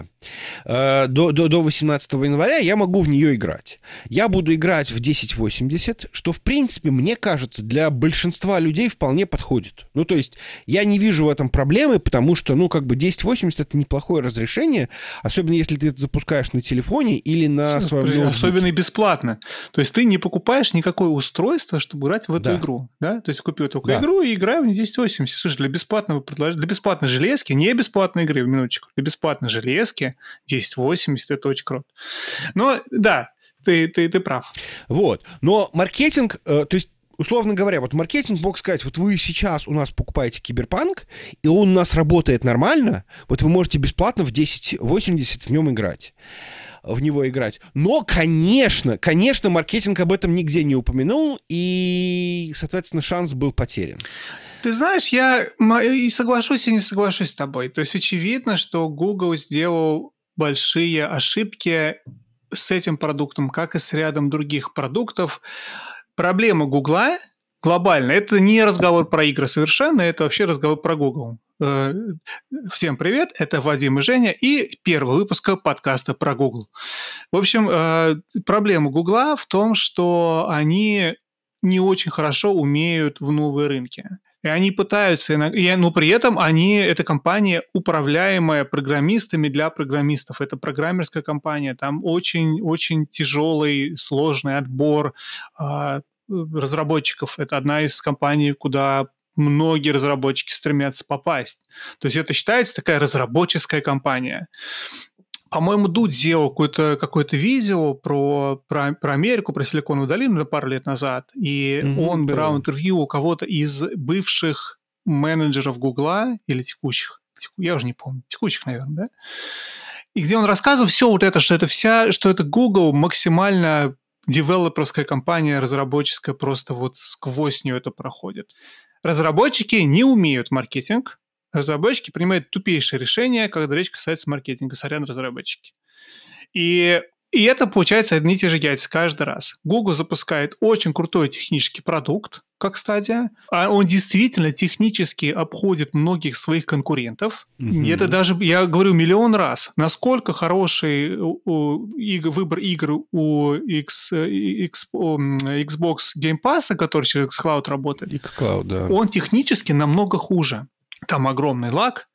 До, до, до восемнадцатого января я могу в нее играть. Я буду играть в десять восемьдесят, что, в принципе, мне кажется, для большинства людей вполне подходит. Ну, то есть, я не вижу в этом проблемы, потому что, ну, как бы десять восемьдесят это неплохое разрешение, особенно если ты это запускаешь на телефоне или на Все, своем ноутбуке. Особенно и бесплатно. То есть, ты не покупаешь никакое устройство, чтобы играть в эту Да. игру. Да? То есть, купил только Да. игру и играю в десять восемьдесят. Слушай, для бесплатного предложения, для бесплатной железки, не бесплатной игры, в минуточку, для бесплатной железки десять восемьдесят это очень круто. Но, да, ты, ты, ты прав. Вот. Но маркетинг, э, то есть, условно говоря, вот маркетинг мог сказать, вот вы сейчас у нас покупаете Киберпанк, и он у нас работает нормально, вот вы можете бесплатно в десять восемьдесят в нем играть. в него играть. Но, конечно, конечно, маркетинг об этом нигде не упомянул, и, соответственно, шанс был потерян. Ты знаешь, я и соглашусь, и не соглашусь с тобой. То есть очевидно, что Google сделал большие ошибки с этим продуктом, как и с рядом других продуктов. Проблема Гугла глобально. Это не разговор про игры совершенно, это вообще разговор про Google. Всем привет, это Вадим и Женя, и первый выпуск подкаста про Google. В общем, проблема Гугла в том, что они не очень хорошо умеют в новые рынки. И они пытаются, но при этом они, эта компания, управляемая программистами для программистов. Это программерская компания, там очень-очень тяжелый, сложный отбор разработчиков. Это одна из компаний, куда многие разработчики стремятся попасть. То есть это считается такая разработческая компания. По-моему, Дудь сделал какое-то, какое-то видео про, про, про Америку, про Силиконовую долину пару лет назад, и mm-hmm, он да. брал интервью у кого-то из бывших менеджеров Гугла, или текущих, я уже не помню, текущих, наверное, да? И где он рассказывал все вот это, что это вся, что это Google максимально девелоперская компания, разработческая, просто вот сквозь нее это проходит. Разработчики не умеют маркетинг, разработчики принимают тупейшие решения, когда речь касается маркетинга. Сорян, разработчики. И, и это, получается, одни и те же яйца каждый раз. Google запускает очень крутой технический продукт, как Stadia, а он действительно технически обходит многих своих конкурентов. Mm-hmm. И это даже, я говорю миллион раз, насколько хороший у, у, выбор игр у X, X, Xbox Game Pass, который через xCloud работает, xCloud, да. Он технически намного хуже. Там огромный лаг.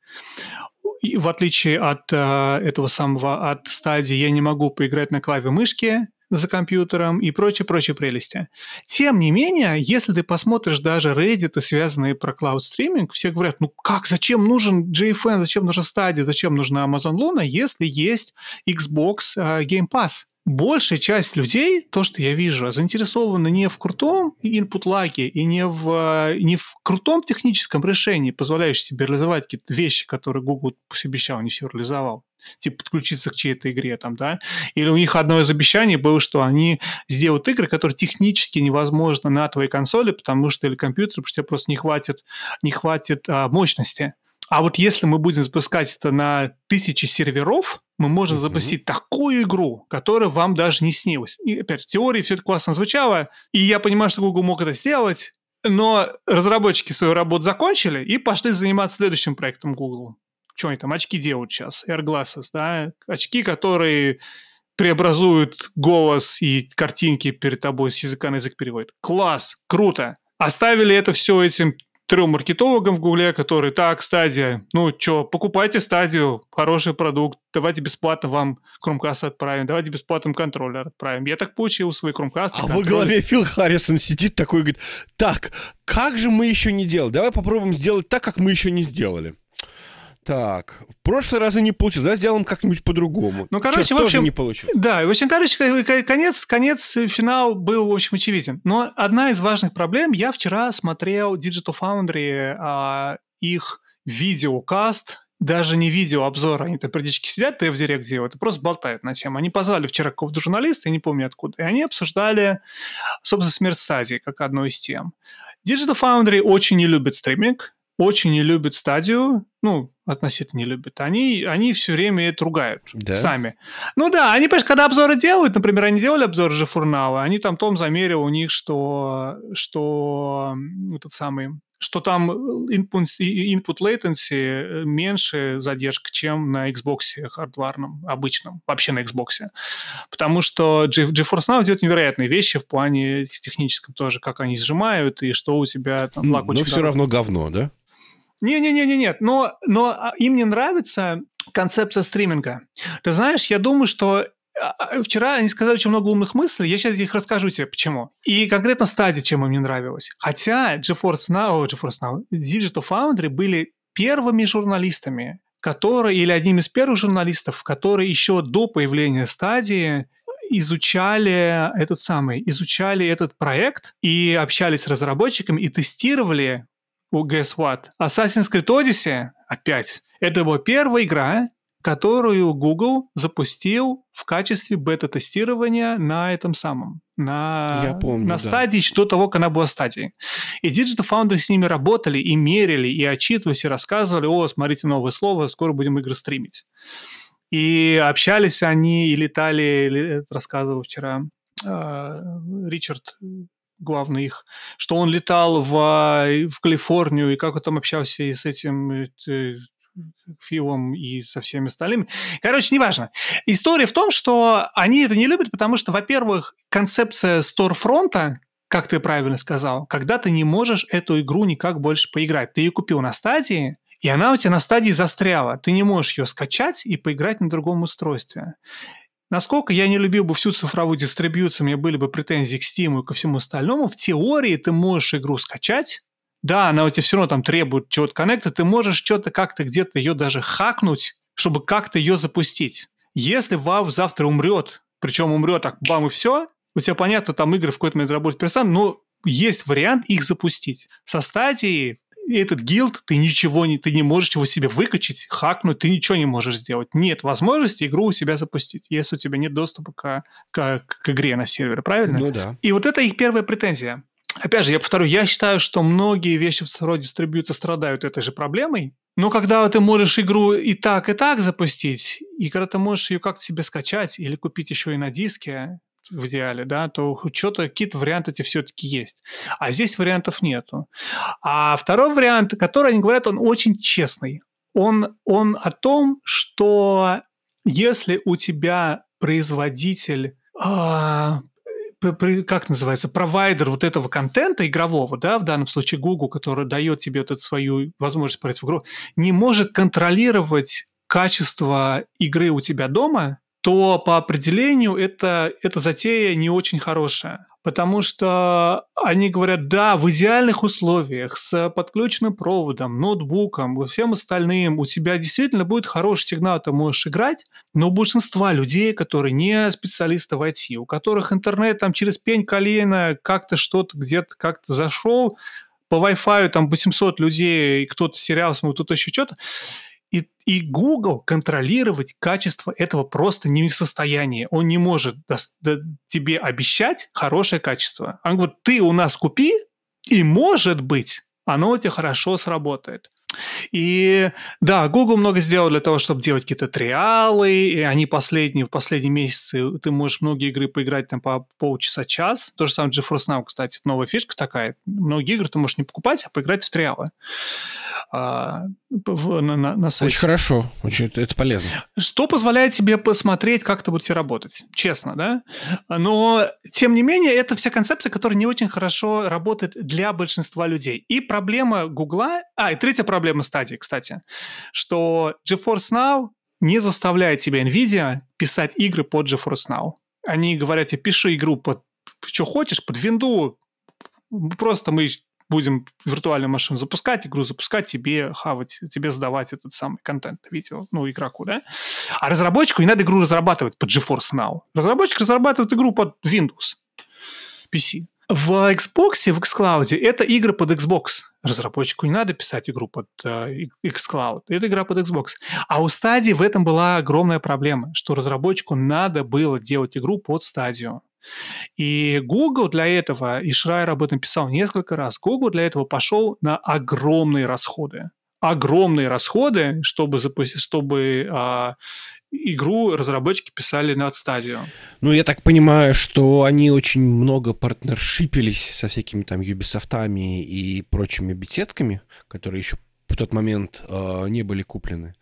И в отличие от э, этого самого, от Stadia, я не могу поиграть на клаве мышки за компьютером и прочие-прочие прелести. Тем не менее, если ты посмотришь даже Reddit, связанные про клауд-стриминг, все говорят, ну как, зачем нужен джей эф эн, зачем нужна Stadia, зачем нужна Amazon Luna, если есть Xbox uh, Game Pass? Большая часть людей, то, что я вижу, заинтересованы не в крутом input-лаге и не в, не в крутом техническом решении, позволяющем себе реализовать какие-то вещи, которые Google пусть обещал, не все реализовал. Типа подключиться к чьей-то игре там, да? Или у них одно из обещаний было, что они сделают игры, которые технически невозможно на твоей консоли, потому что или компьютер, потому что тебе просто не хватит, не хватит а, мощности. А вот если мы будем запускать это на тысячи серверов, мы можем mm-hmm. запустить такую игру, которая вам даже не снилась. И опять, в теории все это классно звучало, и я понимаю, что Google мог это сделать, но разработчики свою работу закончили и пошли заниматься следующим проектом Google. Что они там, очки делают сейчас, Air Glasses, да? Очки, которые преобразуют голос и картинки перед тобой с языка на язык переводят. Класс, круто. Оставили это все этим трем маркетологам в Гугле, которые, так, Stadia, ну что, покупайте Stadia, хороший продукт, давайте бесплатно вам Chromecast отправим, давайте бесплатно контроллер отправим. Я так получил свой Chromecast. А во главе Фил Харрисон сидит такой и говорит, так, как же мы еще не делали? Давай попробуем сделать так, как мы еще не сделали. Так, в прошлые разы не получилось, да, сделаем как-нибудь по-другому. Ну, короче, Черт, в общем, тоже не получилось. Да, в общем, короче, конец, конец, финал был, в общем, очевиден. Но одна из важных проблем, я вчера смотрел Digital Foundry, а, их видеокаст, даже не видеообзор, они там периодически сидят, ТФ Директ делают, и просто болтают на тему. Они позвали вчера какого-то журналиста, я не помню откуда, и они обсуждали, собственно, смерть Stadia как одну из тем. Digital Foundry очень не любит стриминг, очень не любят Стадию, ну, относительно не любят, они, они все время это ругают да? сами. Ну да, они, понимаешь, когда обзоры делают, например, они делали обзор GeForce Now, они там Том замерил у них, что, что этот самый, что там input, input latency меньше задержка, чем на Xbox хардварном, обычном, вообще на Xbox. Потому что GeForce Now делает невероятные вещи в плане техническом тоже, как они сжимают, и что у тебя там... Но все дорог. Равно говно, да? Не-не-не, нет, но, но им не нравится концепция стриминга. Ты знаешь, я думаю, что вчера они сказали очень много умных мыслей, я сейчас их расскажу тебе, почему. И конкретно Stadia, чем им не нравилось. Хотя GeForce Now, GeForce Now, Digital Foundry были первыми журналистами, которые, или одним из первых журналистов, которые еще до появления Stadia изучали этот самый, изучали этот проект и общались с разработчиками и тестировали. Guess what? Assassin's Creed Odyssey, опять, это была первая игра, которую Google запустил в качестве бета-тестирования на этом самом, на, Я помню, на да. стадии, до того, как она была стадией. И Digital Foundry с ними работали, и мерили, и отчитывались, и рассказывали, о, смотрите, новое слово, скоро будем игры стримить. И общались они, и летали, рассказывал вчера э, Ричард, главный их, что он летал в, в Калифорнию, и как он там общался и с этим э, Филом и со всеми остальными. Короче, неважно. История в том, что они это не любят, потому что, во-первых, концепция сторфронта, как ты правильно сказал, когда ты не можешь эту игру никак больше поиграть. Ты ее купил на стадии, и она у тебя на стадии застряла. Ты не можешь ее скачать и поиграть на другом устройстве. Насколько я не любил бы всю цифровую дистрибьюцию, у меня были бы претензии к Steam и ко всему остальному, в теории ты можешь игру скачать, да, она у тебя все равно там требует чего-то коннекта, ты можешь что-то как-то где-то ее даже хакнуть, чтобы как-то ее запустить. Если Valve завтра умрет, причем умрет так, бам, и все, у тебя, понятно, там игры в какой-то момент работают персонально, но есть вариант их запустить. Со стадии этот гилд, ты ничего не, ты не можешь его себе выкачать, хакнуть, ты ничего не можешь сделать. Нет возможности игру у себя запустить, если у тебя нет доступа к, к, к игре на сервере, правильно? Ну да. И вот это их первая претензия. Опять же, я повторю, я считаю, что многие вещи в цифровой дистрибьюции страдают этой же проблемой, но когда ты можешь игру и так, и так запустить, и когда ты можешь ее как-то себе скачать или купить еще и на диске, в идеале, да, то что-то, какие-то варианты эти все-таки есть. А здесь вариантов нету. А второй вариант, который они говорят, он очень честный. Он, он о том, что если у тебя производитель... А, как называется, провайдер вот этого контента игрового, да, в данном случае Google, который дает тебе вот эту свою возможность играть в игру, не может контролировать качество игры у тебя дома, то по определению это, эта затея не очень хорошая. Потому что они говорят, да, в идеальных условиях, с подключенным проводом, ноутбуком и всем остальным у тебя действительно будет хороший сигнал, ты можешь играть, но у большинства людей, которые не специалисты в ай ти, у которых интернет там через пень колена как-то что-то где-то как-то зашел, по Wi-Fi там восемьсот людей, кто-то сериал смотрит, кто-то еще что-то, И, и Google контролировать качество этого просто не в состоянии. Он не может дос- да- тебе обещать хорошее качество. Он говорит, ты у нас купи, и, может быть, оно у тебя хорошо сработает. И да, Google много сделал для того, чтобы делать какие-то триалы, и они последние, в последние месяцы ты можешь многие игры поиграть там по полчаса-час. То же самое GeForce Now, кстати, новая фишка такая. Многие игры ты можешь не покупать, а поиграть в триалы а, в- на, на- на сайте. Очень хорошо, очень, это это полезно. Что позволяет тебе посмотреть, как это будет все работать. Честно, да? Но, тем не менее, это вся концепция, которая не очень хорошо работает для большинства людей. И проблема Гугла... А, и третья проблема стадии, кстати, что GeForce Now не заставляет тебя, NVIDIA, писать игры под GeForce Now. Они говорят тебе, пиши игру под что хочешь, под винду. Просто мы будем виртуальную машину запускать, игру запускать, тебе хавать, тебе сдавать этот самый контент, видео, ну, игроку, да? А разработчику не надо игру разрабатывать под GeForce Now. Разработчик разрабатывает игру под Windows, пи си. В Xbox, в xCloud это игры под Xbox. Разработчику не надо писать игру под э, xCloud. Это игра под Xbox. А у Stadia в этом была огромная проблема, что разработчику надо было делать игру под Stadia. И Google для этого, и Шрайер об этом писал несколько раз, Google для этого пошел на огромные расходы. Огромные расходы, чтобы, запустить, чтобы а, игру разработчики писали на Stadia. Ну, я так понимаю, что они очень много партнершипились со всякими там Ubisoft'ами и прочими беседками, которые еще в тот момент э, не были куплены.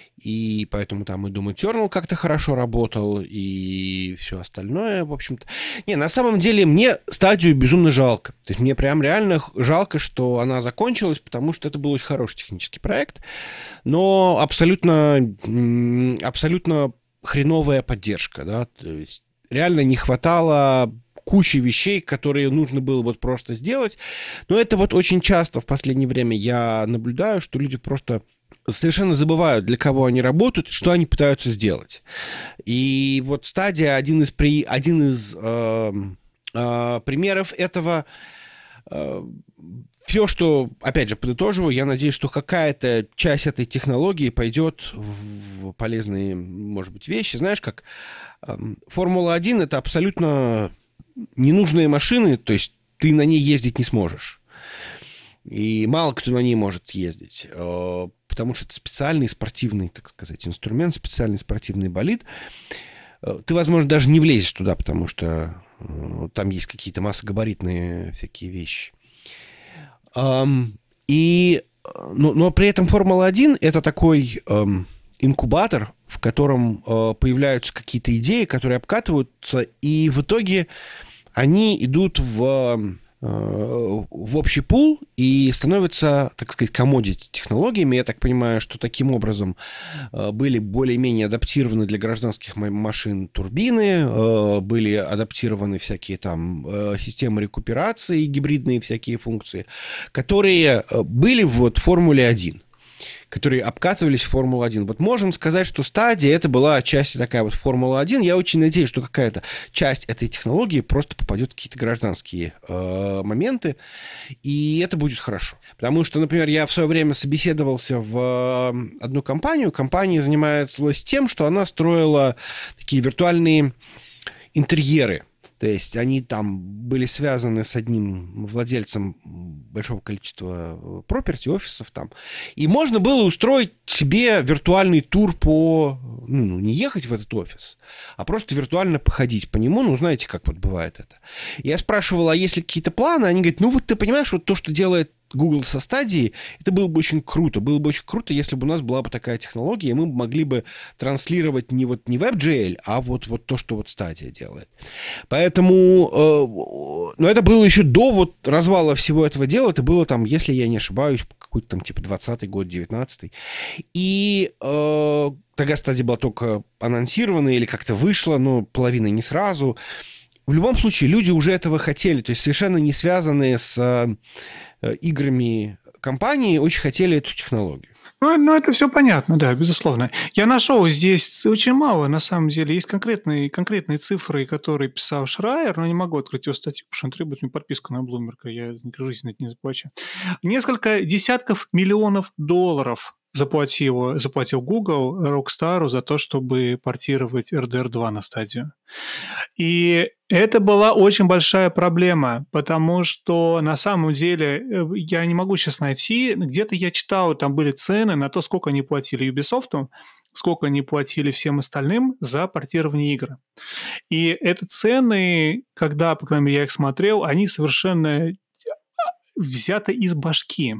И поэтому там и Doom Eternal как-то хорошо работал, и все остальное, в общем-то. Не, на самом деле мне стадию безумно жалко. То есть мне прям реально жалко, что она закончилась, потому что это был очень хороший технический проект, но абсолютно, абсолютно хреновая поддержка, да, то есть реально не хватало кучи вещей, которые нужно было вот просто сделать. Но это вот очень часто в последнее время я наблюдаю, что люди просто совершенно забывают, для кого они работают, что они пытаются сделать. И вот стадия один из, при, один из э, э, примеров этого. Э, все, что, опять же, подытоживаю, я надеюсь, что какая-то часть этой технологии пойдет в полезные, может быть, вещи. Знаешь, как э, Формула один — это абсолютно ненужные машины, то есть ты на ней ездить не сможешь. И мало кто на ней может ездить, потому что это специальный спортивный, так сказать, инструмент, специальный спортивный болид. Ты, возможно, даже не влезешь туда, потому что там есть какие-то массогабаритные всякие вещи. И, но, но при этом Формула один — это такой инкубатор, в котором появляются какие-то идеи, которые обкатываются, и в итоге они идут в... в общий пул и становятся, так сказать, commodity технологиями. Я так понимаю, что таким образом были более-менее адаптированы для гражданских машин турбины, были адаптированы всякие там системы рекуперации, гибридные всякие функции, которые были в Формуле один, которые обкатывались в Формулу один. Вот можем сказать, что стадия это была часть такая вот Формула один. Я очень надеюсь, что какая-то часть этой технологии просто попадет в какие-то гражданские э, моменты, и это будет хорошо. Потому что, например, я в свое время собеседовался в э, одну компанию. Компания занималась тем, что она строила такие виртуальные интерьеры. То есть они там были связаны с одним владельцем большого количества проперти, офисов там. И можно было устроить себе виртуальный тур по... Ну, не ехать в этот офис, а просто виртуально походить по нему. Ну, знаете, как вот бывает это. Я спрашивал, а есть ли какие-то планы? Они говорят, ну вот ты понимаешь, вот то, что делает Google со стадией, это было бы очень круто. Было бы очень круто, если бы у нас была бы такая технология, и мы могли бы транслировать не, вот, не WebGL, а вот, вот то, что вот стадия делает. Поэтому, э, но это было еще до вот развала всего этого дела. Это было там, если я не ошибаюсь, какой-то там типа двадцатый год, девятнадцатый. И э, тогда стадия была только анонсирована или как-то вышла, но половина не сразу. В любом случае, люди уже этого хотели, то есть совершенно не связанные с э, играми компании, очень хотели эту технологию. Ну, ну, это все понятно, да, безусловно. Я нашел здесь очень мало, на самом деле. Есть конкретные, конкретные цифры, которые писал Шрайер, но не могу открыть его статью, потому что он требует мне подписку на Bloomberg, а я никогда в жизни это не заплачу. Несколько десятков миллионов долларов заплатил, заплатил Google Rockstar за то, чтобы портировать эр ди ар два на стадию. И это была очень большая проблема, потому что на самом деле я не могу сейчас найти, где-то я читал, там были цены на то, сколько они платили Ubisoft, сколько они платили всем остальным за портирование игр. И это цены, когда, по крайней мере, я их смотрел, они совершенно взяты из башки.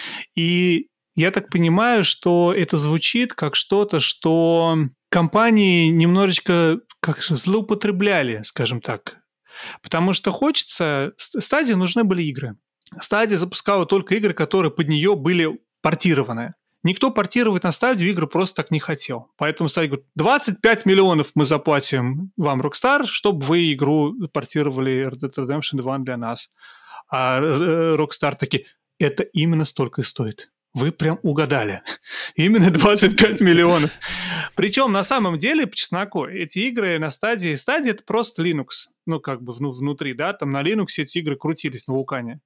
И я так понимаю, что это звучит как что-то, что компании немножечко как злоупотребляли, скажем так. Потому что хочется... Стадии нужны были игры. Стадия запускала только игры, которые под нее были портированы. Никто портировать на стадию игры просто так не хотел. Поэтому стадия говорит, двадцать пять миллионов мы заплатим вам, Rockstar, чтобы вы игру портировали Red Dead Redemption два для нас. А Rockstar такие, это именно столько и стоит. Вы прям угадали. Именно двадцать пять миллионов. Причем, на самом деле, по чесноку, эти игры на стадии... Стадия — это просто Linux. Ну, как бы внутри, да, там на Linux эти игры крутились на Вулкане.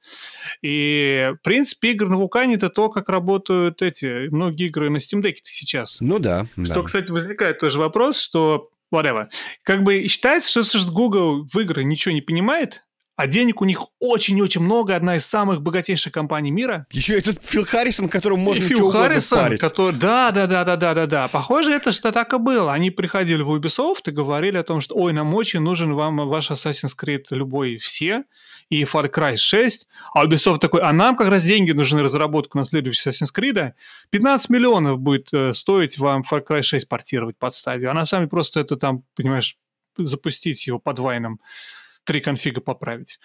И, в принципе, игры на Вулкане — это то, как работают эти... Многие игры на Steam Deck сейчас. Ну да. Что, да. кстати, возникает тоже вопрос, что... Whatever. Как бы считается, что, что Google в игры ничего не понимает, а денег у них очень-очень много, одна из самых богатейших компаний мира. Еще этот Фил Харрисон, которому можно Фил чего Харрисон, угодно который... Да, да, да, да, да, да, да. Похоже, это что так и было. Они приходили в Ubisoft и говорили о том, что ой, нам очень нужен вам ваш Assassin's Creed любой все и Far Cry шесть. А Ubisoft такой, а нам как раз деньги нужны разработку на следующий Assassin's Creed. пятнадцать миллионов будет э, стоить вам Far Cry шесть портировать под стадию. А на самом деле просто это там, понимаешь, запустить его под вайном. Три конфига поправить.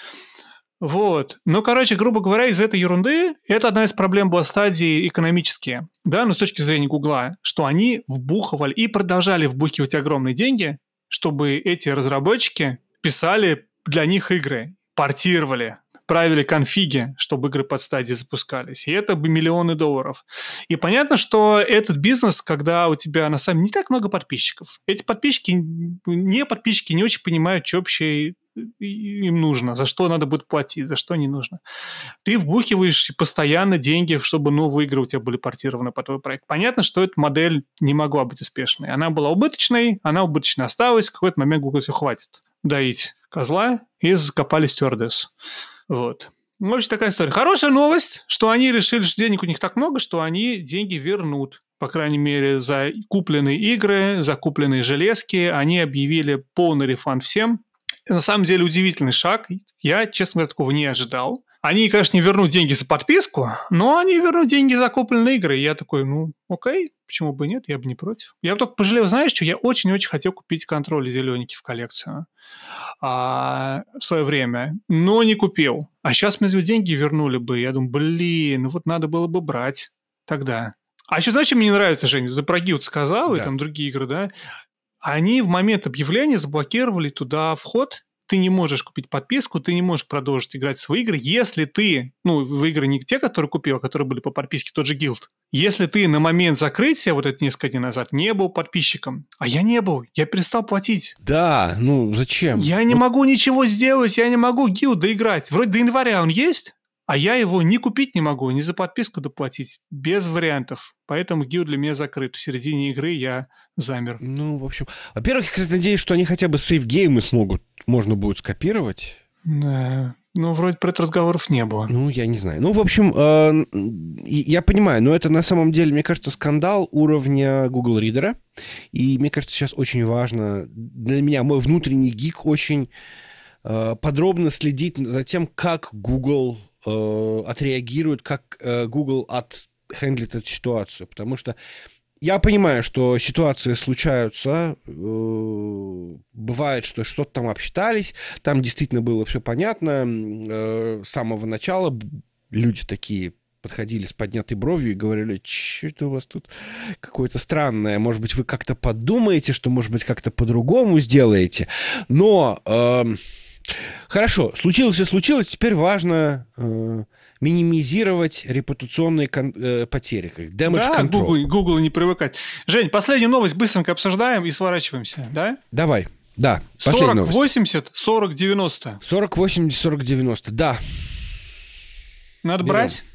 Вот. Ну, короче, грубо говоря, из этой ерунды это одна из проблем была стадии экономические, да, но с точки зрения Гугла, что они вбухивали и продолжали вбухивать огромные деньги, чтобы эти разработчики писали для них игры, портировали, правили конфиги, чтобы игры под стадии запускались. И это бы миллионы долларов. И понятно, что этот бизнес, когда у тебя на самом деле не так много подписчиков, эти подписчики, не подписчики не очень понимают, что вообще им нужно, за что надо будет платить, за что не нужно. Ты вбухиваешь постоянно деньги, чтобы новые игры у тебя были портированы по твой проект. Понятно, что эта модель не могла быть успешной. Она была убыточной, она убыточно осталась, в какой-то момент Google все хватит доить козла, и закопали стюардесс. Вот. В общем, такая история. Хорошая новость, что они решили, что денег у них так много, что они деньги вернут. По крайней мере, за купленные игры, за купленные железки. Они объявили полный рефанд всем. На самом деле удивительный шаг. Я, честно говоря, такого не ожидал. Они, конечно, не вернут деньги за подписку, но они вернут деньги за купленные игры. И я такой, ну, окей, почему бы нет, я бы не против. Я бы только пожалел, знаешь что, я очень-очень хотел купить контроль зелененький в коллекцию а, в свое время, но не купил. А сейчас мне деньги вернули бы. Я думаю, блин, ну вот надо было бы брать тогда. А еще, знаешь, что мне не нравится, Женя? Ты про Guild сказал, да. И там другие игры, да? Они в момент объявления заблокировали туда вход. Ты не можешь купить подписку, ты не можешь продолжить играть в свои игры, если ты, ну, в игры не те, которые купил, а которые были по подписке, тот же Guild. Если ты на момент закрытия, вот это несколько дней назад, не был подписчиком, а я не был, я перестал платить. Да, ну зачем? Я не вот... могу ничего сделать, я не могу Guild доиграть. Вроде до января он есть, а я его ни купить не могу, ни за подписку доплатить. Без вариантов. Поэтому Guild для меня закрыт. В середине игры я замер. Ну, в общем... Во-первых, я, кстати, надеюсь, что они хотя бы сейф-геймы смогут, можно будет скопировать. Да. Ну, вроде про это разговоров не было. Ну, я не знаю. Ну, в общем, э, я понимаю, но это на самом деле, мне кажется, скандал уровня Google Reader. И мне кажется, сейчас очень важно... Для меня мой внутренний гик очень э, подробно следить за тем, как Google... отреагирует, как э, Google отхендлит эту ситуацию. Потому что я понимаю, что ситуации случаются, э, бывает, что что-то там обсчитались, там действительно было все понятно, э, с самого начала люди такие подходили с поднятой бровью и говорили, что это у вас тут какое-то странное, может быть, вы как-то подумаете, что, может быть, как-то по-другому сделаете. Но э, хорошо, случилось и случилось, теперь важно э, минимизировать репутационные кон- э, потери, как damage Да, control. Google, Google не привыкать. Жень, последнюю новость быстренько обсуждаем и сворачиваемся, да? Давай, да, последняя сорок новость. восемьдесят, сорок девяносто. сорок восемьдесят, сорок девяносто, да. Надо Берем. брать?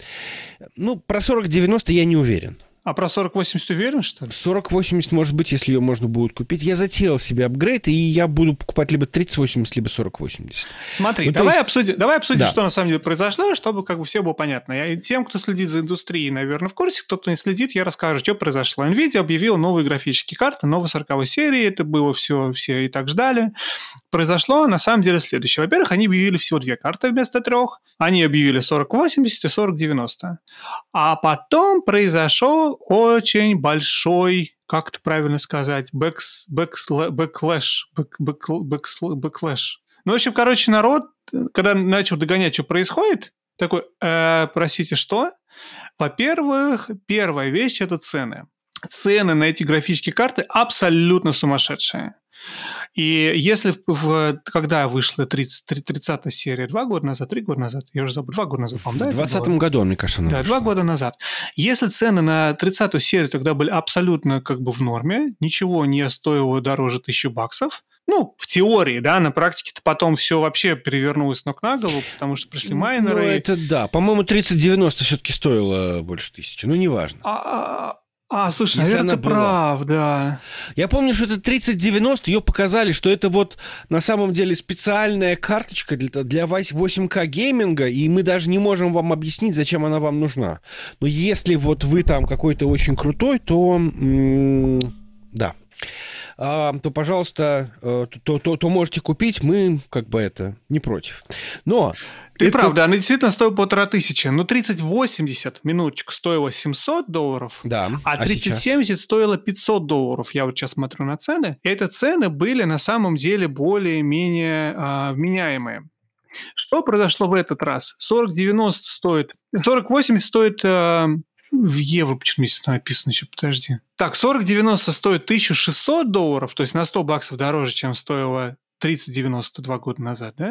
Ну, про сорок девяносто я не уверен. А про сорок восемьдесят уверен, что ли? сорок восемьдесят, может быть, если ее можно будет купить. Я затеял себе апгрейд, и я буду покупать либо тридцать восемьдесят, либо сорок восемьдесят. Смотри, Ну, то давай, есть- обсудим, давай обсудим, Да. что на самом деле произошло, чтобы как бы все было понятно. Я, и тем, кто следит за индустрией, наверное, в курсе, кто-то не следит, я расскажу, что произошло. NVIDIA объявила новые графические карты, новой сороковой серии, это было все, все и так ждали. Произошло на самом деле следующее. Во-первых, они объявили всего две карты вместо трех. Они объявили сорок восемьдесят и сорок девяносто. А потом произошел очень большой, как это правильно сказать, бэкс, бэкс, бэклэш, бэк, бэк, бэкс, бэклэш. Ну, в общем, короче, народ, когда начал догонять, что происходит, такой, э, простите, что? Во-первых, первая вещь – это цены. Цены на эти графические карты абсолютно сумасшедшие. И если в, в, когда вышла тридцать, тридцатая серия, два года назад, три года назад, я уже забыл, два года назад, В по-моему, да, это было? двадцатом году, мне кажется, она Да, вышла. два года назад. Если цены на тридцатую серию тогда были абсолютно как бы в норме, ничего не стоило дороже тысячи баксов, ну, в теории, да, на практике-то потом все вообще перевернулось с ног на голову, потому что пришли майнеры. Ну, и- это да. По-моему, тридцать девяносто все-таки стоило больше тысячи. Ну, неважно. А, а, слушай, Если наверное, она ты была. прав, да. Я помню, что это тридцать девяносто, ее показали, что это вот на самом деле специальная карточка для, для восемь ка гейминга, и мы даже не можем вам объяснить, зачем она вам нужна. Но если вот вы там какой-то очень крутой, то м, да. А, то, пожалуйста, э, то, то, то можете купить, мы как бы это не против. Но Ты это- прав, да, она действительно стоила полтора тысячи, но тридцать восемьдесят, минуточку, стоило семьсот долларов, Да. а тридцать семьдесят стоило пятьсот долларов. Я вот сейчас смотрю на цены. И эти цены были на самом деле более-менее а, вменяемые. Что произошло в этот раз? сорок девяносто стоит... сорок восемьдесят стоит... а, в евро, почему здесь написано еще, подожди. Так, сорок девяносто стоит тысяча шестьсот долларов, то есть на сто баксов дороже, чем стоило тридцать девяносто два года назад, да?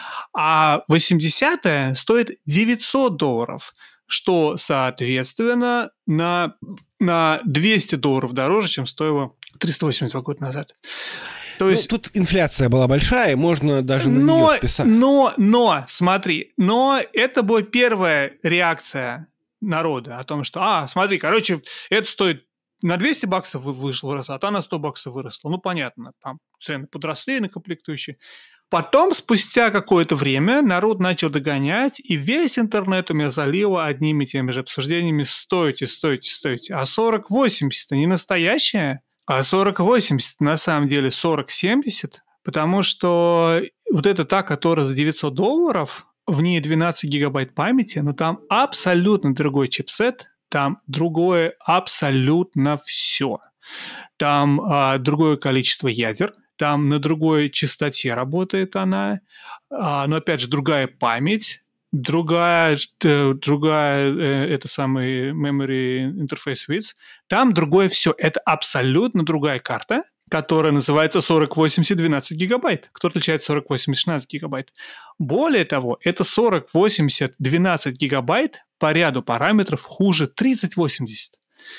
А восьмидесятая стоит девятьсот долларов, что, соответственно, на, на двести долларов дороже, чем стоило триста восемьдесят два года назад. То Ну, есть... тут инфляция была большая, можно даже на но, нее списать. но, но, смотри, но это была первая реакция народа о том, что, а, смотри, короче, это стоит на двести баксов вы- вышло, вырос, а та на сто баксов выросла. Ну, понятно, там цены подросли на комплектующие. Потом, спустя какое-то время, народ начал догонять, и весь интернет у меня залило одними и теми же обсуждениями «стойте, стойте, стойте». А сорок восемьдесят не настоящая, а сорок восемьдесят на самом деле сорок семьдесят, потому что вот это та, которая за девятьсот долларов, в ней двенадцать гигабайт памяти, но там абсолютно другой чипсет, там другое абсолютно все. Там а, другое количество ядер, там на другой частоте работает она, а, но опять же другая память, другая, э, другая э, это самый memory interface width, там другое все. Это абсолютно другая карта, которая называется сорок восемьдесят двенадцать гигабайт. Кто отличает сорок восемьдесят шестнадцать гигабайт? Более того, это сорок восемьдесят двенадцать гигабайт по ряду параметров хуже тридцать восемьдесят.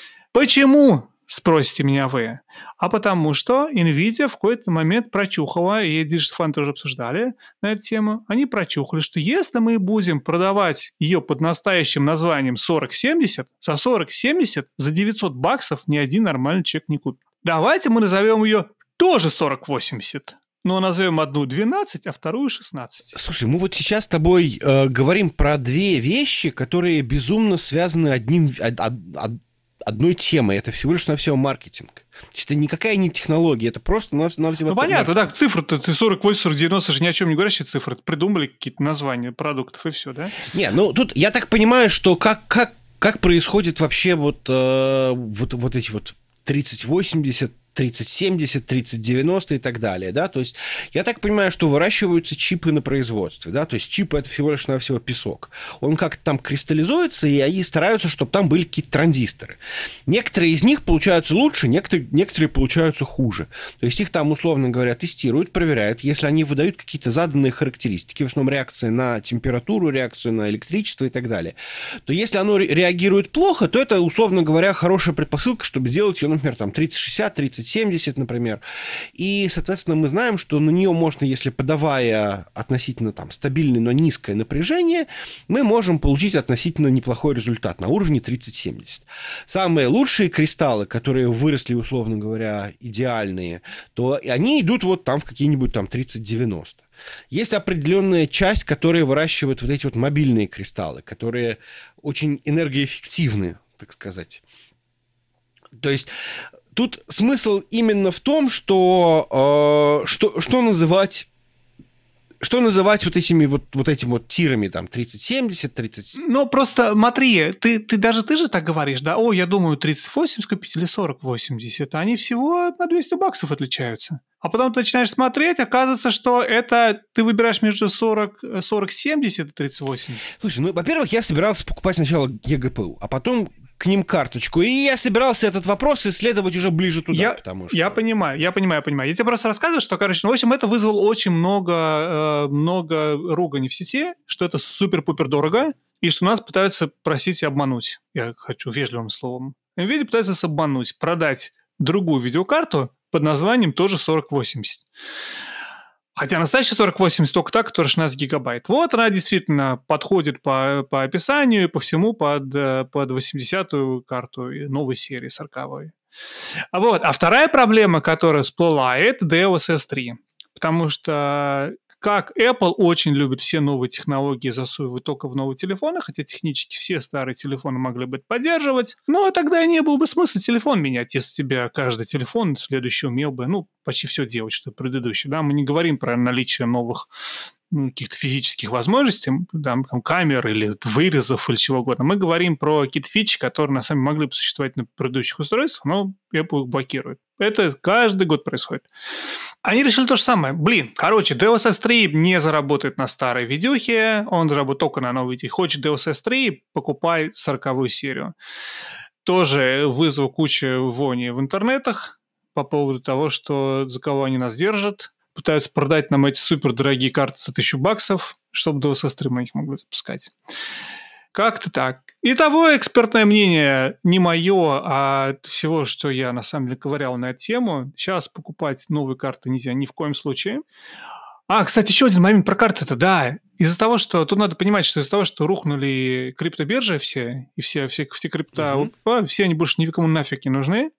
Почему? Спросите меня вы. А потому что NVIDIA в какой-то момент прочухала, и DigiFan тоже обсуждали на эту тему, они прочухали, что если мы будем продавать ее под настоящим названием сорок семьдесят, за сорок семьдесят за девятьсот баксов ни один нормальный человек не купит. Давайте мы назовем ее тоже сорок восемьдесят. Но назовем одну двенадцать, а вторую шестнадцать. Слушай, мы вот сейчас с тобой э, говорим про две вещи, которые безумно связаны одним, од- од- од- одной темой. Это всего лишь навсего маркетинг. То есть это никакая не технология, это просто навсего... Ну, понятно, да, цифры-то ты сорок восемь, сорок девяносто же ни о чем не говорящие цифры. Придумали какие-то названия продуктов и все, да? Не, ну тут я так понимаю, что как, как, как происходит вообще вот, э, вот, вот эти вот тридцать восемьдесят, тридцать семьдесят, тридцать девяносто и так далее, да, то есть я так понимаю, что выращиваются чипы на производстве, да, то есть чипы это всего лишь навсего песок, он как-то там кристаллизуется, и они стараются, чтобы там были какие-то транзисторы. Некоторые из них получаются лучше, некоторые, некоторые получаются хуже, то есть их там, условно говоря, тестируют, проверяют, если они выдают какие-то заданные характеристики, в основном реакции на температуру, реакцию на электричество и так далее, то если оно реагирует плохо, то это, условно говоря, хорошая предпосылка, чтобы сделать ее, например, там тридцать шестьдесят, тридцать семьдесят, например. И, соответственно, мы знаем, что на нее можно, если подавая относительно там стабильное, но низкое напряжение, мы можем получить относительно неплохой результат на уровне тридцать семьдесят. Самые лучшие кристаллы, которые выросли, условно говоря, идеальные, то они идут вот там в какие-нибудь там тридцать девяносто. Есть определенная часть, которая выращивает вот эти вот мобильные кристаллы, которые очень энергоэффективны, так сказать. То есть тут смысл именно в том, что, э, что, что называть... Что называть вот этими вот, вот этими вот тирами, там, тридцать семьдесят, тридцать... Ну, просто смотри, ты, ты даже ты же так говоришь, да? О, я думаю, тридцать восемьдесят купить или сорок восемьдесят. Они всего на двести баксов отличаются. А потом ты начинаешь смотреть, оказывается, что это ты выбираешь между сорок, сорок семьдесят и тридцать восемьдесят. Слушай, ну, во-первых, я собирался покупать сначала ЕГПУ, а потом к ним карточку. И я собирался этот вопрос исследовать уже ближе туда, я, потому что... Я понимаю, я понимаю, я понимаю. Я тебе просто рассказываю, что, короче, ну, в общем, это вызвало очень много, э, много ругани в сети, что это супер-пупер дорого, и что нас пытаются просить и обмануть. Я хочу вежливым словом. NVIDIA пытается нас обмануть, продать другую видеокарту под названием тоже сорок восемьдесят. Хотя настоящая сорок восемьдесят только та, которая шестнадцать гигабайт. Вот она действительно подходит по, по описанию и по всему под, под восьмидесятую карту новой серии сороковой. А, вот. А вторая проблема, которая всплыла, это ди эл эс эс три. Потому что как Apple очень любит все новые технологии засовывать только в новые телефоны, хотя технически все старые телефоны могли бы это поддерживать, но тогда и не было бы смысла телефон менять, если тебе каждый телефон следующий умел бы, ну, почти все делать, что предыдущий. Да? Мы не говорим про наличие новых каких-то физических возможностей, да, там, камер или вырезов или чего угодно. Мы говорим про какие-то фичи, которые на самом деле могли бы существовать на предыдущих устройствах, но Apple их блокирует. Это каждый год происходит. Они решили то же самое. Блин, короче, ди эл эс эс три не заработает на старой видюхе, он заработает только на новой видюхе. Хочешь ди эл эс эс три, покупай сороковую серию. Тоже вызвал кучу вони в интернетах по поводу того, что за кого они нас держат. Пытаются продать нам эти супердорогие карты за тысячу баксов, чтобы ди эл эс эс три мы их могли запускать. Как-то так. Итого, экспертное мнение не мое, а всего, что я на самом деле ковырял на эту тему. Сейчас покупать новые карты нельзя ни в коем случае. А, кстати, еще один момент про карты-то, да. Из-за того, что... Тут надо понимать, что из-за того, что рухнули криптобиржи все, и все, все, все крипта, угу. все они больше никому нафиг не нужны.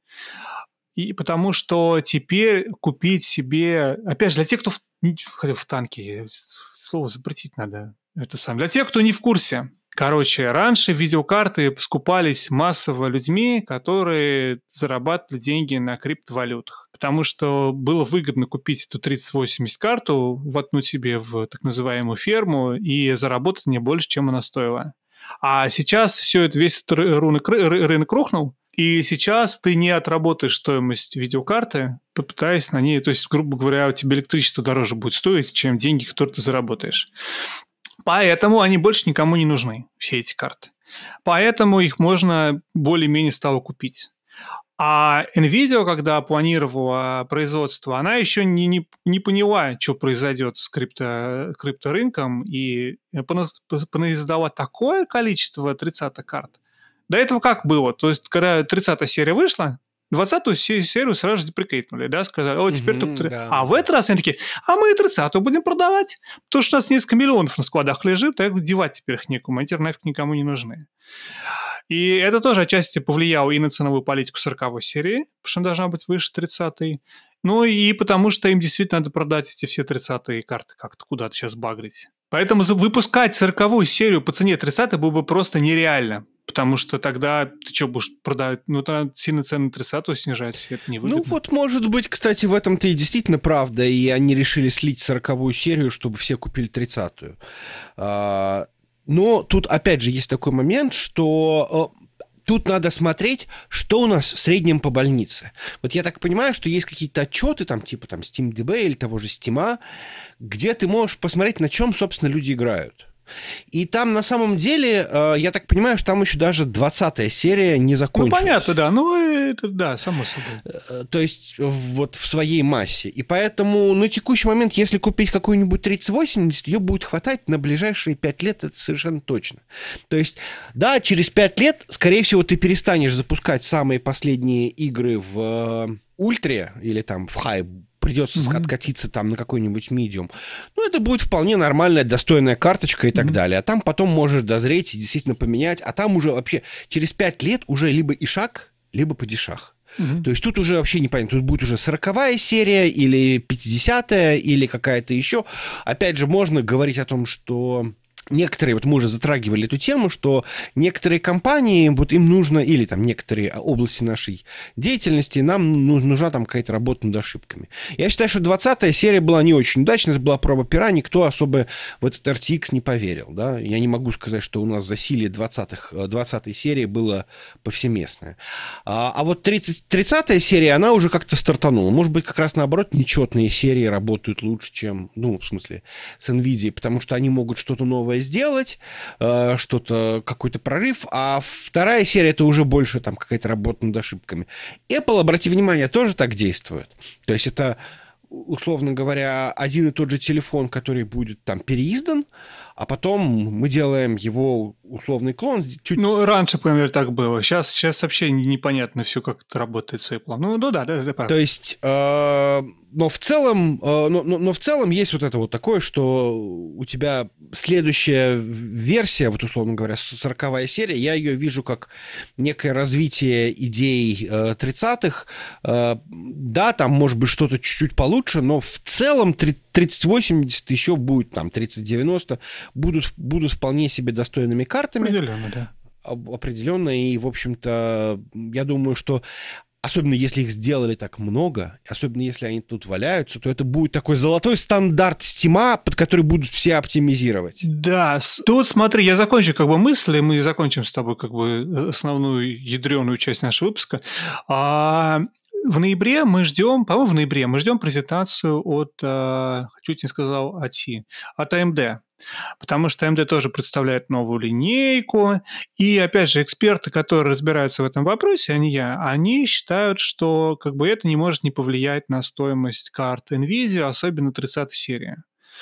И потому что теперь купить себе... Опять же, для тех, кто в, хотя в танке, слово запретить надо. Это сам. Для тех, кто не в курсе. Короче, раньше видеокарты скупались массово людьми, которые зарабатывали деньги на криптовалютах. Потому что было выгодно купить эту тридцать восемьдесят карту, воткнуть себе в так называемую ферму и заработать не больше, чем она стоила. А сейчас все это, весь этот рынок, рынок рухнул, и сейчас ты не отработаешь стоимость видеокарты, попытаясь на ней... То есть, грубо говоря, тебе электричество дороже будет стоить, чем деньги, которые ты заработаешь. Поэтому они больше никому не нужны, все эти карты. Поэтому их можно более-менее стало купить. А NVIDIA, когда планировала производство, она еще не, не, не поняла, что произойдет с крипто, крипторынком, и понаиздала такое количество тридцатых карт. До этого как было? То есть, когда тридцатая серия вышла, двадцатую серию сразу же деприкейтнули, да, сказали, о, теперь mm-hmm, только... Да. А в этот раз они такие, а мы и тридцатую будем продавать, потому что у нас несколько миллионов на складах лежит, так девать теперь их некому, они теперь нафиг никому не нужны. И это тоже отчасти повлияло и на ценовую политику сороковой серии, потому что она должна быть выше тридцатой, ну и потому что им действительно надо продать эти все тридцатые карты как-то куда-то сейчас багрить. Поэтому выпускать сороковую серию по цене тридцатой было бы просто нереально. Потому что тогда ты что будешь продавать? Ну, там сильно цены на тридцатую снижать, это невыгодно. Ну, вот, может быть, кстати, в этом-то и действительно правда, и они решили слить сороковую серию, чтобы все купили тридцатую. Но тут, опять же, есть такой момент, что... тут надо смотреть, что у нас в среднем по больнице. Вот я так понимаю, что есть какие-то отчеты, там, типа там SteamDB или того же Steam, где ты можешь посмотреть, на чем, собственно, люди играют. И там, на самом деле, я так понимаю, что там еще даже двадцатая серия не закончилась. Ну, понятно, да. Ну, это, да, само собой. То есть, вот в своей массе. И поэтому на текущий момент, если купить какую-нибудь тридцать восемьдесят, ее будет хватать на ближайшие пять лет, это совершенно точно. То есть, да, через пять лет, скорее всего, ты перестанешь запускать самые последние игры в ультре или там в хай, придется mm-hmm. откатиться там на какой-нибудь медиум. Ну, это будет вполне нормальная, достойная карточка и так mm-hmm. далее. А там потом можешь дозреть и действительно поменять. А там уже вообще через пять лет уже либо ишак, либо падишах. Mm-hmm. То есть тут уже вообще непонятно. Тут будет уже сороковая серия или пятидесятая или какая-то еще. Опять же, можно говорить о том, что... Некоторые, вот мы уже затрагивали эту тему, что некоторые компании, вот им нужно, или там некоторые области нашей деятельности, нам нужна там какая-то работа над ошибками. Я считаю, что двадцатая серия была не очень удачной, это была проба пера, никто особо в этот эр ти экс не поверил. Да? Я не могу сказать, что у нас засилие двадцатых, двадцатой серии было повсеместное. А, а вот тридцать, тридцатая серия, она уже как-то стартанула. Может быть, как раз наоборот, нечетные серии работают лучше, чем, ну, в смысле, с NVIDIA, потому что они могут что-то новое сделать, э, что-то, какой-то прорыв, а вторая серия это уже больше там какая-то работа над ошибками. Apple, обрати внимание, тоже так действует. То есть это, условно говоря, один и тот же телефон, который будет там переиздан, а потом мы делаем его условный клон. Чуть... Ну, раньше, например, так было. Сейчас, сейчас вообще непонятно все, как это работает с Apple. Ну, ну да, да, да, правда. То есть, э, но в целом, э, но, но, но в целом есть вот это вот такое, что у тебя следующая версия, вот условно говоря, сороковая серия, я ее вижу как некое развитие идей э, тридцатых. Э, да, там может быть что-то чуть-чуть получше, но в целом тридцать восемьдесят еще будет, там, тридцать девяносто будут, будут вполне себе достойными картами. Определенно, да. Определенно, и, в общем-то, я думаю, что особенно если их сделали так много, особенно если они тут валяются, то это будет такой золотой стандарт Стима, под который будут все оптимизировать. Да, тут смотри, я закончу как бы мысли, мы закончим с тобой как бы основную ядреную часть нашего выпуска. А в ноябре мы ждем, по-моему, в ноябре мы ждем презентацию от, чуть не сказал, эй ти, от эй эм ди. Потому что эй эм ди тоже представляет новую линейку. И, опять же, эксперты, которые разбираются в этом вопросе, а не я, они считают, что как бы это не может не повлиять на стоимость карт NVIDIA, особенно тридцатой серии.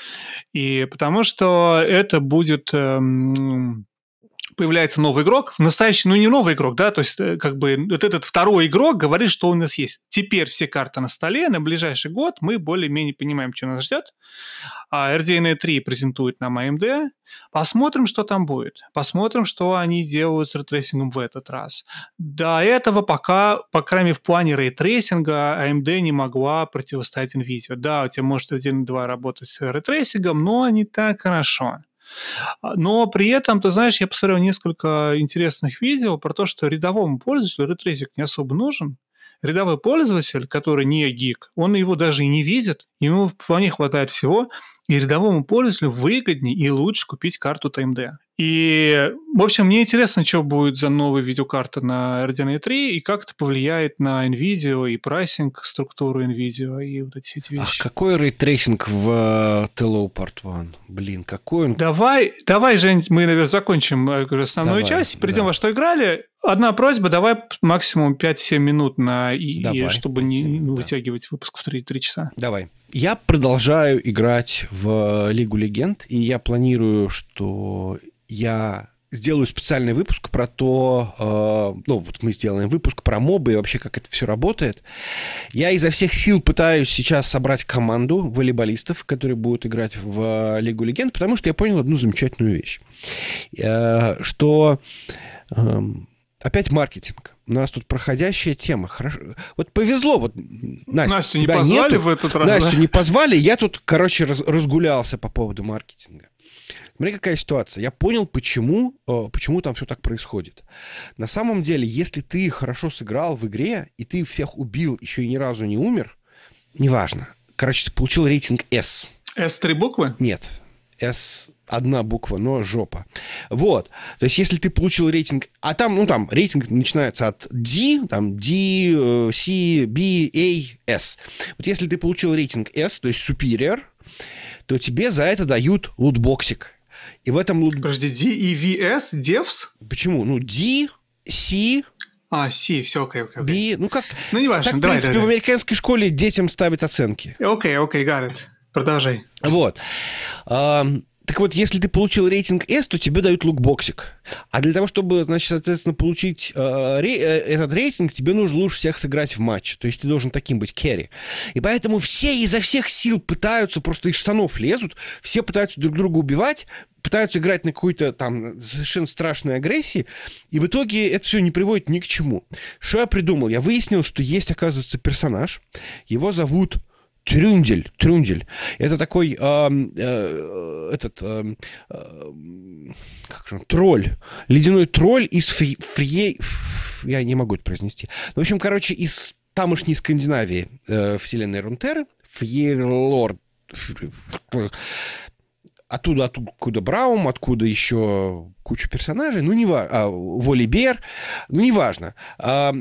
И потому что это будет... Эм, появляется новый игрок, настоящий, ну не новый игрок, да, то есть как бы вот этот второй игрок говорит, что у нас есть. Теперь все карты на столе, на ближайший год мы более-менее понимаем, что нас ждет. А эр ди эн эй три презентует нам эй эм ди. Посмотрим, что там будет. Посмотрим, что они делают с рейтрейсингом в этот раз. До этого пока, по крайней мере, в плане рейтрейсинга эй эм ди не могла противостоять NVIDIA. Да, у тебя может эр ди эн эй два работать с рейтрейсингом, но не так хорошо. Но при этом, ты знаешь, я посмотрел несколько интересных видео про то, что рядовому пользователю рейтрейсинг не особо нужен. Рядовой пользователь, который не гик, он его даже и не видит, ему вполне хватает всего, и рядовому пользователю выгоднее и лучше купить карту эй эм ди. И, в общем, мне интересно, что будет за новые видеокарты на эр ди эн эй три, и как это повлияет на NVIDIA, и прайсинг, структуру NVIDIA, и вот эти, эти вещи. Ах, какой рейтрейсинг в uh, Tello Part один? Блин, какой он... Давай, давай, Жень, мы, наверное, закончим основную давай, часть, перейдем да. во что играли. Одна просьба, давай максимум пять-семь минут, на и, давай, чтобы не, не да. вытягивать выпуск в три часа. Давай. Я продолжаю играть в Лигу Легенд, и я планирую, что я сделаю специальный выпуск про то, э, ну, вот мы сделаем выпуск про мобы и вообще, как это все работает. Я изо всех сил пытаюсь сейчас собрать команду волейболистов, которые будут играть в Лигу Легенд, потому что я понял одну замечательную вещь, э, что... Э, Опять маркетинг. У нас тут проходящая тема. Хорошо. Вот повезло. Вот, Настя, Настю не позвали нету. в этот раз? Настю да? не позвали. Я тут, короче, раз, разгулялся по поводу маркетинга. Смотри, какая ситуация. Я понял, почему, почему там все так происходит. На самом деле, если ты хорошо сыграл в игре, и ты всех убил, еще и ни разу не умер, неважно. Короче, ты получил рейтинг S. эс три буквы? Нет. S одна буква, но жопа. Вот. То есть, если ты получил рейтинг... А там, ну, там, рейтинг начинается от D, там, D, C, B, A, S. Вот если ты получил рейтинг S, то есть superior, то тебе за это дают лутбоксик. И в этом лут... Подожди, D, E, V, S, Devs? Почему? Ну, D, C... А, C, все, окей, окей. B, ну, как... Ну, не важно, так, давай, в принципе, давай. в американской школе детям ставят оценки. Окей, окей, got it. Продолжай. Вот. Um, Так вот, если ты получил рейтинг S, то тебе дают лукбоксик. А для того, чтобы, значит, соответственно, получить э, ре, э, этот рейтинг, тебе нужно лучше всех сыграть в матч. То есть ты должен таким быть керри. И поэтому все изо всех сил пытаются, просто из штанов лезут, все пытаются друг друга убивать, пытаются играть на какой-то там совершенно страшной агрессии, и в итоге это все не приводит ни к чему. Что я придумал? Я выяснил, что есть, оказывается, персонаж. Его зовут... Трюндель, Трюндель. Это такой э, э, этот э, э, как же он, тролль, ледяной тролль из фри, фрие, ф, я не могу это произнести. В общем, короче, из тамошней Скандинавии э, вселенной Рунтеры, Фьерлорд, оттуда, откуда Браум, откуда еще куча персонажей, ну не важно, а, Волибер, ну не важно. А,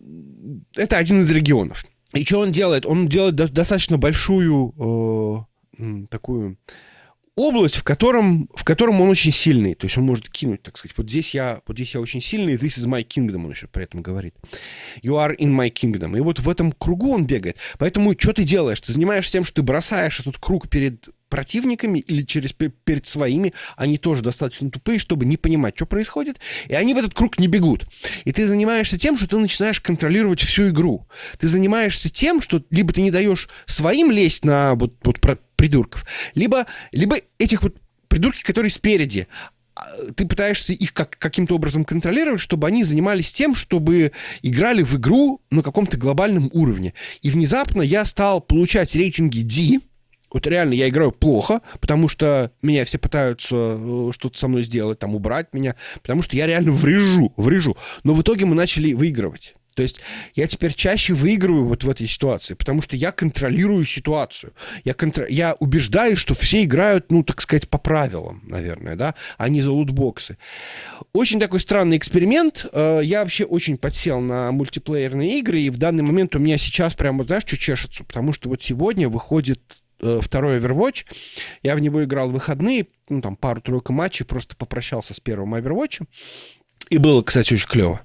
это один из регионов. И что он делает? Он делает до- достаточно большую э, такую область, в котором, в котором он очень сильный. То есть он может кинуть, так сказать, вот здесь я, вот здесь я очень сильный, this is my kingdom, он еще при этом говорит. You are in my kingdom. И вот в этом кругу он бегает. Поэтому что ты делаешь? Ты занимаешься тем, что ты бросаешь этот круг перед противниками или через, перед своими. Они тоже достаточно тупые, чтобы не понимать, что происходит. И они в этот круг не бегут. И ты занимаешься тем, что ты начинаешь контролировать всю игру. Ты занимаешься тем, что либо ты не даешь своим лезть на вот, вот придурков, либо, либо этих вот придурки, которые спереди, ты пытаешься их как, каким-то образом контролировать, чтобы они занимались тем, чтобы играли в игру на каком-то глобальном уровне. И внезапно я стал получать рейтинги D. Вот реально я играю плохо, потому что меня все пытаются что-то со мной сделать, там, убрать меня, потому что я реально врежу, врежу. Но в итоге мы начали выигрывать. То есть я теперь чаще выигрываю вот в этой ситуации, потому что я контролирую ситуацию. Я, контр... я убеждаюсь, что все играют, ну, так сказать, по правилам, наверное, да, а не за лутбоксы. Очень такой странный эксперимент. Я вообще очень подсел на мультиплеерные игры, и в данный момент у меня сейчас прямо, знаешь, что чешется? Потому что вот сегодня выходит второй Overwatch. Я в него играл в выходные, ну, там, пару-тройку матчей, просто попрощался с первым Overwatch. И было, кстати, очень клево.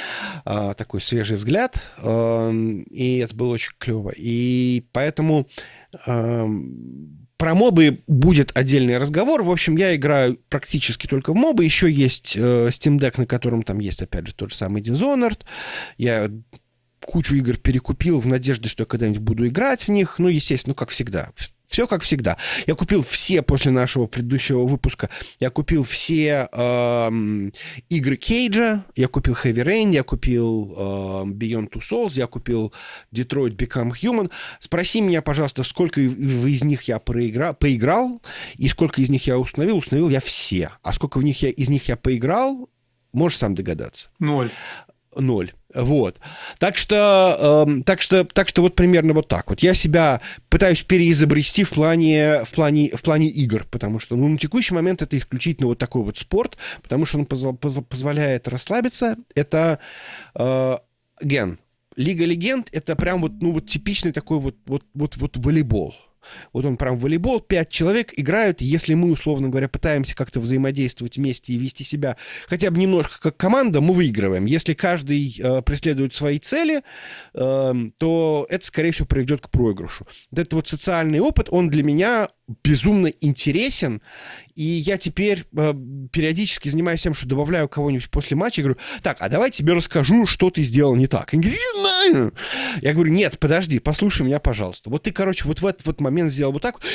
А, такой свежий взгляд. А, и это было очень клево. И поэтому а, про мобы будет отдельный разговор. В общем, я играю практически только в мобы. Еще есть э, Steam Deck, на котором там есть, опять же, тот же самый Dishonored. Я кучу игр перекупил в надежде, что я когда-нибудь буду играть в них. Ну, естественно, ну, как всегда. Все как всегда. Я купил все после нашего предыдущего выпуска. Я купил все э, игры Кейджа. Я купил Heavy Rain. Я купил э, Beyond Two Souls. Я купил Detroit Become Human. Спроси меня, пожалуйста, сколько из них я проиграл, поиграл и сколько из них я установил. Установил я все. А сколько в них я, из них я поиграл, можешь сам догадаться. Ноль. Ноль. Вот. Так что, э, так что, так что вот примерно вот так вот. Я себя пытаюсь переизобрести в плане, в плане, в плане игр, потому что, ну, на текущий момент это исключительно вот такой вот спорт, потому что он поз- поз- позволяет расслабиться. Это э, ген. Лига Легенд — это прям вот, ну, вот типичный такой вот, вот, вот, вот волейбол. Вот он прям волейбол, пять человек играют, если мы, условно говоря, пытаемся как-то взаимодействовать вместе и вести себя хотя бы немножко как команда, мы выигрываем. Если каждый э, преследует свои цели, э, то это, скорее всего, приведет к проигрышу. Вот этот вот социальный опыт, он для меня безумно интересен, и я теперь э, периодически занимаюсь тем, что добавляю кого-нибудь после матча и говорю: так, а давай тебе расскажу, что ты сделал не так. Они говорят: я знаю. Я говорю: нет, подожди, послушай меня, пожалуйста. Вот ты, короче, вот в этот вот момент сделал вот так.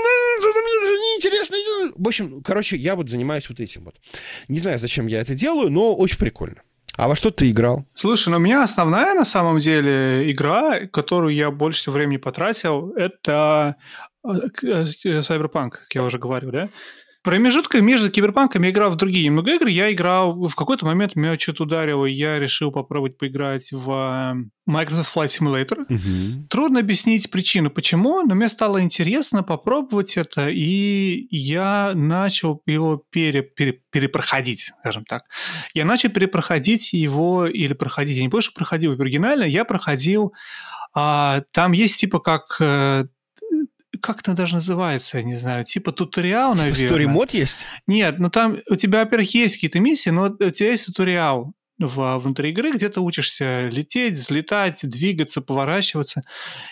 Неинтересно. В общем, короче, я вот занимаюсь вот этим вот. Не знаю, зачем я это делаю, но очень прикольно. А во что ты играл? Слушай, ну у меня основная, на самом деле, игра, которую я больше всего времени потратил, это Cyberpunk, как я уже говорил, да? Промежутками между Киберпанком я играл в другие немного игры. Я играл... В какой-то момент меня что-то ударило, и я решил попробовать поиграть в Microsoft Flight Simulator. Мгм. Трудно объяснить причину, почему, но мне стало интересно попробовать это, и я начал его пере, пере- перепроходить, скажем так. Я начал перепроходить его, или проходить, я не больше проходил в оригинально, я проходил... а, там есть типа как... э, как это даже называется, я не знаю, типа туториал, Типа наверное. story мод есть? Нет, ну там у тебя, во-первых, есть какие-то миссии, но у тебя есть туториал в- внутри игры, где ты учишься лететь, взлетать, двигаться, поворачиваться.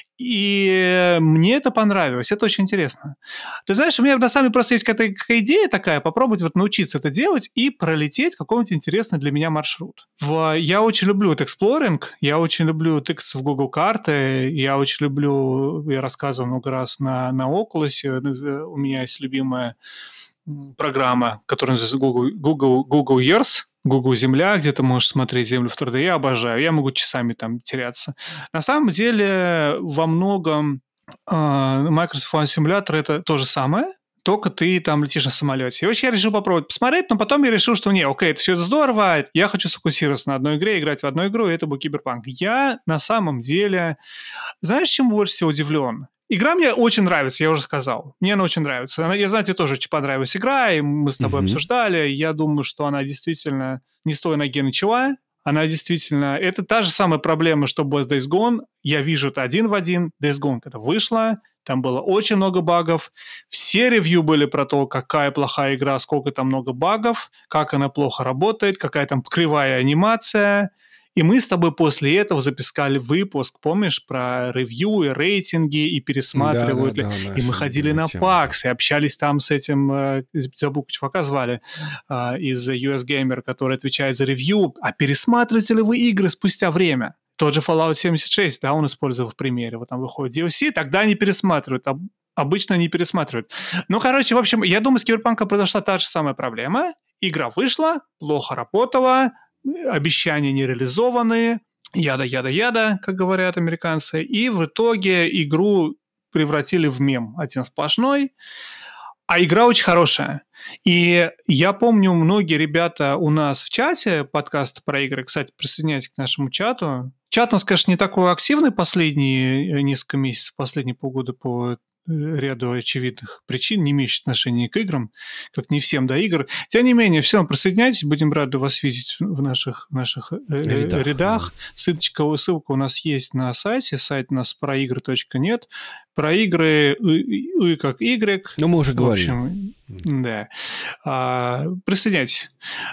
И мне это понравилось, это очень интересно. Ты знаешь, у меня на самом деле просто есть какая-то какая идея такая, попробовать вот научиться это делать и пролететь какой-нибудь интересный для меня маршрут. В- я очень люблю вот exploring, я очень люблю тыкаться в Google карты, я очень люблю, я рассказывал много раз на, на Oculus, у меня есть любимая м, программа, которая называется Google, Google, Google Earth, Google Земля, где ты можешь смотреть Землю в три дэ. Я обожаю. Я могу часами там теряться. На самом деле, во многом э, Microsoft Flight Simulator это то же самое, только ты там летишь на самолете. И вообще я решил попробовать посмотреть, но потом я решил, что не, окей, это все это здорово, я хочу сфокусироваться на одной игре, играть в одну игру, и это был Киберпанк. Я на самом деле... Знаешь, чем больше всего удивлен? Игра мне очень нравится, я уже сказал. Мне она очень нравится. Она, я знаю, тебе тоже очень понравилась игра, и мы с тобой Мгм. обсуждали. Я думаю, что она действительно не с той ноги начала. Она действительно... Это та же самая проблема, что была с Days Gone. Я вижу это один в один. Days Gone, когда вышла, там было очень много багов. Все ревью были про то, какая плохая игра, сколько там много багов, как она плохо работает, какая там кривая анимация. И мы с тобой после этого записали выпуск, помнишь, про ревью и рейтинги, и пересматривают ли. Да-да-да, И наша мы ходили любимая на тема, да. пакс, и общались там с этим, э, забыл, как чувака звали, э, из ю эс Gamer, который отвечает за ревью. А пересматриваете ли вы игры спустя время? Тот же Fallout семьдесят шесть, да, он использовал в примере. Вот там выходит ди эл си, тогда они пересматривают. Об- Обычно не пересматривают. Ну, короче, в общем, я думаю, с Киберпанком произошла та же самая проблема. Игра вышла, плохо работала, обещания не реализованы, яда-яда-яда, как говорят американцы, и в итоге игру превратили в мем один сплошной, а игра очень хорошая. И я помню, многие ребята у нас в чате подкаста про игры, кстати, присоединяйтесь к нашему чату. Чат у нас, конечно, не такой активный последние несколько месяцев, последние полгода по э, ряду очевидных причин, не имеющих отношения к играм, как не всем до игр. Тем не менее, все равно присоединяйтесь, будем рады вас видеть в наших, в наших э, Рядах, рядах. Ссылочка, ссылка у нас есть на сайте, сайт у нас проигры точка нет. Про игры и, и как Y. Ну, мы уже В говорили. общем, да. А, присоединяйтесь.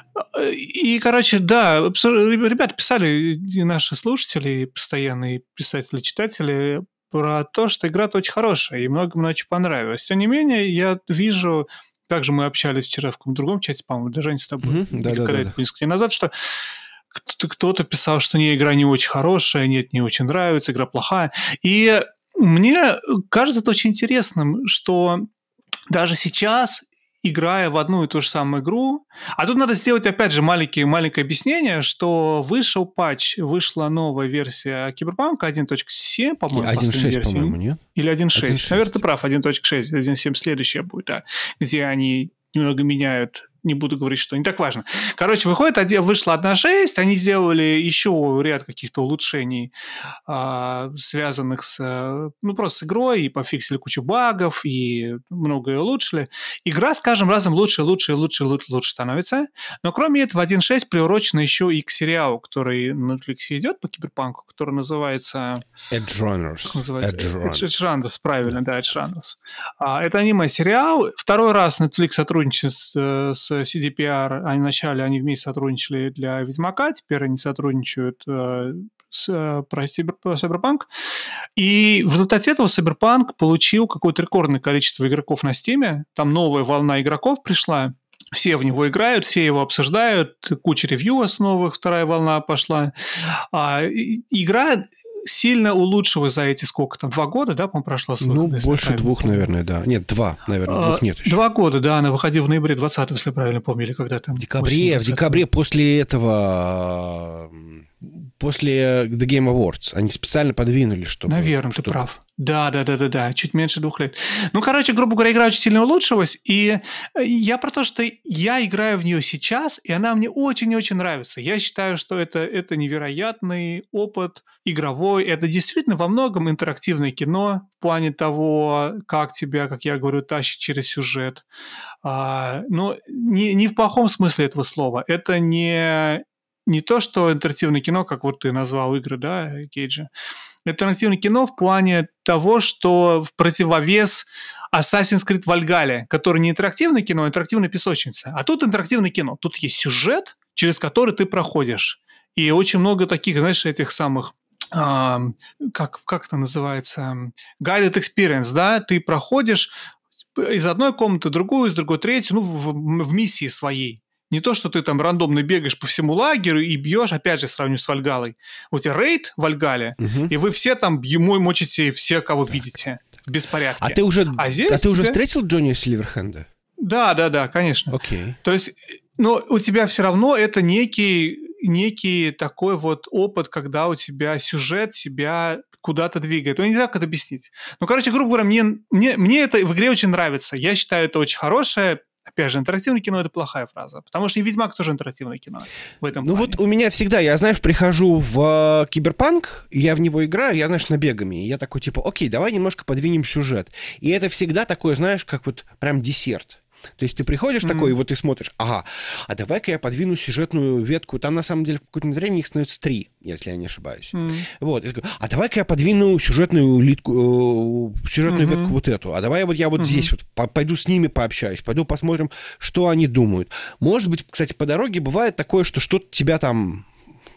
И, короче, да, абсо- ребята писали, и наши слушатели, и постоянные писатели, читатели, про то, что игра-то очень хорошая, и многим она очень понравилась. Тем не менее, я вижу, также мы общались вчера в каком-то другом чате, по-моему, даже не с тобой, Мгм, или да-да-да-да. когда это было несколько дней назад, что кто-то, кто-то писал, что не, игра не очень хорошая, нет, не очень нравится, игра плохая. И мне кажется это очень интересным, что даже сейчас, играя в одну и ту же самую игру... А тут надо сделать, опять же, маленький, маленькое объяснение, что вышел патч, вышла новая версия Киберпанка один точка семь, И по-моему, один последняя шесть, версия. по-моему, нет? Или один точка шесть. один шесть. Наверное, ты прав, один точка шесть, один точка семь следующая будет, да, где они немного меняют, не буду говорить, что не так важно. Короче, выходит, оде- вышла одна точка шесть, они сделали еще ряд каких-то улучшений, а, связанных с, э, ну, просто с игрой, и пофиксили кучу багов, и многое улучшили. Игра с каждым разом лучше, лучше, лучше, лучше, лучше становится. Но кроме этого, один точка шесть приурочена еще и к сериалу, который на Netflix идет по Киберпанку, который называется... Edge Runners. Как называется? Edge Edge, Runners. Edge Runners, правильно, да, Edge Runners. А, это аниме-сериал. Второй раз Netflix сотрудничает с, э, с си ди пи ар. Они вначале они вместе сотрудничали для Ведьмака, теперь они сотрудничают э, с, э, про Cyber- про Cyberpunk. И в результате этого Cyberpunk получил какое-то рекордное количество игроков на Steam. Там новая волна игроков пришла. Все в него играют, все его обсуждают, куча ревью новых, вторая волна пошла. А, и- игра сильно улучшилась за эти сколько там, два года, да, по-моему, прошло? с Ну, выхода, если я больше правильно двух, помню. наверное, да. Нет, два, наверное, двух А, нет еще. Два года, да, она выходила в ноябре двадцатого, если я правильно помню, или когда там. В декабре, осенью в двадцатого. декабре после этого, м, после The Game Awards, они специально подвинули, чтобы... Наверное, ты чтобы- прав. Да, да, да, да, да, чуть меньше двух лет. Ну, короче, грубо говоря, игра очень сильно улучшилась, и э, я про то, что я играю в нее сейчас, и она мне очень и очень нравится. Я считаю, что это, это невероятный опыт игровой. Это действительно во многом интерактивное кино в плане того, как тебя, как я говорю, тащит через сюжет. А, но не, не в плохом смысле этого слова. Это не, не то, что интерактивное кино, как вот ты назвал игры, да, Кейджи. Альтернативное кино в плане того, что в противовес Assassin's Creed Valhalla, который не интерактивное кино, а интерактивная песочница. А тут интерактивное кино. Тут есть сюжет, через который ты проходишь. И очень много таких, знаешь, этих самых а, как, как это называется? Guided experience, да? Ты проходишь из одной комнаты в другую, из другой в третью, ну, в, в миссии своей. Не то, что ты там рандомно бегаешь по всему лагерю и бьешь, опять же, сравню с Вальгалой. У тебя рейд в Вальгале, Мгм. и вы все там бьему- мочите все, кого видите. В беспорядке. А ты уже, А здесь а ты уже тебя- встретил Джонни Сильверхенда? Да, да, да, конечно. Окей. То есть, но у тебя все равно это некий, некий такой вот опыт, когда у тебя сюжет тебя куда-то двигает. Ну, я не знаю, как это объяснить. Ну, короче, грубо говоря, мне, мне, мне это в игре очень нравится. Я считаю, это очень хорошее. Опять же, интерактивное кино – это плохая фраза. Потому что и «Ведьмак» тоже интерактивное кино в этом Ну плане. вот у меня всегда, я, знаешь, прихожу в э, Киберпанк, я в него играю, я, знаешь, набегами. И я такой, типа, окей, давай немножко подвинем сюжет. И это всегда такое, знаешь, как вот прям десерт. То есть ты приходишь Мгм. такой, и вот ты смотришь, ага, а давай-ка я подвину сюжетную ветку. Там, на самом деле, в какое-то время их становится три, если я не ошибаюсь. М. Вот, я такой, а давай-ка я подвину сюжетную, литку, э, сюжетную Мгм. ветку вот эту, а давай вот я вот Мгм. здесь вот по- пойду с ними пообщаюсь, пойду посмотрим, что они думают. Может быть, кстати, по дороге бывает такое, что что-то тебя там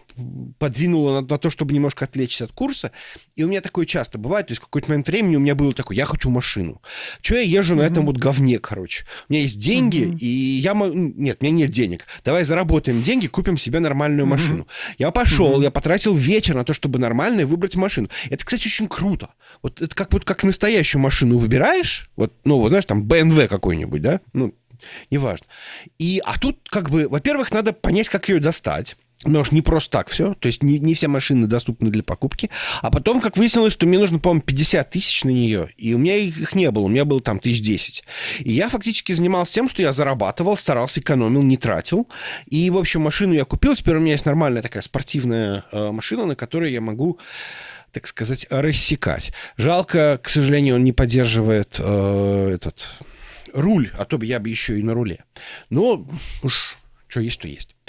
подвинуло на, на то, чтобы немножко отвлечься от курса. И у меня такое часто бывает. То есть в какой-то момент времени у меня было такое, я хочу машину. Че я езжу на этом Мгм. вот говне, короче. У меня есть деньги, Мгм. и я... мо- Нет, у меня нет денег. Давай заработаем деньги, купим себе нормальную Мгм. машину. Я пошел, Мгм. я потратил вечер на то, чтобы нормально выбрать машину. Это, кстати, очень круто. Вот это как вот как настоящую машину выбираешь, вот, ну, вот знаешь, там, бэ эм вэ какой-нибудь, да? Ну, неважно. И, а тут, как бы, во-первых, надо понять, как ее достать. Потому что не просто так все. То есть не, не все машины доступны для покупки. А потом, как выяснилось, что мне нужно, по-моему, пятьдесят тысяч на нее. И у меня их не было. У меня было там тысяч десять. И я фактически занимался тем, что я зарабатывал, старался, экономил, не тратил. И, в общем, машину я купил. Теперь у меня есть нормальная такая спортивная э, машина, на которой я могу, так сказать, рассекать. Жалко, к сожалению, он не поддерживает э, этот руль. А то бы я бы еще и на руле. Но уж что есть, то есть.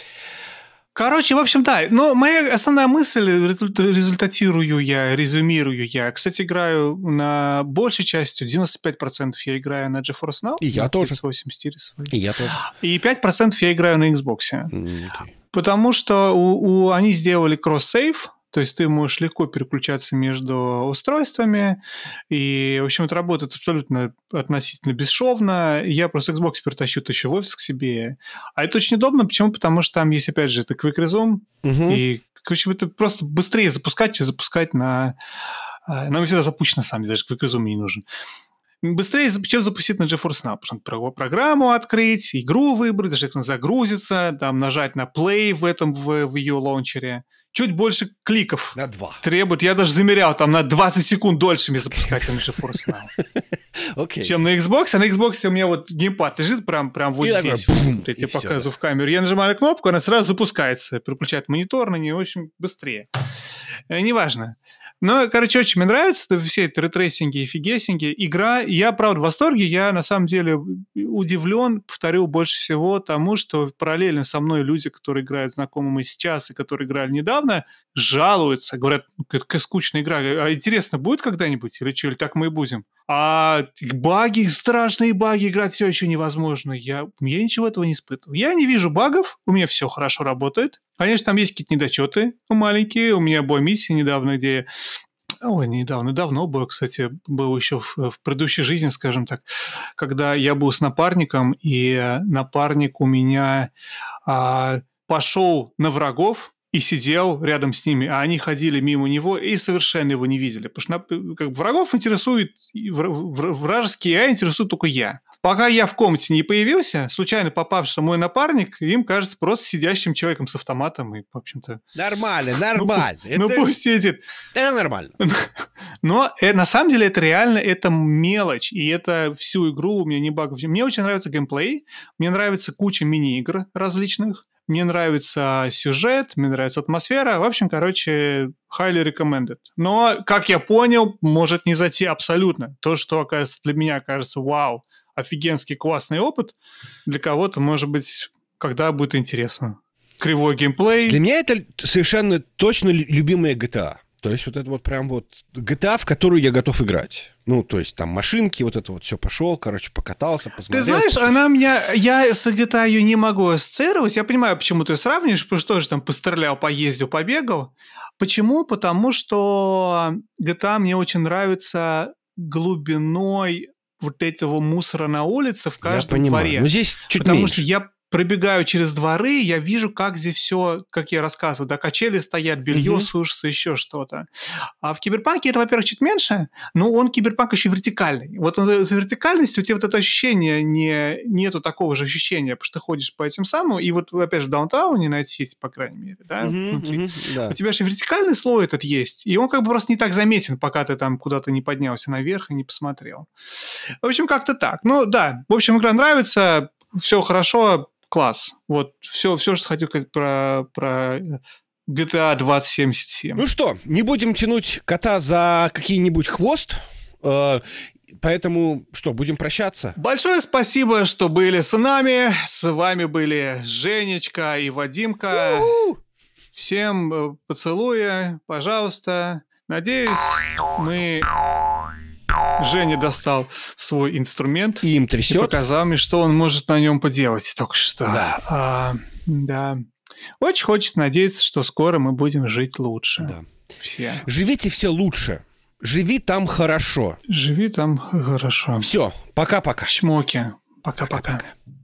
Короче, в общем, да. Но моя основная мысль, результ- результатирую я, резюмирую я. Кстати, играю на большей частью, девяносто пять процентов я играю на GeForce Now. И я на тоже. тридцать восемь Series свой. И я тоже. И пять процентов я играю на Xbox. М, окей. Потому что у, у- они сделали кросс-сейв, то есть ты можешь легко переключаться между устройствами, и, в общем, это работает абсолютно относительно бесшовно. Я просто Xbox перетащу еще в офис к себе. А это очень удобно. Почему? Потому что там есть, опять же, это Quick Resume, Мгм. и, в общем, это просто быстрее запускать, чем запускать на... а, Нам всегда запущен, на самом деле, даже Quick Resume не нужен. Быстрее, чем запустить на GeForce Now. Потому что надо про- программу открыть, игру выбрать, даже как она загрузится, там нажать на play в этом, в, в ее лаунчере. Чуть больше кликов На два. требует. Я даже замерял, там на двадцать секунд дольше мне запускать на GeForce Now, Окей. чем на Xbox. А на Xbox у меня вот геймпад лежит прям, прям вот И такой здесь. бум, Вот я и тебе всё, показываю в камеру. Я нажимаю на кнопку, она сразу запускается. Переключает монитор на нее, в общем, быстрее. Э, Неважно. Но, короче, очень мне нравится это, все эти ретрейсинги и фигесинги. Игра, я, правда, в восторге. Я, на самом деле, удивлен, повторю, больше всего тому, что параллельно со мной люди, которые играют знакомые сейчас и которые играли недавно, жалуются, говорят, «Ну, какая скучная игра. А интересно, будет когда-нибудь? Или что, или так мы и будем? А баги, страшные баги, играть все еще невозможно. Я, я ничего этого не испытываю. Я не вижу багов, у меня все хорошо работает. Конечно, там есть какие-то недочеты маленькие. У меня была миссия недавно, где... Ой, недавно, давно было, кстати, был еще в, в предыдущей жизни, скажем так, когда я был с напарником, и напарник у меня а, пошел на врагов, и сидел рядом с ними, а они ходили мимо него и совершенно его не видели. Потому что как бы, врагов интересует, вражеский эй ай интересует только я. Пока я в комнате не появился, случайно попавший мой напарник, им кажется просто сидящим человеком с автоматом. И, в общем-то... Нормально, нормально. Ну, это... ну пусть сидит. Это нормально. Но э, на самом деле это реально, это мелочь. И это всю игру у меня не баг. Мне очень нравится геймплей, мне нравится куча мини-игр различных. Мне нравится сюжет, мне нравится атмосфера. В общем, короче, highly recommended. Но, как я понял, может не зайти абсолютно. То, что, оказывается, для меня кажется, вау, офигенский классный опыт, для кого-то, может быть, когда будет интересно. Кривой геймплей. Для меня это совершенно точно любимая джи ти эй. То есть вот это вот прям вот джи ти эй, в которую я готов играть. Ну, то есть там машинки, вот это вот все пошел, короче, покатался, посмотрел. Ты знаешь, она меня... Я с джи ти эй ее не могу ассоциировать. Я понимаю, почему ты сравниваешь, потому что тоже там пострелял, поездил, побегал. Почему? Потому что джи ти эй мне очень нравится глубиной вот этого мусора на улице в каждом дворе. Но здесь чуть Потому меньше. что я пробегаю через дворы, я вижу, как здесь все, как я рассказываю, да, качели стоят, белье Мгм. сушится, еще что-то. А в Киберпанке это, во-первых, чуть меньше, но он, Киберпанк, еще вертикальный. Вот он, за вертикальностью у тебя вот это ощущение, не, нету такого же ощущения, потому что ты ходишь по этим самым, и вот, опять же, в Даунтауне на Сити, по крайней мере, да, Мгм, внутри. мгм, да. У тебя же вертикальный слой этот есть, и он как бы просто не так заметен, пока ты там куда-то не поднялся наверх и не посмотрел. В общем, как-то так. Ну, да, в общем, игра нравится, все хорошо, класс. Вот все, все, что хотел сказать про, про джи ти эй двадцать семьдесят семь. Ну что, не будем тянуть кота за какие-нибудь хвост, э, поэтому что, будем прощаться? Большое спасибо, что были с нами. С вами были Женечка и Вадимка. У-у! Всем э, поцелуя, пожалуйста. Надеюсь, мы... Женя достал свой инструмент И им и трясет. показал мне, что он может на нем поделать только что. Да. А, да. Очень хочется надеяться, что скоро мы будем жить лучше. Да. Все. Живите все лучше. Живи там хорошо. Живи там хорошо. Все, пока-пока. Чмоки. Пока-пока. Пока-пока.